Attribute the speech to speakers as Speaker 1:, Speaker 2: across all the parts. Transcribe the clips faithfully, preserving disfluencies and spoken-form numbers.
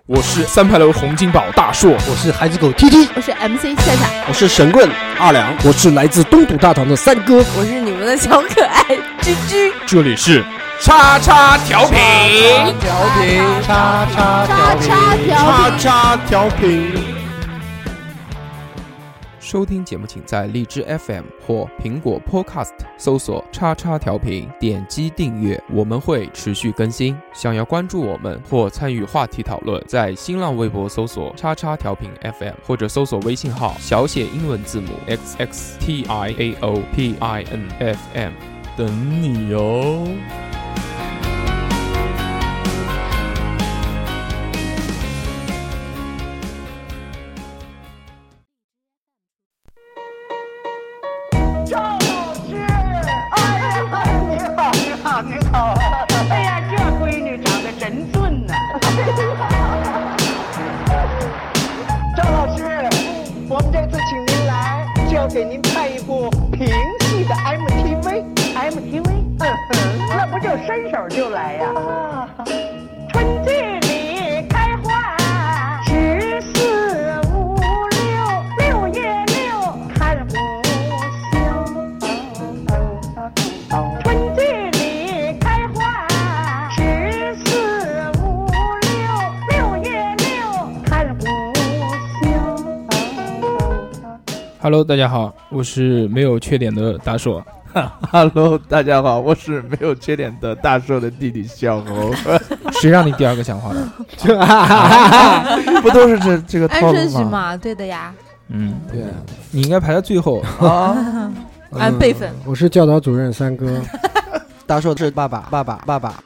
Speaker 1: 我是三牌楼洪金宝大硕，
Speaker 2: 我是孩子狗 T T，
Speaker 3: 我是 M C 夏夏，
Speaker 4: 我是神棍二两，
Speaker 2: 我是来自东土大唐的三哥，
Speaker 3: 我是你们的小可爱居居。
Speaker 1: 这里是叉叉调频，
Speaker 2: 调频，叉叉调频，
Speaker 4: 叉叉调频。
Speaker 1: 收听节目请在荔枝 F M 或苹果 Podcast 搜索叉叉调频，点击订阅，我们会持续更新。想要关注我们或参与话题讨论，在新浪微博搜索叉叉调频 F M 或者搜索微信号小写英文字母 X X T I A O P I N F M 等你哦。
Speaker 5: 给您拍一部评戏的 M T V，M T V， 嗯哼，那不就伸手就来呀？啊，春季里开花，十四五六，六月六看不休。春季里开花，十四五六，六月六看不休。
Speaker 1: Hello， 大家好，我是没有缺点的大硕。
Speaker 6: Hello， 大家好，我是没有缺点的大硕的弟弟小猴。
Speaker 1: 谁让你第二个讲话的？
Speaker 6: 不都是这这个套
Speaker 3: 按
Speaker 6: 路
Speaker 3: 顺序
Speaker 6: 吗？
Speaker 3: 嘛，对的呀。
Speaker 1: 嗯，对，你应该排在最后
Speaker 6: 啊。
Speaker 3: 按辈分。
Speaker 2: 我是教导主任三哥，
Speaker 4: 大硕是爸爸，爸爸，爸爸。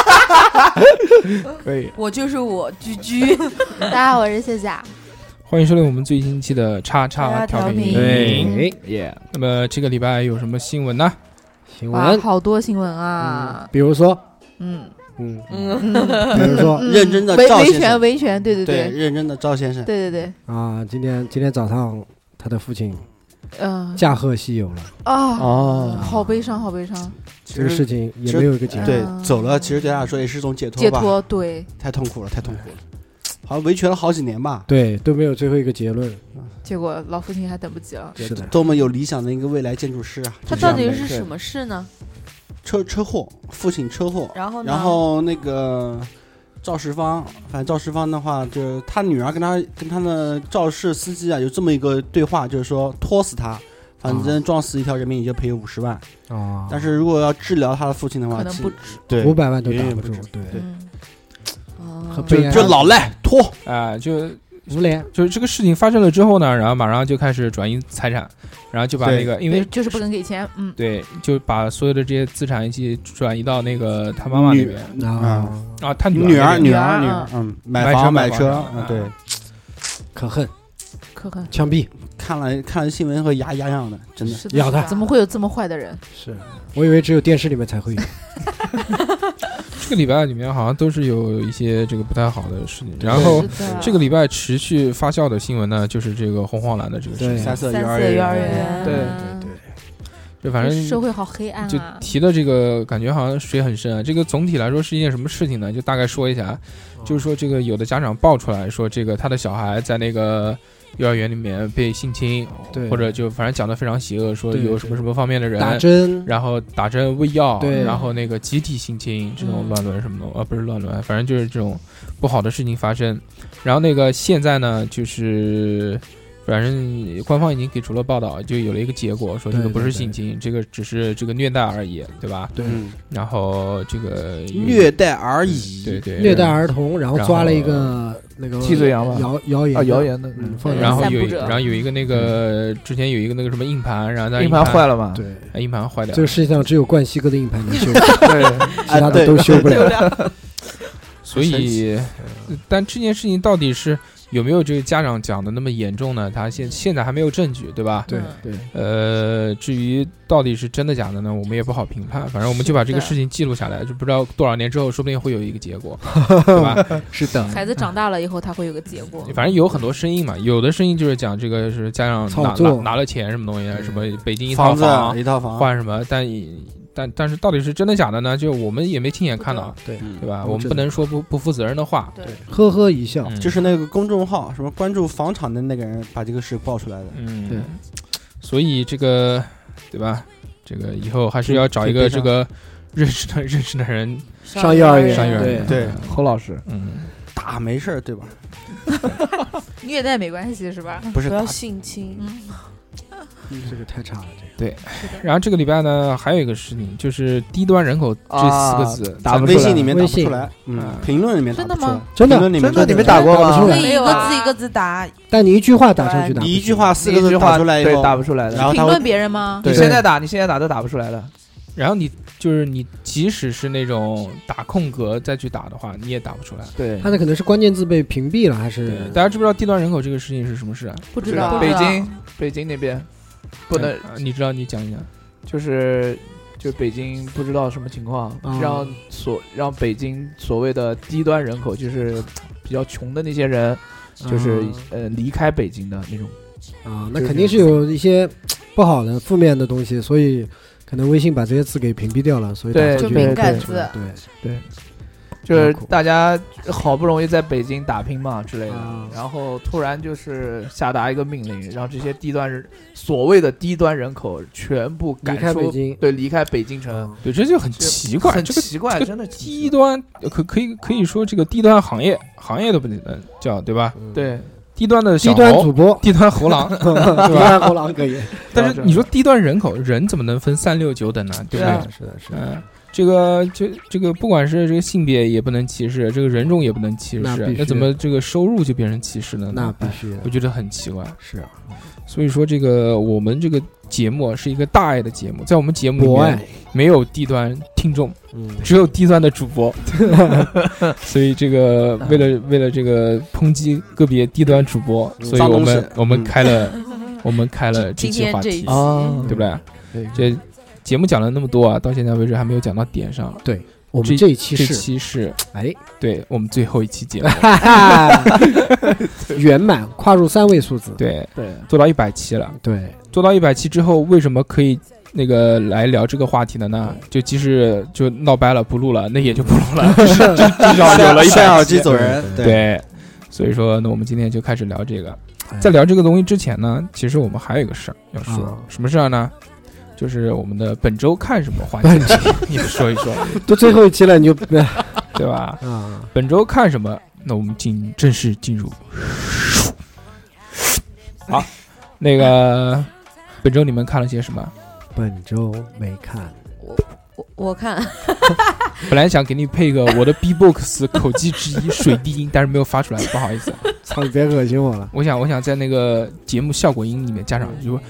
Speaker 1: 可以。
Speaker 3: 我就是我居居。大家好，我是夏夏。
Speaker 1: 欢迎收听我们最新期的叉叉调频。
Speaker 6: 对，耶。
Speaker 1: 那么这个礼拜有什么新闻呢？
Speaker 2: 新
Speaker 3: 哇，
Speaker 2: 闻，
Speaker 3: 好多新闻啊！
Speaker 2: 比如说，
Speaker 3: 嗯
Speaker 2: 嗯
Speaker 3: 嗯，
Speaker 2: 比如说
Speaker 3: 嗯
Speaker 4: 认真的
Speaker 3: 维维
Speaker 4: 赵先生，
Speaker 3: 权维权，对对
Speaker 4: 对，认真的赵先生，
Speaker 3: 对对对，
Speaker 2: 啊，今天今天早上他的父亲
Speaker 3: 嗯，
Speaker 2: 驾鹤西游了，
Speaker 3: 啊，
Speaker 6: 哦，
Speaker 3: 好悲伤，好悲伤，
Speaker 2: 这个事情也没有一个结论。
Speaker 4: 对
Speaker 3: 啊
Speaker 4: 走了，其实对他来说也是种解脱吧，
Speaker 3: 解脱，对，
Speaker 4: 太痛苦了，太痛苦了，好像维权了好几年吧，
Speaker 2: 对，都没有最后一个结论。
Speaker 3: 结果老父亲还等不及了。
Speaker 2: 是的，
Speaker 4: 多么有理想的一个未来建筑师啊！
Speaker 3: 他到底是什么事呢？
Speaker 4: 车车祸，父亲车祸，
Speaker 3: 然后呢？
Speaker 4: 然后那个肇事方，反正肇事方的话，就是他女儿跟他跟他的肇事司机啊有这么一个对话，就是说拖死他，反正撞死一条人命也就赔五十万
Speaker 2: 啊，
Speaker 4: 但是如果要治疗他的父亲的话，
Speaker 3: 可能不止，
Speaker 4: 对
Speaker 2: 五百万都打不住
Speaker 4: 远远不止，
Speaker 2: 对，
Speaker 3: 嗯，哦，
Speaker 4: 就
Speaker 2: 很悲哀
Speaker 4: 就老赖拖，
Speaker 1: 啊、就
Speaker 2: 无脸，
Speaker 1: 就是这个事情发生了之后呢，然后马上就开始转移财产，然后就把那个因为
Speaker 3: 对就是不肯给钱，嗯，
Speaker 1: 对，就把所有的这些资产一起转移到那个他妈妈那边
Speaker 2: 啊，
Speaker 1: 啊，他
Speaker 4: 女儿
Speaker 1: 儿
Speaker 4: 女儿
Speaker 3: 儿
Speaker 4: 女儿，嗯，
Speaker 1: 买
Speaker 4: 买房
Speaker 1: 买
Speaker 4: 车，
Speaker 1: 房
Speaker 4: 嗯，对，
Speaker 2: 可恨，
Speaker 3: 可恨，
Speaker 2: 枪毙，
Speaker 4: 看了看了新闻和牙痒痒的，真的。
Speaker 3: 是的，
Speaker 2: 咬他
Speaker 3: 怎么会有这么坏的人？
Speaker 2: 是我以为只有电视里面才会有。
Speaker 1: 这个礼拜里面好像都是有一些这个不太好的事情，然后
Speaker 3: 是的
Speaker 1: 这个礼拜持续发酵的新闻呢，就是这个红黄蓝的这个事
Speaker 2: 对
Speaker 1: 情，
Speaker 4: 三色
Speaker 3: 三
Speaker 4: 幼儿园，
Speaker 3: 色幼儿园，
Speaker 1: 对
Speaker 2: 对对，
Speaker 1: 就反正
Speaker 3: 社会好黑暗
Speaker 1: 就
Speaker 3: 啊！
Speaker 1: 提的这个感觉好像水很深啊。这个总体来说是一件什么事情呢？就大概说一下，就是说这个有的家长爆出来说，这个他的小孩在那个幼儿园里面被性侵，
Speaker 2: 对
Speaker 1: 或者就反正讲的非常邪恶，说
Speaker 2: 对
Speaker 1: 有什么什么方面的人
Speaker 2: 打针，
Speaker 1: 然后打针喂药，
Speaker 2: 对
Speaker 1: 然后那个集体性侵这种
Speaker 3: 嗯
Speaker 1: 乱伦什么的，啊不是乱伦，反正就是这种不好的事情发生。然后那个现在呢，就是反正官方已经给出了报道，就有了一个结果，说这个不是
Speaker 2: 对对
Speaker 1: 性侵，这个只是这个虐待而已，对吧？
Speaker 2: 对，
Speaker 4: 嗯，
Speaker 1: 然后这个
Speaker 4: 虐待而已，
Speaker 1: 对对
Speaker 2: 虐待儿童，然后抓了一个那个
Speaker 6: 替罪羊吧
Speaker 2: 谣谣言
Speaker 6: 啊，谣言的，
Speaker 2: 嗯，放在
Speaker 1: 然后有
Speaker 3: 散布者
Speaker 1: 然后有一个那个之前有一个那个什么硬盘，然后它
Speaker 6: 硬盘坏了嘛？
Speaker 2: 对，
Speaker 1: 哎硬盘坏掉
Speaker 2: 这个世界上只有冠希哥的硬盘能修，
Speaker 6: 对，
Speaker 2: 其他的都修不了。
Speaker 1: 所以，但这件事情到底是有没有这个家长讲的那么严重呢？他现现在还没有证据，对吧？
Speaker 2: 对
Speaker 3: 嗯
Speaker 2: 对，
Speaker 1: 呃，至于到底是真的假的呢，我们也不好评判。反正我们就把这个事情记录下来，就不知道多少年之后，说不定会有一个结果，对吧？
Speaker 2: 是的，
Speaker 3: 孩子长大了以后，他会有个结果。
Speaker 1: 反正有很多声音嘛，有的声音就是讲这个是家长拿拿
Speaker 2: 操作
Speaker 1: 拿了钱什么东西，什么北京一套
Speaker 4: 房子
Speaker 1: 房
Speaker 4: 一套房，
Speaker 1: 换什么，但但但是到底是真的假的呢？就我们也没亲眼看到，
Speaker 2: 对
Speaker 1: 对吧？
Speaker 2: 我知道
Speaker 1: 我们不能说不不负责任的话。
Speaker 3: 对，
Speaker 2: 呵呵一笑，
Speaker 1: 嗯
Speaker 4: 就是那个公众号什么关注房产的那个人把这个事爆出来的。
Speaker 1: 嗯，
Speaker 2: 对，
Speaker 1: 所以这个对吧？这个以后还是要找一个这个认识的认识的人
Speaker 2: 上幼儿园，
Speaker 1: 上幼儿园。
Speaker 4: 对，
Speaker 6: 侯老师，
Speaker 1: 嗯，
Speaker 4: 打没事儿对吧？
Speaker 3: 虐待没关系是吧？
Speaker 7: 不要
Speaker 4: 不是打
Speaker 7: 性侵，
Speaker 2: 这个太差了，这个
Speaker 1: 然后这个礼拜呢，还有一个事情，就是低端人口这四个字
Speaker 6: 打不出来
Speaker 4: 微信里面打
Speaker 2: 微信
Speaker 4: 不出来，嗯
Speaker 1: 嗯，
Speaker 4: 评论里面打不出来
Speaker 3: 真的吗，
Speaker 2: 真的
Speaker 4: 评论里面
Speaker 6: 真的你没
Speaker 4: 打
Speaker 6: 打过吗
Speaker 2: 打不出来
Speaker 7: 可以一个
Speaker 3: 没有啊
Speaker 7: 字一个字打。
Speaker 2: 但你一句话打上去打不
Speaker 4: 你一
Speaker 2: 出
Speaker 4: 句话四个字
Speaker 6: 一句话
Speaker 4: 打出来以
Speaker 6: 对
Speaker 4: 后，
Speaker 6: 打不出来的。
Speaker 4: 然后他会
Speaker 3: 评论别人吗？
Speaker 6: 你
Speaker 2: 对
Speaker 6: 现在打，你现在打都打不出来了。
Speaker 1: 然后你就是你，即使是那种打空格再去打的话，你也打不出来。
Speaker 6: 对
Speaker 2: 他，那可能是关键字被屏蔽了，还是
Speaker 1: 对，大家知不知道低端人口这个事情是什么事啊？
Speaker 3: 不知道。
Speaker 6: 北京，北京那边不能，
Speaker 1: 呃你知道？你讲一讲。
Speaker 6: 就是就北京不知道什么情况，
Speaker 2: 哦
Speaker 6: 让所让北京所谓的低端人口，就是比较穷的那些人，就是呃离开北京的那种。
Speaker 2: 啊，那肯定是有一些不好的负面的东西，所以可能微信把这些字给屏蔽掉了，所以打
Speaker 6: 对
Speaker 2: 上去
Speaker 7: 就敏感
Speaker 2: 对
Speaker 7: 字
Speaker 2: 对，
Speaker 6: 就是大家好不容易在北京打拼嘛之类的，
Speaker 2: 啊
Speaker 6: 然后突然就是下达一个命令，让这些低端人所谓的低端人口全部赶
Speaker 2: 离开
Speaker 6: 出
Speaker 2: 北京
Speaker 6: 对，离开北京城，
Speaker 2: 啊
Speaker 1: 对，这就很奇怪，
Speaker 6: 很
Speaker 1: 这个
Speaker 6: 奇怪，
Speaker 1: 这个
Speaker 6: 真的
Speaker 1: 低端可可以可以说这个低端行业行业都不能叫对吧？
Speaker 6: 对
Speaker 1: 低端的小
Speaker 2: 低端
Speaker 1: 猴
Speaker 2: 主播，
Speaker 1: 低端猴狼，
Speaker 2: 低端猴狼可以，
Speaker 1: 但是你说低端人口，人怎么能分三六九等呢？对不对？
Speaker 6: 对啊
Speaker 2: 是的，是的，
Speaker 1: 嗯，这个就这个，不管是这个性别也不能歧视，这个人种也不能歧视，
Speaker 2: 那必须
Speaker 1: 那怎么这个收入就变成歧视了
Speaker 2: 那
Speaker 1: 呢？
Speaker 2: 必须的
Speaker 1: 我觉得很奇怪。
Speaker 2: 是
Speaker 1: 所以说，这个我们这个节目是一个大爱的节目，在我们节目里面
Speaker 2: 博爱，
Speaker 1: 没有低端听众，
Speaker 2: 嗯，
Speaker 1: 只有低端的主播。所以这个为了为了这个抨击个别低端主播，所以我
Speaker 4: 脏东西
Speaker 1: 们我们
Speaker 4: 嗯
Speaker 1: 开了我们开了这
Speaker 3: 今
Speaker 1: 期话题
Speaker 3: 天这一期，
Speaker 6: 啊
Speaker 1: 对不对？
Speaker 2: 对
Speaker 1: 这节目讲了那么多啊，到现在为止还没有讲到点上。
Speaker 2: 对，我们这一期
Speaker 1: 这
Speaker 2: 是，
Speaker 1: 期是
Speaker 2: 哎，
Speaker 1: 对我们最后一期节目，
Speaker 2: 哈哈，圆满跨入三位数字，
Speaker 1: 对，
Speaker 6: 对，
Speaker 1: 做到一百期了。
Speaker 2: 对，
Speaker 1: 做到一百期之后，为什么可以那个来聊这个话题的呢？就即使就闹掰了不录了，那也就不录了，至少有了一百
Speaker 4: 戴耳机
Speaker 1: 期。
Speaker 4: 走人，
Speaker 1: 对，所以说，那我们今天就开始聊这个。
Speaker 2: 哎
Speaker 1: 在聊这个东西之前呢，其实我们还有一个事儿要说，
Speaker 2: 啊
Speaker 1: 什么事儿呢？就是我们的本周看什么话题，你们说一说，
Speaker 2: 都最后一期了，你就
Speaker 1: 对吧？
Speaker 2: 啊，
Speaker 1: 本周看什么？那我们进正式进入。好，那个本周你们看了些什么？
Speaker 2: 本周没看，
Speaker 7: 我我看
Speaker 1: 本来想给你配个我的 B-box 口技之一水滴音，但是没有发出来，不好意思。
Speaker 2: 操，你别恶心我了，
Speaker 1: 我想，我想在那个节目效果音里面加上，就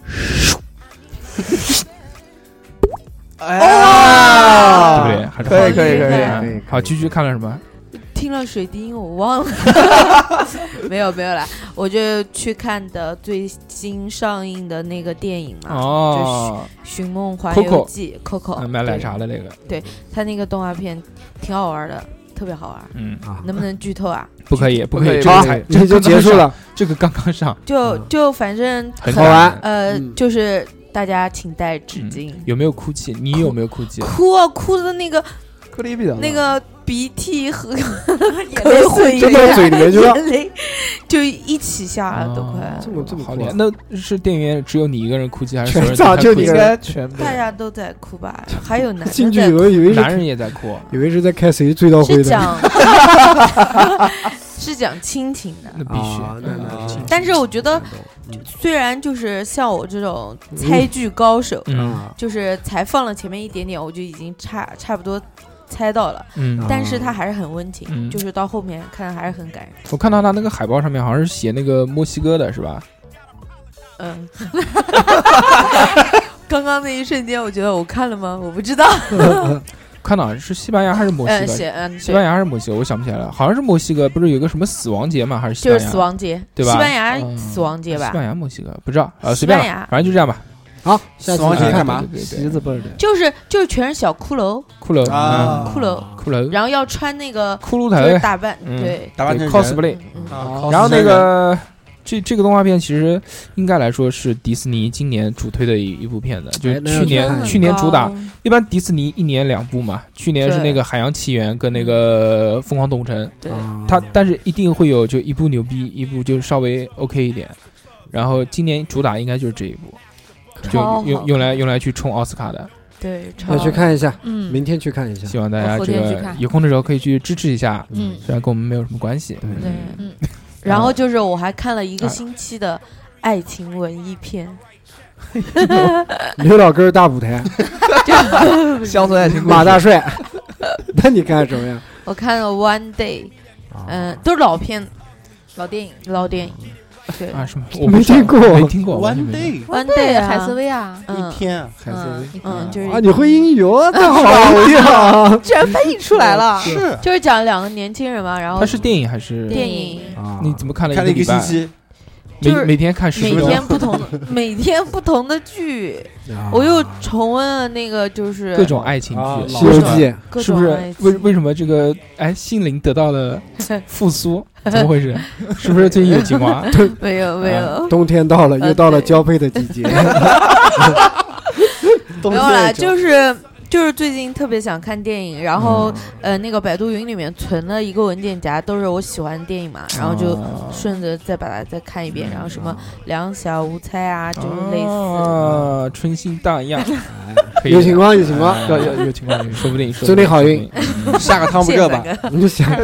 Speaker 6: 哎
Speaker 1: 对不对？还是
Speaker 6: 可以可以可以
Speaker 7: 可以
Speaker 1: 嗯
Speaker 2: 可以
Speaker 1: 好，居居看了什么？
Speaker 7: 听了水滴音，我忘了，没有没有啦，我就去看的最新上映的那个电影嘛，
Speaker 1: 哦，
Speaker 7: 《寻梦环
Speaker 1: Coco
Speaker 7: 游记》Coco，
Speaker 1: 嗯买奶茶的那个，
Speaker 7: 他那个动画片挺好玩的，特别好玩。
Speaker 1: 嗯，
Speaker 2: 啊，
Speaker 7: 能不能剧透啊？
Speaker 1: 不可以，不可以，
Speaker 6: 不可以
Speaker 1: 这个才这个
Speaker 2: 这就结束了，
Speaker 1: 这个刚刚上，
Speaker 7: 就
Speaker 2: 嗯
Speaker 7: 就反正
Speaker 1: 很
Speaker 2: 好玩
Speaker 7: 呃，
Speaker 2: 嗯
Speaker 7: 就是大家请带纸巾。
Speaker 1: 有没有哭泣？你有没有哭泣？
Speaker 7: 哭啊哭的那个
Speaker 6: 颗粒比较
Speaker 7: 那个鼻涕和眼
Speaker 2: 口
Speaker 7: 泪汇
Speaker 2: 真的嘴里面去了，
Speaker 7: 眼泪就一起下了，都快
Speaker 1: 哦
Speaker 2: 这么这么
Speaker 1: 好
Speaker 2: 酷啊
Speaker 1: 厉害。那是电影院只有你一个人哭泣，还是所有人
Speaker 2: 全场
Speaker 1: 都在哭泣
Speaker 2: 就你一个人
Speaker 6: 应该全部
Speaker 7: 大家都在哭吧？还有男
Speaker 2: 进
Speaker 7: 的在哭，
Speaker 2: 去以为以为
Speaker 1: 男
Speaker 2: 是
Speaker 1: 人也在哭，
Speaker 2: 以为是在开谁追悼会的，
Speaker 7: 是讲是讲亲情的。
Speaker 1: 那必须
Speaker 2: 啊。那那
Speaker 1: 嗯
Speaker 2: 是
Speaker 7: 但是我觉得，虽然就是像我这种猜剧高手，
Speaker 1: 嗯
Speaker 2: 啊，
Speaker 7: 就是才放了前面一点点，我就已经差差不多猜到了，
Speaker 1: 嗯
Speaker 2: 啊，
Speaker 7: 但是它还是很温情，
Speaker 1: 嗯
Speaker 7: 就是到后面看还是很感人。
Speaker 1: 我看到他那个海报上面好像是写那个墨西哥的是吧？
Speaker 7: 嗯，刚刚那一瞬间，我觉得我看了吗？我不知道。
Speaker 1: 看到是西班牙还是墨西
Speaker 7: 嗯，
Speaker 1: 哥？
Speaker 7: 写嗯，
Speaker 1: 西班
Speaker 7: 对，
Speaker 1: 牙还是墨西哥？我想不起来了，好像是墨西哥，不是有个什么死亡节吗？还是西
Speaker 7: 就是
Speaker 1: 班牙？
Speaker 7: 死亡节，
Speaker 1: 对吧
Speaker 7: 西班牙
Speaker 6: 嗯
Speaker 7: 死亡节吧
Speaker 1: 西，班牙、墨西哥不知道，呃，随便吧
Speaker 7: 西班牙，
Speaker 1: 反正就这样吧。
Speaker 2: 好，下
Speaker 4: 死亡节
Speaker 2: 期看
Speaker 4: 干嘛
Speaker 1: 对对对
Speaker 6: 旗子倍儿的，
Speaker 7: 就是就是全是小骷髅，
Speaker 1: 骷髅
Speaker 4: 啊
Speaker 7: 骷髅，
Speaker 1: 骷髅，
Speaker 7: 然后要穿那个
Speaker 1: 骷髅
Speaker 7: 就是
Speaker 1: 头，
Speaker 7: 打扮，
Speaker 1: 嗯
Speaker 7: 对，
Speaker 1: 对
Speaker 4: 打扮成人
Speaker 1: ，cosplay。
Speaker 7: 嗯嗯
Speaker 4: 啊
Speaker 1: 然后那个这这这个动画片其实应该来说是迪士尼今年主推的一一部片子，就是去年、
Speaker 2: 哎、
Speaker 1: 去年主打。一般迪士尼一年两部嘛，去年是那个《海洋奇缘》跟那个《疯狂动物城》，
Speaker 7: 对，
Speaker 1: 它但是一定会有就一部牛逼，一部就稍微 OK 一点。然后今年主打应该就是这一部，就用用来用来去冲奥斯卡的。
Speaker 7: 对，
Speaker 2: 要去看一下，
Speaker 3: 嗯，
Speaker 2: 明天去看一下。
Speaker 1: 希望大家这个有空的时候可以去支持一下，嗯，虽然跟我们没有什么关系。
Speaker 7: 对，嗯。然后就是我还看了一个星期的爱情文艺片，
Speaker 2: 刘老根大舞台，
Speaker 6: 乡村爱情
Speaker 2: 马大帅。那你看什么呀？
Speaker 7: 我看了 One Day， 嗯，都是老片，
Speaker 3: 老电影，
Speaker 7: 老电影。对
Speaker 1: 啊，什么？
Speaker 2: 我没听过，
Speaker 1: 没听过。
Speaker 4: One Day，
Speaker 7: One Day，
Speaker 3: 海瑟薇啊，
Speaker 4: 一天，
Speaker 1: 海瑟薇，
Speaker 7: 嗯，就是
Speaker 2: 啊，你会英语哦，太好了，
Speaker 3: 居然翻译出来了，
Speaker 4: 是，
Speaker 7: 就是讲两个年轻人嘛，然后
Speaker 1: 它是电影还是
Speaker 7: 电影？
Speaker 1: 你怎么看了
Speaker 4: 看了一个
Speaker 1: 礼拜
Speaker 4: 星期？
Speaker 7: 就是
Speaker 1: 每天看十分钟，
Speaker 7: 每天不同的，每天不同的剧，我又重温了那个就是
Speaker 1: 各种爱情剧，
Speaker 2: 《西游记》
Speaker 1: 是不是？为为什么这个哎心灵得到了复苏？怎么回事？是不是最近有青蛙？
Speaker 7: 没有没有，
Speaker 2: 冬天到了，又到了交配的季节。
Speaker 7: 没有啦，就是就是最近特别想看电影，然后、嗯、呃那个百度云里面存了一个文件夹，都是我喜欢的电影嘛，然后就顺着再把它再看一遍，然后什么两小无猜啊，就是类似
Speaker 1: 啊，春心荡漾，
Speaker 2: 有情况有情况，
Speaker 1: 有有有情况，说不定
Speaker 2: 祝你好运，
Speaker 4: 下个汤不热吧？
Speaker 2: 你就想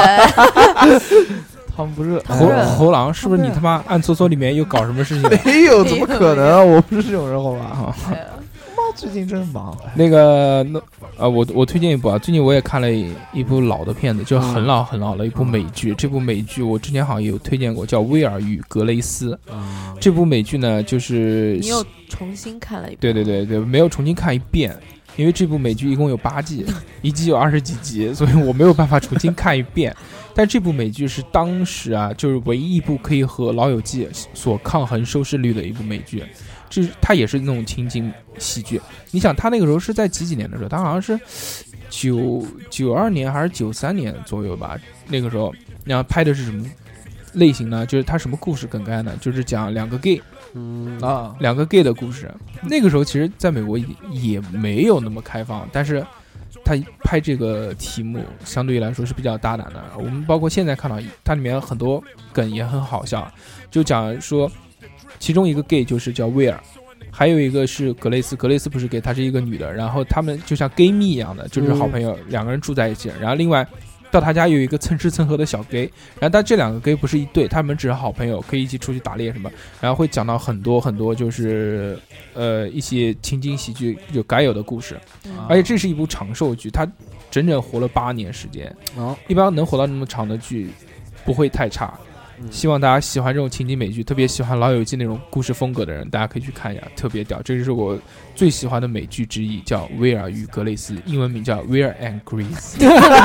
Speaker 6: 汤不热。
Speaker 1: 猴猴狼是不是你他妈暗搓搓里面又搞什么事情？
Speaker 6: 没有，怎么可能？我不是这种人，好吧？最近真忙。
Speaker 1: 那个，那呃，我我推荐一部啊，最近我也看了一一部老的片子，就很老很老的一部美剧。这部美剧我之前好像也有推荐过，叫《威尔与格雷斯》。这部美剧呢，就是
Speaker 7: 你又重新看了一遍。
Speaker 1: 对对对对，没有重新看一遍，因为这部美剧一共有八季，一季有二十几集，所以我没有办法重新看一遍。但这部美剧是当时啊，就是唯一一部可以和《老友记》所抗衡收视率的一部美剧。这它也是那种情景喜剧。你想，他那个时候是在几几年的时候？他好像是九九二年还是九三年左右吧？那个时候，然后拍的是什么类型呢？就是他什么故事梗概呢？就是讲两个 gay，
Speaker 6: 嗯啊，
Speaker 1: 两个 gay 的故事。那个时候其实在美国也没有那么开放，但是他拍这个题目相对来说是比较大胆的。我们包括现在看到它里面很多梗也很好笑，就讲说。其中一个 gay 就是叫威尔，还有一个是格雷斯，格雷斯不是 gay， 她是一个女的，然后他们就像 gay 蜜一样的，就是好朋友，嗯、两个人住在一起。然后另外到他家有一个蹭吃蹭喝的小 gay， 然后但这两个 gay 不是一对，他们只是好朋友，可以一起出去打猎什么，然后会讲到很多很多就是呃一些情景喜剧就该有的故事，嗯、而且这是一部长寿剧，它整整活了八年时间，哦，一般能活到那么长的剧不会太差。希望大家喜欢这种情景美剧，特别喜欢老友记那种故事风格的人，大家可以去看一下，特别屌。这就是我最喜欢的美剧之一，叫《威尔与格雷斯》，英文名叫《Will and Grace》。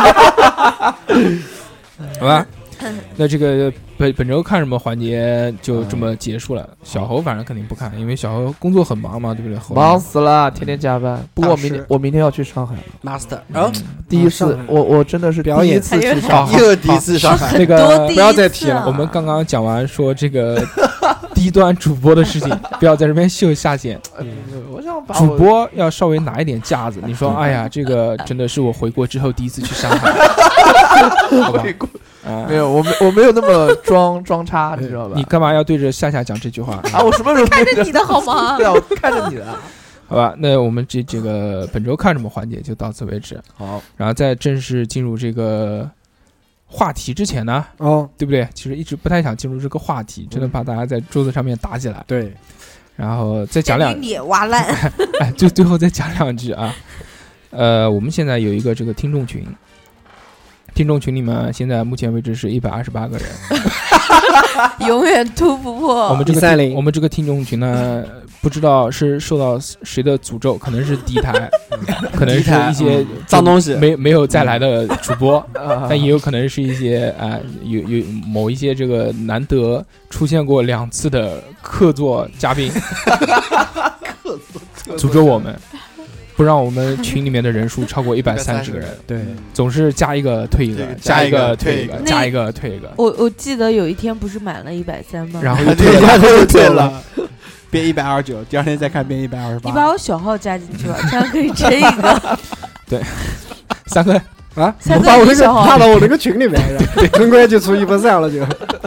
Speaker 1: 好吧，那这个本本周看什么环节就这么结束了。小侯反正肯定不看，因为小侯工作很忙嘛，对不对？
Speaker 6: 忙死了，天天加班。不过我明天我明天要去上海了
Speaker 4: ，Master， 嗯，
Speaker 6: 第一次，我我真的是第一次去上海，
Speaker 4: 又第一次上海。
Speaker 1: 那个
Speaker 7: 不
Speaker 1: 要再提了，我们刚刚讲完说这个低端主播的事情，不要在这边秀下限。
Speaker 6: 我想把
Speaker 1: 主播要稍微拿一点架子。你说，哎呀，这个真的是我回国之后第一次去上海，好吧？
Speaker 6: 没有，我没我没有那么装装叉，你知道吧？
Speaker 1: 你干嘛要对着夏夏讲这句话
Speaker 6: 啊？我什么时候
Speaker 3: 看着你的好吗？
Speaker 6: 对啊，我看着你的。
Speaker 1: 好吧，那我们这这个本周看什么环节就到此为止。
Speaker 6: 好，
Speaker 1: 然后在正式进入这个话题之前呢，哦，对不对？其实一直不太想进入这个话题，真的怕大家在桌子上面打起来。
Speaker 2: 对，
Speaker 1: 然后再讲两，
Speaker 7: 你挖烂，
Speaker 1: 哎，就最后再讲两句啊。呃，我们现在有一个这个听众群。听众群里面现在目前为止是一百二十八个人，
Speaker 7: 永远突不破。
Speaker 1: 我们这个我们这个听众群呢，不知道是受到谁的诅咒，可能是敌台，可能是一些
Speaker 4: 脏东西，
Speaker 1: 没没有再来的主播，但也有可能是一些啊、呃、有有某一些这个难得出现过两次的客座嘉宾，诅咒我们。 不让我们群里面的人数超过一百三十个人，
Speaker 2: 对，
Speaker 1: 总是加一个退一个，加一个退一个，加一个退一个。
Speaker 7: 我我记得有一天不是满了一百三吗？
Speaker 1: 然后就
Speaker 4: 退
Speaker 1: 了，
Speaker 4: 就退了，变一百二十九，第二天再看变一百二十八。
Speaker 7: 你把我小号加进去吧，这样可以争一个。
Speaker 1: 对，三哥
Speaker 2: 啊，
Speaker 7: 三哥
Speaker 2: 把我那个
Speaker 7: 你小号
Speaker 2: 踏到我那个群里面，很快就出一分散了就。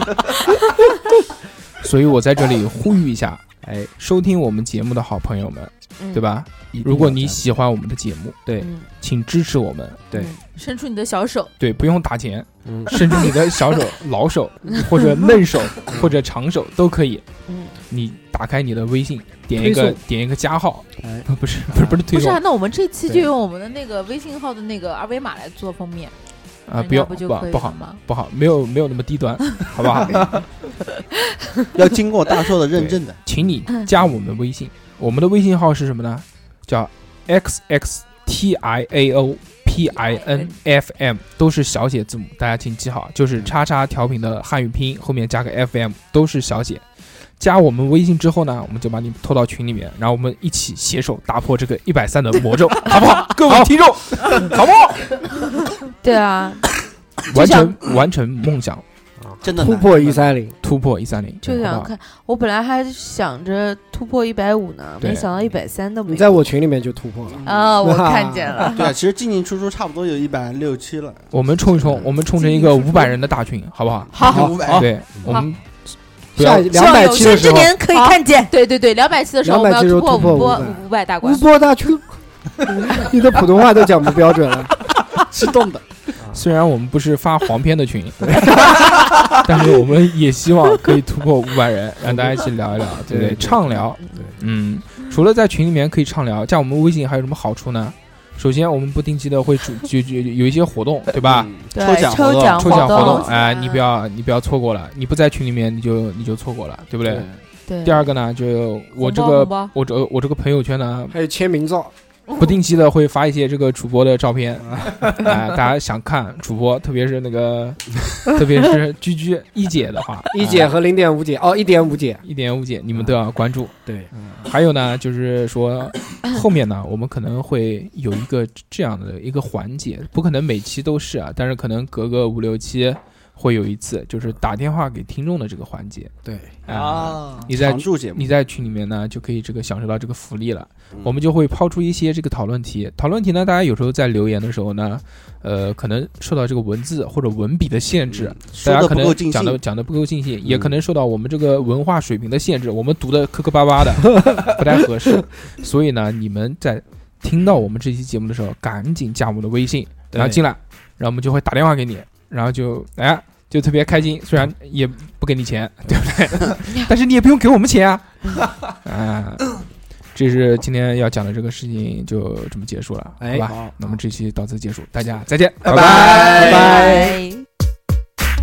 Speaker 1: 所以我在这里呼吁一下，哎，收听我们节目的好朋友们，
Speaker 7: 嗯
Speaker 1: 对吧？如果你喜欢我们的节目，
Speaker 2: 对，
Speaker 7: 嗯
Speaker 1: 请支持我们，
Speaker 2: 对，
Speaker 7: 嗯
Speaker 3: 伸出你的小手，
Speaker 1: 对，不用打钱，
Speaker 2: 嗯，
Speaker 1: 伸出你的小手、老手或者嫩手或者长手都可以。
Speaker 7: 嗯，
Speaker 1: 你打开你的微信，点一个
Speaker 2: 推送
Speaker 1: 点一个加号，
Speaker 2: 哎，
Speaker 1: 不是不是不是推送
Speaker 3: 不是啊？那我们这期就
Speaker 1: 对
Speaker 3: 用我们的那个微信号的那个二维码来做封面
Speaker 1: 啊，
Speaker 3: 人家
Speaker 1: 不要
Speaker 3: 不就可以
Speaker 1: 不不好
Speaker 3: 了吗？
Speaker 1: 不好，没有没有那么低端，好不好？
Speaker 4: 要经过大寿的认证的。
Speaker 1: 请你加我们微信，我们的微信号是什么呢？叫 x x t i a o p i n f m， 都是小写字母，大家请记好，就是叉叉调频的汉语拼音后面加个 f m， 都是小写。加我们微信之后呢，我们就把你拖到群里面，然后我们一起携手打破这个一百三的魔咒，好不好？各位听众，好不好？
Speaker 7: 对啊，
Speaker 1: 完成完成梦想，
Speaker 4: 真的难
Speaker 2: 突破一三零，
Speaker 1: 突破一三零，
Speaker 7: 就想看。我本来还想着突破一百五呢，
Speaker 1: 对
Speaker 7: 没想到一百三都没有。
Speaker 2: 你在我群里面就突破了。
Speaker 7: 啊，我看见了。
Speaker 4: 对啊，其实进进出出差不多有一百六七了。
Speaker 1: 我们冲一冲，我们冲成一个五百人的大群，好不好？
Speaker 7: 好，
Speaker 4: 五百，
Speaker 1: 对，我们不
Speaker 2: 下
Speaker 1: 要
Speaker 2: 两百期的时候，
Speaker 7: 之年可以看见。
Speaker 3: 对对对，两百期的时候我们要
Speaker 2: 200期的时候
Speaker 3: 突破五波
Speaker 2: 突破
Speaker 3: 五百大
Speaker 2: 无
Speaker 3: 关。
Speaker 2: 波大群，你的普通话都讲不标准了。
Speaker 4: 激动的。
Speaker 1: 虽然我们不是发黄片的群，但是我们也希望可以突破五百人，让大家一起聊一聊，对不对？
Speaker 2: 对对
Speaker 1: 畅聊，
Speaker 2: 对，
Speaker 1: 嗯，除了在群里面可以畅聊，加我们微信还有什么好处呢？首先，我们不定期的会主就就有一些活动，对吧？
Speaker 4: 嗯
Speaker 7: 对
Speaker 4: 抽奖活动
Speaker 7: 抽奖
Speaker 1: 抽奖活动，
Speaker 7: 活动
Speaker 1: 哎，你不要你不要错过了，你不在群里面，你就你就错过了，对不对？
Speaker 7: 对。
Speaker 1: 第二个呢，就我这个
Speaker 3: 红包红包
Speaker 1: 我这我这个朋友圈呢，
Speaker 2: 还有签名照，
Speaker 1: 不定期的会发一些这个主播的照片，哎，大家想看主播，特别是那个，特别是居居一姐的话，
Speaker 2: 一姐和零点五姐，哦，一点五姐，
Speaker 1: 一点五姐，你们都要关注。
Speaker 2: 对，
Speaker 1: 还有呢，就是说后面呢，我们可能会有一个这样的一个环节，不可能每期都是啊，但是可能隔个五六期会有一次，就是打电话给听众的这个环节。
Speaker 2: 对，
Speaker 1: 啊，你在
Speaker 4: 常驻节目，
Speaker 1: 你在群里面呢，就可以这个享受到这个福利了。
Speaker 4: 嗯
Speaker 1: 我们就会抛出一些这个讨论题，讨论题呢，大家有时候在留言的时候呢，呃，可能受到这个文字或者文笔的限制，
Speaker 4: 嗯说得
Speaker 1: 大家可能
Speaker 4: 不够尽兴
Speaker 1: 讲的讲的不够尽兴，也
Speaker 4: 嗯
Speaker 1: 可能受到我们这个文化水平的限制，我们读的磕磕巴巴的，不太合适。所以呢，你们在听到我们这期节目的时候，赶紧加我们的微信，然后进来，然后我们就会打电话给你，然后就哎。就特别开心，虽然也不给你钱，对不对？但是你也不用给我们钱啊！啊，这是今天要讲的这个事情，就这么结束了，
Speaker 2: 哎
Speaker 1: 好吧？那么这期到此结束，大家再见，拜
Speaker 4: 拜
Speaker 2: 拜拜。
Speaker 7: 拜。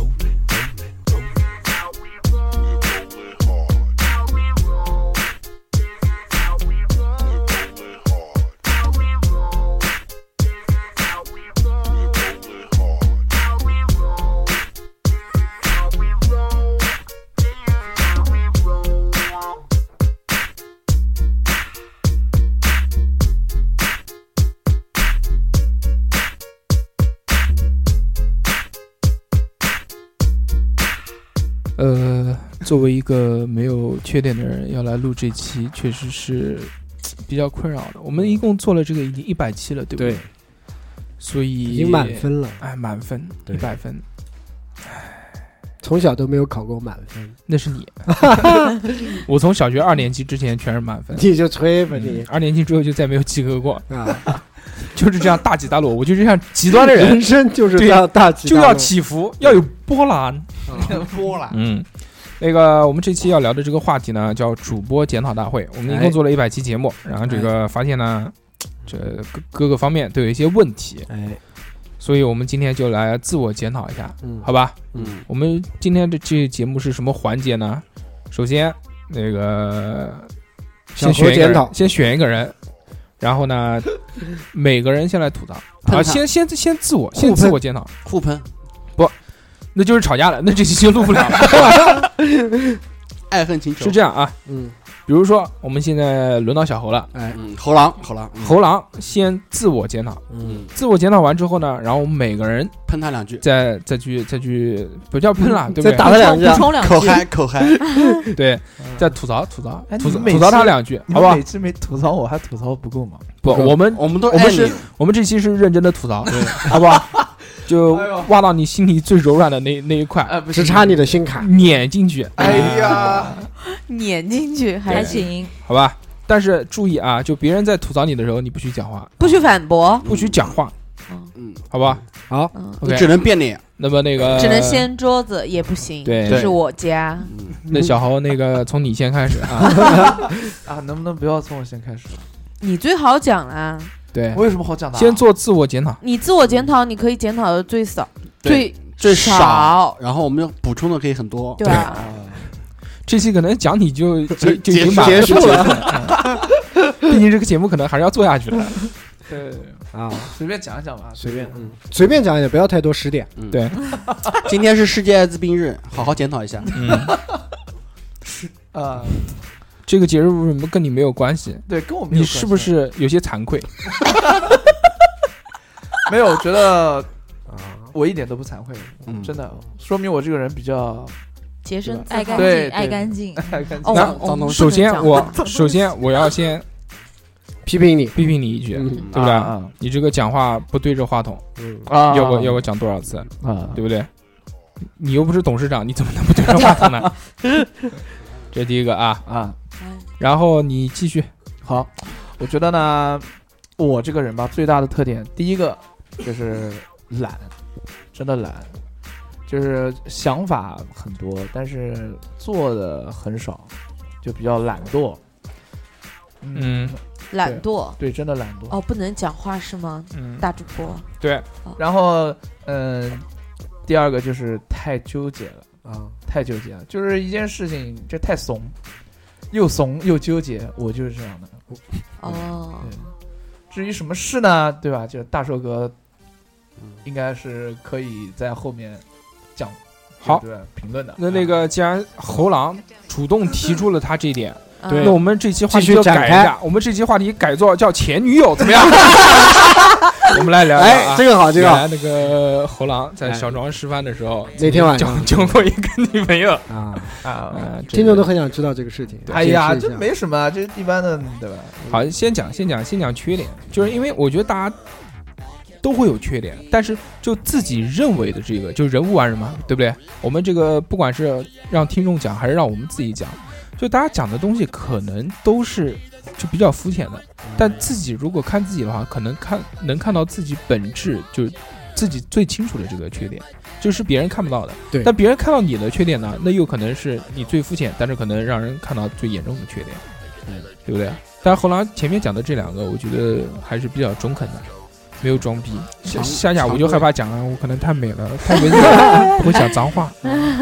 Speaker 1: 呃，作为一个没有缺点的人，要来录这期，确实是比较困扰的。我们一共做了这个已经一百期了，对不对？
Speaker 2: 对，
Speaker 1: 所以
Speaker 2: 已经满分了，
Speaker 1: 哎，满分
Speaker 2: 对
Speaker 1: 一百分，
Speaker 2: 从小都没有考过满分，
Speaker 1: 那是你。我从小学二年级之前全是满分，
Speaker 2: 你就吹吧
Speaker 1: 嗯
Speaker 2: 你
Speaker 1: 二年级之后就再没有及格过，
Speaker 2: 啊！
Speaker 1: 就是这样大起大落。我就是这样极端的人
Speaker 2: 人，生就是这样大起
Speaker 1: 就要
Speaker 2: 大落
Speaker 1: 起伏，要有波澜。
Speaker 4: 播了，
Speaker 1: 嗯，那个我们这期要聊的这个话题呢，叫主播检讨大会。我们一共做了一百期节目，然后这个发现呢，这各各个方面都有一些问题，
Speaker 2: 哎，
Speaker 1: 所以我们今天就来自我检讨一下，
Speaker 2: 嗯，
Speaker 1: 好吧？
Speaker 4: 嗯，
Speaker 1: 我们今天这这节目是什么环节呢？首先，那个先
Speaker 2: 小何
Speaker 1: 选一个人
Speaker 2: 检讨，
Speaker 1: 先选一个人，然后呢，每个人先来吐槽。啊，
Speaker 4: 喷他
Speaker 1: 先先先自我，先
Speaker 2: 互喷
Speaker 1: 自我检讨，
Speaker 4: 互喷，
Speaker 1: 那就是吵架了，那这期就录不了了。
Speaker 4: 爱恨情仇
Speaker 1: 是这样啊，
Speaker 2: 嗯，
Speaker 1: 比如说我们现在轮到小猴了，
Speaker 2: 哎，
Speaker 4: 嗯，猴狼，猴狼，嗯
Speaker 1: 猴狼先自我检讨，
Speaker 2: 嗯，
Speaker 1: 自我检讨完之后呢，然后我们每个人
Speaker 4: 喷他两句，
Speaker 1: 再再去再去不叫喷了，对不对？
Speaker 2: 再打他两
Speaker 3: 补
Speaker 2: 下，
Speaker 3: 充两句，
Speaker 4: 口嗨口嗨，
Speaker 1: 对，再吐槽吐槽
Speaker 6: 哎
Speaker 1: 吐槽
Speaker 6: 你每
Speaker 1: 吐槽他
Speaker 6: 次
Speaker 1: 两句，好不好
Speaker 6: 你们每？次没吐槽我还吐槽不够吗？
Speaker 1: 不，我们
Speaker 4: 我们都
Speaker 1: 我们是
Speaker 4: 爱你，
Speaker 1: 我们这期是认真的吐槽，好不好？就
Speaker 6: 哎呦
Speaker 1: 挖到你心里最柔软的那那一块，
Speaker 6: 哎，不
Speaker 2: 只差你的心坎。
Speaker 1: 碾进去，
Speaker 6: 哎呀，
Speaker 7: 撵进去
Speaker 3: 还
Speaker 7: 还
Speaker 3: 行。
Speaker 1: 好吧？但是注意啊，就别人在吐槽你的时候，你不许讲话，
Speaker 7: 不许反驳，
Speaker 1: 不许讲话，
Speaker 4: 嗯，
Speaker 1: 好吧
Speaker 2: 好，
Speaker 7: 嗯，
Speaker 4: 你
Speaker 1: ？OK，
Speaker 4: 只能变脸，
Speaker 1: 那么那个
Speaker 7: 只能掀桌子也不行，
Speaker 1: 对
Speaker 7: 这是我家。
Speaker 1: 那小猴那个从你先开始啊，
Speaker 6: 啊，能不能不要从我先开始？
Speaker 7: 你最好讲啦，
Speaker 1: 对，
Speaker 6: 我有什么好讲的啊？
Speaker 1: 先做自我检讨，
Speaker 7: 你自我检讨，你可以检讨的最少，
Speaker 4: 对
Speaker 7: 最
Speaker 4: 最少，然后我们补充的可以很多，
Speaker 7: 对吧？
Speaker 1: 这期可能讲你就就就已
Speaker 4: 结束
Speaker 1: 经把
Speaker 2: 结束了
Speaker 1: 了，毕竟这个节目可能还是要做下去的。
Speaker 6: 对，
Speaker 2: 啊，
Speaker 6: 随便讲一讲吧，
Speaker 2: 随便，嗯，随便讲一点，不要太多时点。
Speaker 4: 嗯
Speaker 1: 对，
Speaker 4: 今天是世界艾滋病日，好好检讨一下。
Speaker 1: 嗯，
Speaker 6: 啊，
Speaker 1: 这个节日为什么跟你没有关系？
Speaker 6: 对，跟我没有
Speaker 1: 你是不是有些惭愧？
Speaker 6: 没有？我觉得我一点都不惭愧，
Speaker 4: 嗯
Speaker 6: 真的，说明我这个人比较
Speaker 7: 洁身自
Speaker 3: 爱干
Speaker 7: 好。
Speaker 6: 对
Speaker 3: 净，爱干净。
Speaker 6: 爱干净。
Speaker 7: 哦，
Speaker 1: 那
Speaker 7: 我我们不能
Speaker 1: 首先
Speaker 7: 讲
Speaker 1: 我首先我要先
Speaker 2: 批评你，
Speaker 1: 批评你一句，
Speaker 2: 嗯
Speaker 1: 对不对？
Speaker 6: 啊
Speaker 1: 你这个讲话不对着话筒，
Speaker 2: 嗯，
Speaker 6: 啊，
Speaker 1: 要我要我讲多少次，
Speaker 6: 啊，
Speaker 1: 对不对？你又不是董事长，你怎么能不对着话筒呢？这第一个啊，
Speaker 6: 啊，
Speaker 1: 然后你继续，
Speaker 6: 好，我觉得呢，我这个人吧，最大的特点，第一个就是懒，真的懒，就是想法很多，但是做的很少，就比较懒惰。
Speaker 1: 嗯
Speaker 7: 懒惰。
Speaker 6: 对，真的懒惰。
Speaker 7: 哦，不能讲话是吗？
Speaker 1: 嗯，
Speaker 7: 大主播，
Speaker 1: 对，
Speaker 6: 然后，嗯、第二个就是太纠结了，
Speaker 2: 啊，
Speaker 6: 太纠结了，就是一件事情这太怂，又怂又纠结，我就是这样的。
Speaker 7: 哦，
Speaker 6: 对，至于什么事呢？对吧？就大寿哥，应该是可以在后面讲，
Speaker 1: 好
Speaker 6: 对评论的。
Speaker 1: 那那个既然猴狼主动提出了他这一点，
Speaker 7: 对
Speaker 1: 那我们这期话题
Speaker 2: 继续
Speaker 1: 就
Speaker 2: 展开
Speaker 1: 改一下，我们这期话题改做叫前女友怎么样？我们来聊聊
Speaker 2: 哎，
Speaker 1: 啊。
Speaker 2: 这个好，这个好
Speaker 1: 原来那个猴狼在小庄示范的时候，
Speaker 2: 那天晚上
Speaker 1: 交交过一个女朋友
Speaker 2: 啊，
Speaker 6: 啊，
Speaker 1: 啊，这
Speaker 2: 听众
Speaker 1: 个
Speaker 2: 都很想知道这个事情。
Speaker 6: 哎呀，这
Speaker 2: 解释一下
Speaker 6: 没什么，这一般的，对吧？
Speaker 1: 好，先讲先讲先讲缺点，就是因为我觉得大家都会有缺点，但是就自己认为的这个，就人无完人嘛，对不对？我们这个不管是让听众讲，还是让我们自己讲，就大家讲的东西可能都是就比较肤浅的，但自己如果看自己的话，可能看能看到自己本质，就是自己最清楚的这个缺点，就是别人看不到的。
Speaker 2: 对
Speaker 1: 但别人看到你的缺点呢，那又可能是你最肤浅，但是可能让人看到最严重的缺点，对不对？但是后来前面讲的这两个，我觉得还是比较中肯的，没有装逼。
Speaker 4: 常
Speaker 1: 夏夏，
Speaker 4: 常
Speaker 1: 我就害怕讲了，我可能太美了，太文艺了，不会讲脏话。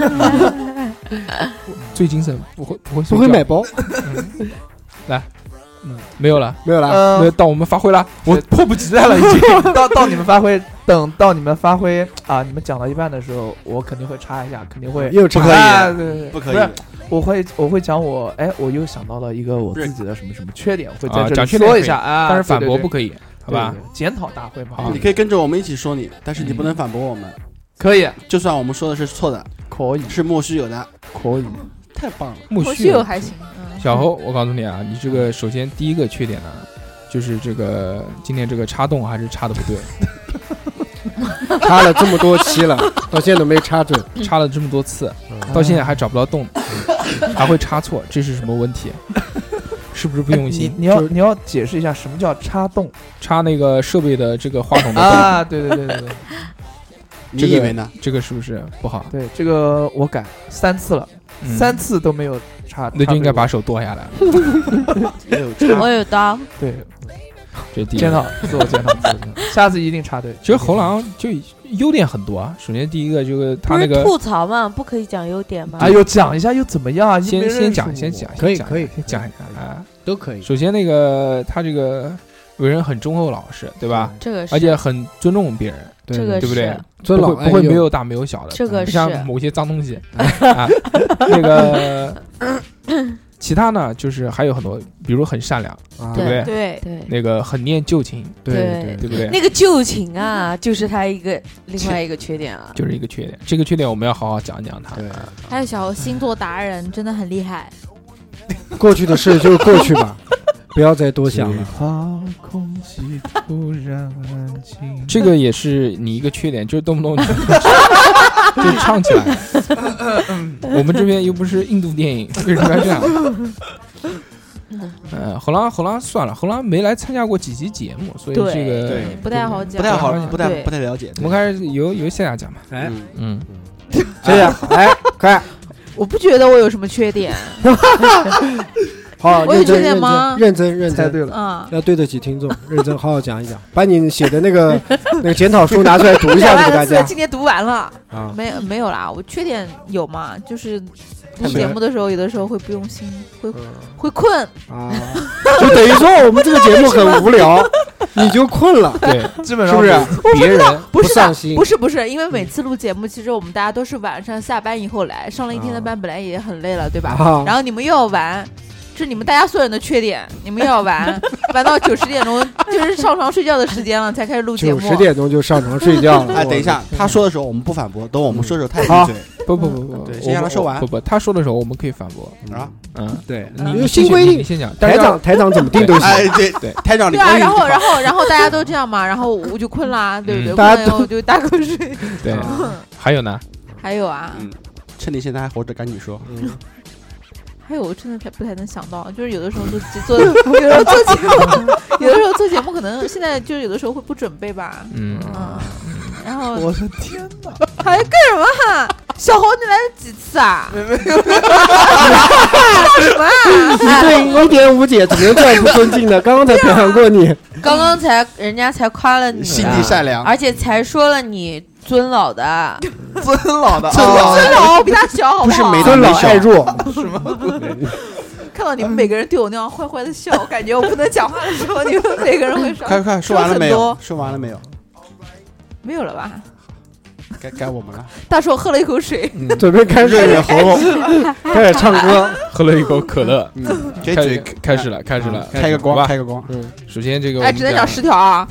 Speaker 1: 最精神，不会不会睡觉
Speaker 2: 不会买包，
Speaker 1: 嗯来，嗯，没有了，
Speaker 2: 没有了。
Speaker 6: 呃
Speaker 1: 没有，到我们发挥了，我迫不及待了已经。
Speaker 6: 到到你们发挥，等到你们发挥啊，你们讲到一半的时候，我肯定会插一下，肯定会
Speaker 2: 又插
Speaker 4: 不可以
Speaker 6: 啊对对对
Speaker 4: 不可
Speaker 6: 是
Speaker 4: 以，
Speaker 6: 我会我会讲我哎，我又想到了一个我自己的什么什么缺点，我会在
Speaker 1: 啊
Speaker 6: 这里
Speaker 1: 讲缺点可以
Speaker 6: 说一下啊，
Speaker 1: 但是反
Speaker 6: 对对对
Speaker 1: 驳不可以，好吧？
Speaker 6: 对对对检讨大会嘛，
Speaker 1: 好
Speaker 4: 你可以跟着我们一起说你，但是你不能反驳我们。
Speaker 6: 可以
Speaker 4: 就算我们说的是错的，
Speaker 6: 可以
Speaker 4: 是莫须有的，
Speaker 6: 可以，
Speaker 4: 太棒了。
Speaker 1: 莫
Speaker 3: 我
Speaker 1: 须有。
Speaker 3: 须有还行，嗯，
Speaker 1: 小侯，我告诉你啊，你这个首先第一个缺点呢，就是这个今天这个插洞还是插的不对，
Speaker 2: 插了这么多期了，到现在都没插准。
Speaker 1: 插了这么多次，到现在还找不到洞，还会插错，这是什么问题？是不是不用心？
Speaker 6: 你你要
Speaker 1: 就是
Speaker 6: 你要解释一下什么叫插洞
Speaker 1: 插那个设备的这个话筒的洞，
Speaker 6: 啊？对对对对对
Speaker 4: 你
Speaker 1: 这个
Speaker 4: 以为呢？
Speaker 1: 这个是不是不好？
Speaker 6: 对，这个我改三次了，
Speaker 1: 嗯
Speaker 6: 三次都没有插，
Speaker 1: 那就应该把
Speaker 6: 插
Speaker 1: 手剁下来。
Speaker 4: 没有差
Speaker 7: 我有刀，
Speaker 6: 对对
Speaker 1: 这是第一
Speaker 6: 检
Speaker 1: 个。
Speaker 6: 讨自我检讨自我检讨，下次一定插对。
Speaker 1: 其实猴狼就优点很多啊。首先第一个就是他
Speaker 7: 不是
Speaker 1: 那个，
Speaker 7: 吐槽嘛，不可以讲优点吗？
Speaker 6: 哎呦，讲一下又怎么样啊？
Speaker 1: 先
Speaker 6: 又没认识
Speaker 1: 先讲
Speaker 6: 我
Speaker 1: 先讲，先讲
Speaker 2: 可以可以
Speaker 1: 先讲一下啊。
Speaker 2: 都可以。
Speaker 1: 首先那个他这个为人很忠厚老实，对吧？
Speaker 7: 这个是，
Speaker 1: 而且很尊重别人，
Speaker 7: 这个
Speaker 1: 对不对
Speaker 7: 是？
Speaker 2: 尊老
Speaker 1: 不会不会
Speaker 2: 爱幼
Speaker 1: 没有大没有小的，
Speaker 7: 这个
Speaker 1: 不像
Speaker 7: 是
Speaker 1: 某些脏东西啊。那个其他呢，就是还有很多，比如很善良，
Speaker 2: 啊
Speaker 1: 对不对？
Speaker 3: 对，
Speaker 7: 对，
Speaker 1: 那个很念旧情，
Speaker 2: 对
Speaker 7: 对
Speaker 1: 对不对？
Speaker 7: 那个旧情啊，就是他一个另外一个缺点啊。
Speaker 1: 就是一个缺点，这个缺点我们要好好讲讲它。
Speaker 2: 对，
Speaker 3: 还有小猴星座达人真的很厉害。
Speaker 2: 过去的事就过去吧，不要再多想了。
Speaker 6: 好空气突然安静。
Speaker 1: 这个也是你一个缺点，就是动不动就就唱起来。我们这边又不是印度电影，为什么要这样？呃，后来后来算了，后来没来参加过几期节目，所以
Speaker 3: 对
Speaker 1: 这个
Speaker 4: 对
Speaker 3: 不太好讲，
Speaker 4: 不太好，不太
Speaker 3: 对
Speaker 4: 不太了解。
Speaker 1: 我们开始由由夏夏讲吧。
Speaker 2: 哎，
Speaker 4: 嗯，
Speaker 1: 嗯，
Speaker 2: 这样，哎，快，
Speaker 3: 我不觉得我有什么缺点，
Speaker 2: 好，
Speaker 3: 我有缺
Speaker 2: 认真认
Speaker 3: 点吗
Speaker 2: 真认真认真，
Speaker 6: 猜对了，
Speaker 3: 嗯，
Speaker 2: 要对得起听众，认真好好讲一讲，把你写的那个那个检讨书拿出来读一下子给大家
Speaker 3: 今天读完了，
Speaker 2: 啊。
Speaker 3: 没没有啦，我缺点有嘛，就是录
Speaker 2: 太没
Speaker 3: 节目的时候，有的时候会不用心，会
Speaker 2: 嗯
Speaker 3: 会困，
Speaker 2: 啊，就等于说我们这个节目很无聊，你就困了，
Speaker 1: 对，
Speaker 6: 基本上
Speaker 2: 是不是？
Speaker 1: 别人
Speaker 3: 不是的
Speaker 2: 上心
Speaker 3: 不是不是，因为每次录节目，其实我们大家都是晚上下班以后来，上了一天的班，本来也很累了，对吧？
Speaker 2: 啊
Speaker 3: 然后你们又要玩，这是你们大家所有人的缺点，你们又要玩，玩到九十点钟就是上床睡觉的时间了，才开始录节目。
Speaker 2: 九十点钟就上床睡觉了。
Speaker 4: 哎，等一下，他说的时候我们不反驳，等我们说的时候他
Speaker 2: 好
Speaker 4: 闭嘴
Speaker 1: 不不不不，
Speaker 4: 对
Speaker 1: 我
Speaker 4: 先让他说完
Speaker 1: 不不，他说的时候我们可以反驳。
Speaker 4: 啊。
Speaker 1: 嗯，
Speaker 2: 对，
Speaker 1: 你
Speaker 2: 因为
Speaker 1: 你继续
Speaker 2: 新规定
Speaker 1: 你先讲。但
Speaker 2: 台
Speaker 1: 是要
Speaker 2: 长台长怎么定都行。
Speaker 4: 哎，对
Speaker 1: 对，
Speaker 4: 台长，你
Speaker 3: 对啊，然后然
Speaker 4: 后
Speaker 3: 后然后大家都这样嘛，然后我就困啦，对不对？
Speaker 1: 嗯
Speaker 2: 大家都
Speaker 3: 困了以后就打瞌睡。
Speaker 1: 对，
Speaker 2: 啊
Speaker 1: 还有呢，
Speaker 3: 还有啊，
Speaker 4: 嗯，趁你现在还活着，赶紧说。
Speaker 2: 嗯
Speaker 3: 还有我真的太不太能想到，就是有的时候做做，有的时候做节目，有的时候做节目可能现在就是有的时候会不准备吧，
Speaker 1: 嗯，
Speaker 3: 嗯，然后
Speaker 6: 我的天哪！
Speaker 3: 还干什么哈？小猴你来了几次啊？没有，什么啊？
Speaker 2: 你对一点五姐怎么能这样不尊敬呢？刚刚才表扬过你，
Speaker 7: 刚刚才人家才夸了你，
Speaker 4: 心地善良，
Speaker 7: 而且才说了你尊老的，
Speaker 6: 尊老的
Speaker 4: 尊老
Speaker 3: 尊老我比他小，好
Speaker 4: 不是
Speaker 3: 好？
Speaker 2: 尊老爱弱，
Speaker 3: 看到你们每个人对我那样坏坏的笑，感觉我不能讲话的时候，你们每个人会说
Speaker 4: 快快说完了没有
Speaker 3: 很多？
Speaker 4: 说完了没有？
Speaker 3: 没有了吧？
Speaker 4: 该该我们了。
Speaker 3: 大叔，我喝了一口水。
Speaker 2: 准备开始
Speaker 4: 润润喉咙，
Speaker 2: 开始唱歌。
Speaker 1: 喝了一口可乐，
Speaker 4: 嗯，给
Speaker 1: 开
Speaker 4: 嘴
Speaker 1: 开始了，开始了，
Speaker 4: 开个光，
Speaker 1: 好吧
Speaker 4: 开个光。
Speaker 2: 嗯，
Speaker 1: 首先这个，
Speaker 3: 哎，只能讲十条啊。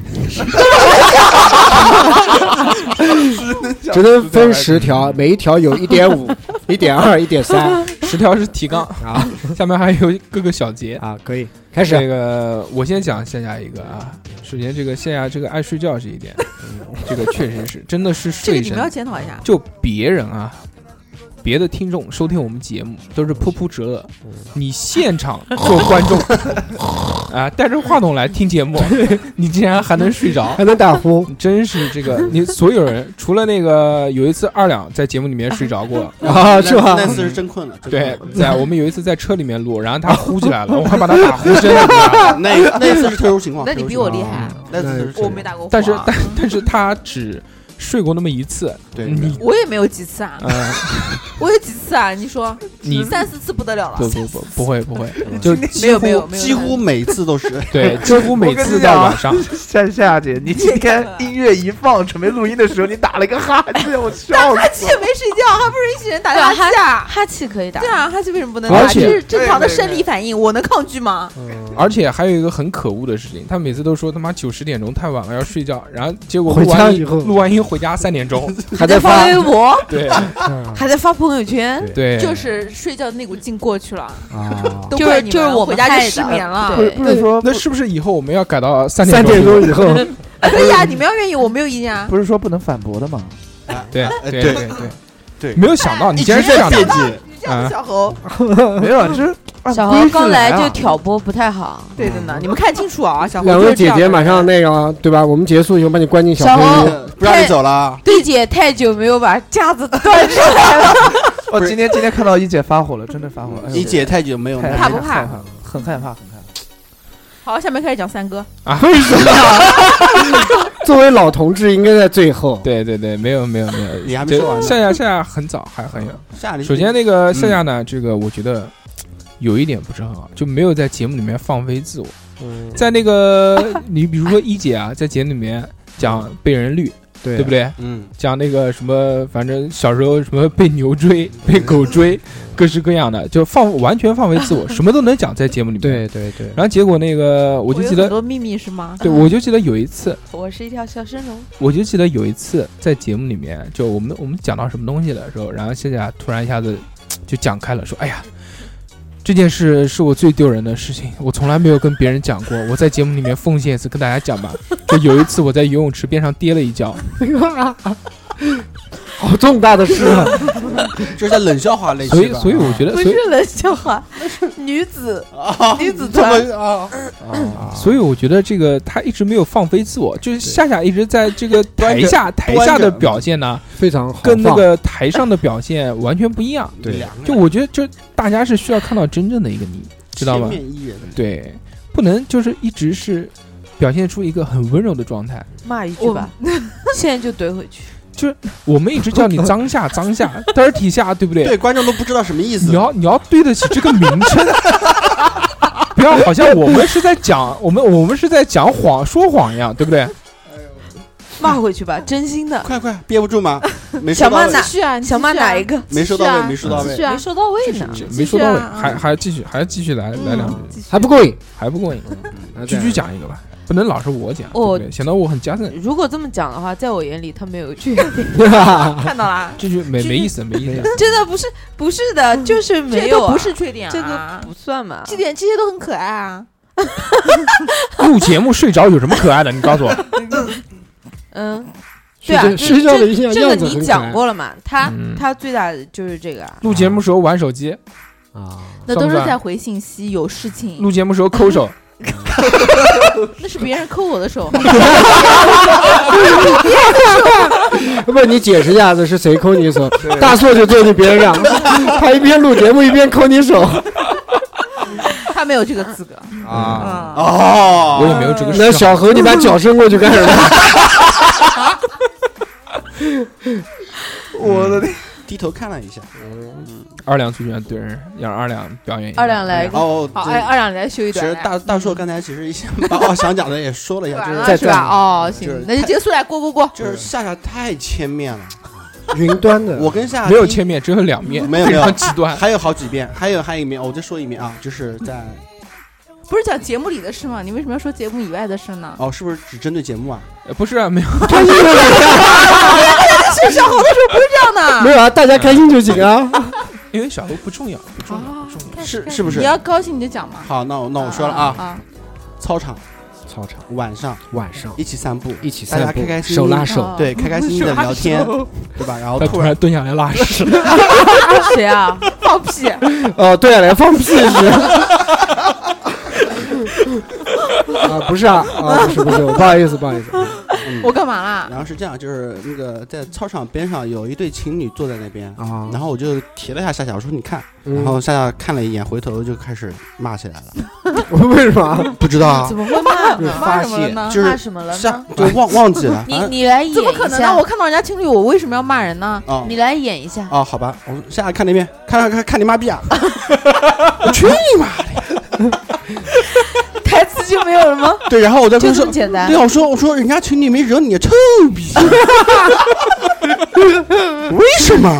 Speaker 2: 只能分十条，每一条有一点五、一点二、一点三
Speaker 1: 十条是提纲，
Speaker 2: 啊
Speaker 1: 下面还有各个小节。
Speaker 2: 啊，可以开
Speaker 1: 这
Speaker 2: 始。
Speaker 1: 个我先讲线下一个啊，首先这个线下这个爱睡觉这一点，这个确实是真的是睡
Speaker 3: 这个你们要
Speaker 1: 神，
Speaker 3: 检讨一下。
Speaker 1: 就别人啊。别的听众收听我们节目都是噗噗折耳，你现场做观众啊，带着话筒来听节目，你竟然还能睡着，
Speaker 2: 还能打呼
Speaker 1: 你真是这个！你所有人除了那个有一次二两在节目里面睡着过，
Speaker 2: 啊，是吧？
Speaker 4: 那次是真困了。真困
Speaker 1: 对
Speaker 4: 了，
Speaker 1: 在我们有一次在车里面录，然后他呼起来了，我还把他打呼声了，你知道吗
Speaker 4: 那那次是特殊情况。
Speaker 3: 那你比我厉害，
Speaker 4: 那次是
Speaker 3: 我没打过呼啊。
Speaker 1: 但是但但是他只睡过那么一次，
Speaker 4: 对
Speaker 1: 你
Speaker 3: 我也没有几次啊，
Speaker 1: 呃，
Speaker 3: 我有几次啊？你说
Speaker 1: 你
Speaker 3: 三四次不得了了
Speaker 1: 不。不不不会不会，就
Speaker 3: 没
Speaker 1: 几乎
Speaker 3: 有没有没有，
Speaker 4: 几乎每次都是。
Speaker 1: 对，几乎每次到晚上，
Speaker 6: 夏夏姐，你今天音乐一放，准备录音的时候，你打了一个哈欠，我笑
Speaker 3: 哈气没睡觉，还不允许人打哈气啊？
Speaker 7: 哈气可以打
Speaker 3: 对。啊，哈气为什么不能打？
Speaker 1: 而且
Speaker 3: 这是正常的生理反应，我能抗拒吗？
Speaker 1: 而且还有一个很可恶的事情，他每次都说他妈九十点钟太晚了要睡觉，然后结果
Speaker 2: 回
Speaker 1: 录完音
Speaker 2: 家以后
Speaker 1: 录完音回家三点钟，
Speaker 2: 还在
Speaker 7: 发
Speaker 2: 发
Speaker 7: 微博，
Speaker 1: 对
Speaker 7: 还在发朋友圈，
Speaker 1: 对，
Speaker 3: 就是睡觉的那股劲过去了，
Speaker 2: 啊，
Speaker 3: 都
Speaker 7: 就是
Speaker 3: 怪你们
Speaker 7: 就是我们
Speaker 3: 回家就
Speaker 7: 害的
Speaker 3: 失眠了。
Speaker 6: 不是不是说
Speaker 1: 那是不是以后我们要改到三
Speaker 2: 三点钟以后，
Speaker 3: 可以啊，你们要愿意，我没有意见啊。
Speaker 6: 不是说不能反驳的吗？
Speaker 1: 对
Speaker 4: 哎对
Speaker 1: 对对对
Speaker 4: 对
Speaker 1: 没有想到你竟然是这样的
Speaker 4: 辩解。
Speaker 3: 这样的小猴，
Speaker 6: 没有，就是按
Speaker 7: 小
Speaker 6: 规矩
Speaker 7: 何刚来
Speaker 6: 啊
Speaker 7: 就挑拨不太好。
Speaker 3: 对的呢，你们看清楚啊，小猴
Speaker 2: 两位
Speaker 3: 就是这样的人
Speaker 2: 姐姐马上那个对吧？我们结束以后把你关进小黑
Speaker 7: 小红
Speaker 2: 屋。
Speaker 4: 不让你走了。
Speaker 7: 一姐太久没有把架子端出来了，
Speaker 6: 我今天今天看到一姐发火了，真的发火了。哎呦
Speaker 4: 一姐太久没有
Speaker 6: 太
Speaker 4: 那
Speaker 3: 怕不怕
Speaker 6: 害怕了？很害怕，很害怕。
Speaker 3: 好，下面开始讲三哥。
Speaker 2: 为什么？作为老同志，应该在最后。
Speaker 1: 对对对，没有没有没有，
Speaker 4: 你还没说完呢
Speaker 1: 夏夏夏夏很早还很有。
Speaker 4: 下
Speaker 1: 首先那个夏夏呢，这个我觉得有一点不是很好，就没有在节目里面放飞自我。
Speaker 2: 嗯，
Speaker 1: 在那个你比如说一姐啊，在节目里面讲被人绿，
Speaker 2: 对
Speaker 1: 对不对？
Speaker 4: 嗯，
Speaker 1: 讲那个什么，反正小时候什么被牛追、被狗追，各式各样的，就放完全放飞自我，什么都能讲在节目里面。
Speaker 2: 对对对。
Speaker 1: 然后结果那个，我就记
Speaker 3: 有很
Speaker 1: 得，
Speaker 3: 多秘密是吗？
Speaker 1: 对，我就记得有一次，
Speaker 7: 我是一条小神龙。
Speaker 1: 我就记得有一次在节目里面，就我们我们讲到什么东西的时候，然后夏夏突然一下子就讲开了，说：“哎呀。”这件事是我最丢人的事情，我从来没有跟别人讲过。我在节目里面奉献一次，跟大家讲吧。就有一次我在游泳池边上跌了一跤，
Speaker 2: 好重大的事啊！
Speaker 4: 这是在冷笑话类
Speaker 1: 所以所以我觉得，所以
Speaker 7: 不是冷笑话，女子
Speaker 4: 啊，
Speaker 7: 女子
Speaker 4: 这
Speaker 7: 团
Speaker 4: 么啊，
Speaker 1: 所以我觉得这个他一直没有放飞自我，就是夏夏一直在这个台下台
Speaker 4: 端着
Speaker 1: 下的表现呢，
Speaker 2: 非常好，
Speaker 1: 跟那个台上的表现完全不一样。
Speaker 2: 对
Speaker 4: 两个
Speaker 1: 就我觉得，就大家是需要看到真正的一个你，知道吗？
Speaker 4: 千面一人，
Speaker 1: 对，不能就是一直是表现出一个很温柔的状态。
Speaker 7: 骂一句吧，现在就怼回去。
Speaker 1: 我们一直叫你脏夏脏夏 dirty 夏，对不对？
Speaker 4: 对，观众都不知道什么意思。
Speaker 1: 你要你要对得起这个名称，不要好像我们是在讲我们我们是在讲谎说谎一样，对不对？
Speaker 7: 骂回去吧，真心的。
Speaker 4: 快快憋不住吗？没收到位，
Speaker 7: 想骂哪？
Speaker 3: 继续啊，你
Speaker 7: 想骂
Speaker 3: 继续啊
Speaker 7: 哪一个？
Speaker 4: 没收到位，没收到位
Speaker 3: 继续。啊
Speaker 7: 没收到位呢。
Speaker 1: 这没说到位，
Speaker 3: 继续啊
Speaker 1: 还还要继续还要继续来来两句，
Speaker 3: 继续
Speaker 2: 还不过瘾，
Speaker 1: 还不过瘾，
Speaker 2: 啊
Speaker 1: 居居讲一个吧，不能老是我讲，对
Speaker 7: 哦
Speaker 1: 不对？显得我很家政。
Speaker 7: 如果这么讲的话，在我眼里他没有缺点，
Speaker 3: 看到了，
Speaker 1: 这句没没意思，没意思。
Speaker 7: 真的不是不是的，就是
Speaker 3: 这
Speaker 7: 没有啊，
Speaker 3: 些都不是缺点啊，
Speaker 7: 这个不算嘛。
Speaker 3: 这点这些都很可爱啊。
Speaker 1: 录节目睡着有什么可爱的？你告诉我。
Speaker 7: 嗯，对啊，
Speaker 2: 睡
Speaker 7: 这
Speaker 2: 睡觉的一样
Speaker 7: 这这个你
Speaker 2: 样子很可爱
Speaker 7: 讲过了嘛？他
Speaker 1: 嗯
Speaker 7: 他最大的就是这个啊。
Speaker 1: 录节目时候玩手机，
Speaker 2: 啊，
Speaker 3: 那都是
Speaker 1: 算不算
Speaker 3: 在回信息，有事情，
Speaker 1: 录节目时候抠手，
Speaker 3: 那是别人抠我的手。
Speaker 2: 不，你解释一下子是谁抠你手？大硕就坐你边上，他一边录节目一边抠你手。
Speaker 3: 他没有这个资格
Speaker 2: 啊，
Speaker 3: 嗯
Speaker 4: 哦，
Speaker 1: 我也没有这个
Speaker 2: 那
Speaker 1: 嗜好。
Speaker 2: 小何，你把脚伸过去干什么？
Speaker 4: 我的天！低头看了一下，
Speaker 1: 二两最喜欢对人，让二两表演一下。
Speaker 7: 二两来一个
Speaker 4: 哦，
Speaker 3: 好，
Speaker 4: 这
Speaker 3: 哎，二两你来修一段来。
Speaker 4: 其实大大硕刚才其实一些把我想讲的也说了一下，
Speaker 3: 完
Speaker 4: 就是
Speaker 3: 了是吧？哦，
Speaker 4: 就是
Speaker 3: 行，那就结束了，过过过。
Speaker 4: 就是夏夏太千面了，
Speaker 2: 云端的，
Speaker 4: 我跟夏夏第一
Speaker 1: 没有切面，只有两面，
Speaker 4: 没有没有
Speaker 1: 非常极端。
Speaker 4: 还有好几遍，还有还有一遍，我再说一遍啊，就是在
Speaker 3: 不是讲节目里的事吗？你为什么要说节目以外的事呢？
Speaker 4: 哦，是不是只针对节目啊？
Speaker 1: 呃不是啊，没有，
Speaker 3: 是小猴的时候不是这样的。
Speaker 2: 没有啊，大家开心就行啊。
Speaker 1: 因为小猴不重要，不重要，
Speaker 3: 哦
Speaker 1: 不重要。
Speaker 4: 是是不是
Speaker 3: 你？要高兴你就讲嘛。
Speaker 4: 好，那我那我说了啊，
Speaker 3: 啊，
Speaker 4: 操场
Speaker 2: 操场
Speaker 4: 晚上
Speaker 2: 晚上
Speaker 4: 一起散步，
Speaker 2: 一起
Speaker 4: 大家
Speaker 2: 散步
Speaker 4: 开开心心
Speaker 2: 手拉手，
Speaker 3: 哦
Speaker 4: 对，开开心心的聊天，对吧？然后
Speaker 1: 他突
Speaker 4: 突然
Speaker 1: 然蹲下来拉屎，
Speaker 7: 谁啊？
Speaker 3: 放屁！
Speaker 2: 哦，对啊，来放屁是。啊，不是啊，啊，不是不是，不好意思，不好意思。
Speaker 4: 嗯
Speaker 3: 我干嘛啦？
Speaker 4: 然后是这样，就是那个在操场边上有一对情侣坐在那边，
Speaker 2: 啊，
Speaker 4: 然后我就提了一下夏夏，我说你看，
Speaker 2: 嗯
Speaker 4: 然后夏夏看了一眼，回头就开始骂起来了。
Speaker 2: 为什么？
Speaker 4: 不知道啊
Speaker 3: 怎，么会骂
Speaker 2: 就是
Speaker 3: 呢？
Speaker 2: 发
Speaker 3: 骂什么了呢？
Speaker 4: 就是
Speaker 7: 骂什么了
Speaker 4: 夏
Speaker 7: 呢？
Speaker 4: 就忘忘记了，反正
Speaker 7: 你你来演
Speaker 3: 怎么
Speaker 7: 一下
Speaker 3: 可能呢？我看到人家情侣，我为什么要骂人呢？
Speaker 4: 哦
Speaker 7: 你来演一下。
Speaker 4: 哦，好吧，我说夏夏看那边，看看看看你妈逼啊！我去你妈的！
Speaker 7: 台词就没有了吗？
Speaker 4: 对，然后我再跟他说
Speaker 7: 就这么，简单
Speaker 4: 对。啊，我说我说人家情侣没惹你，臭逼！为什么？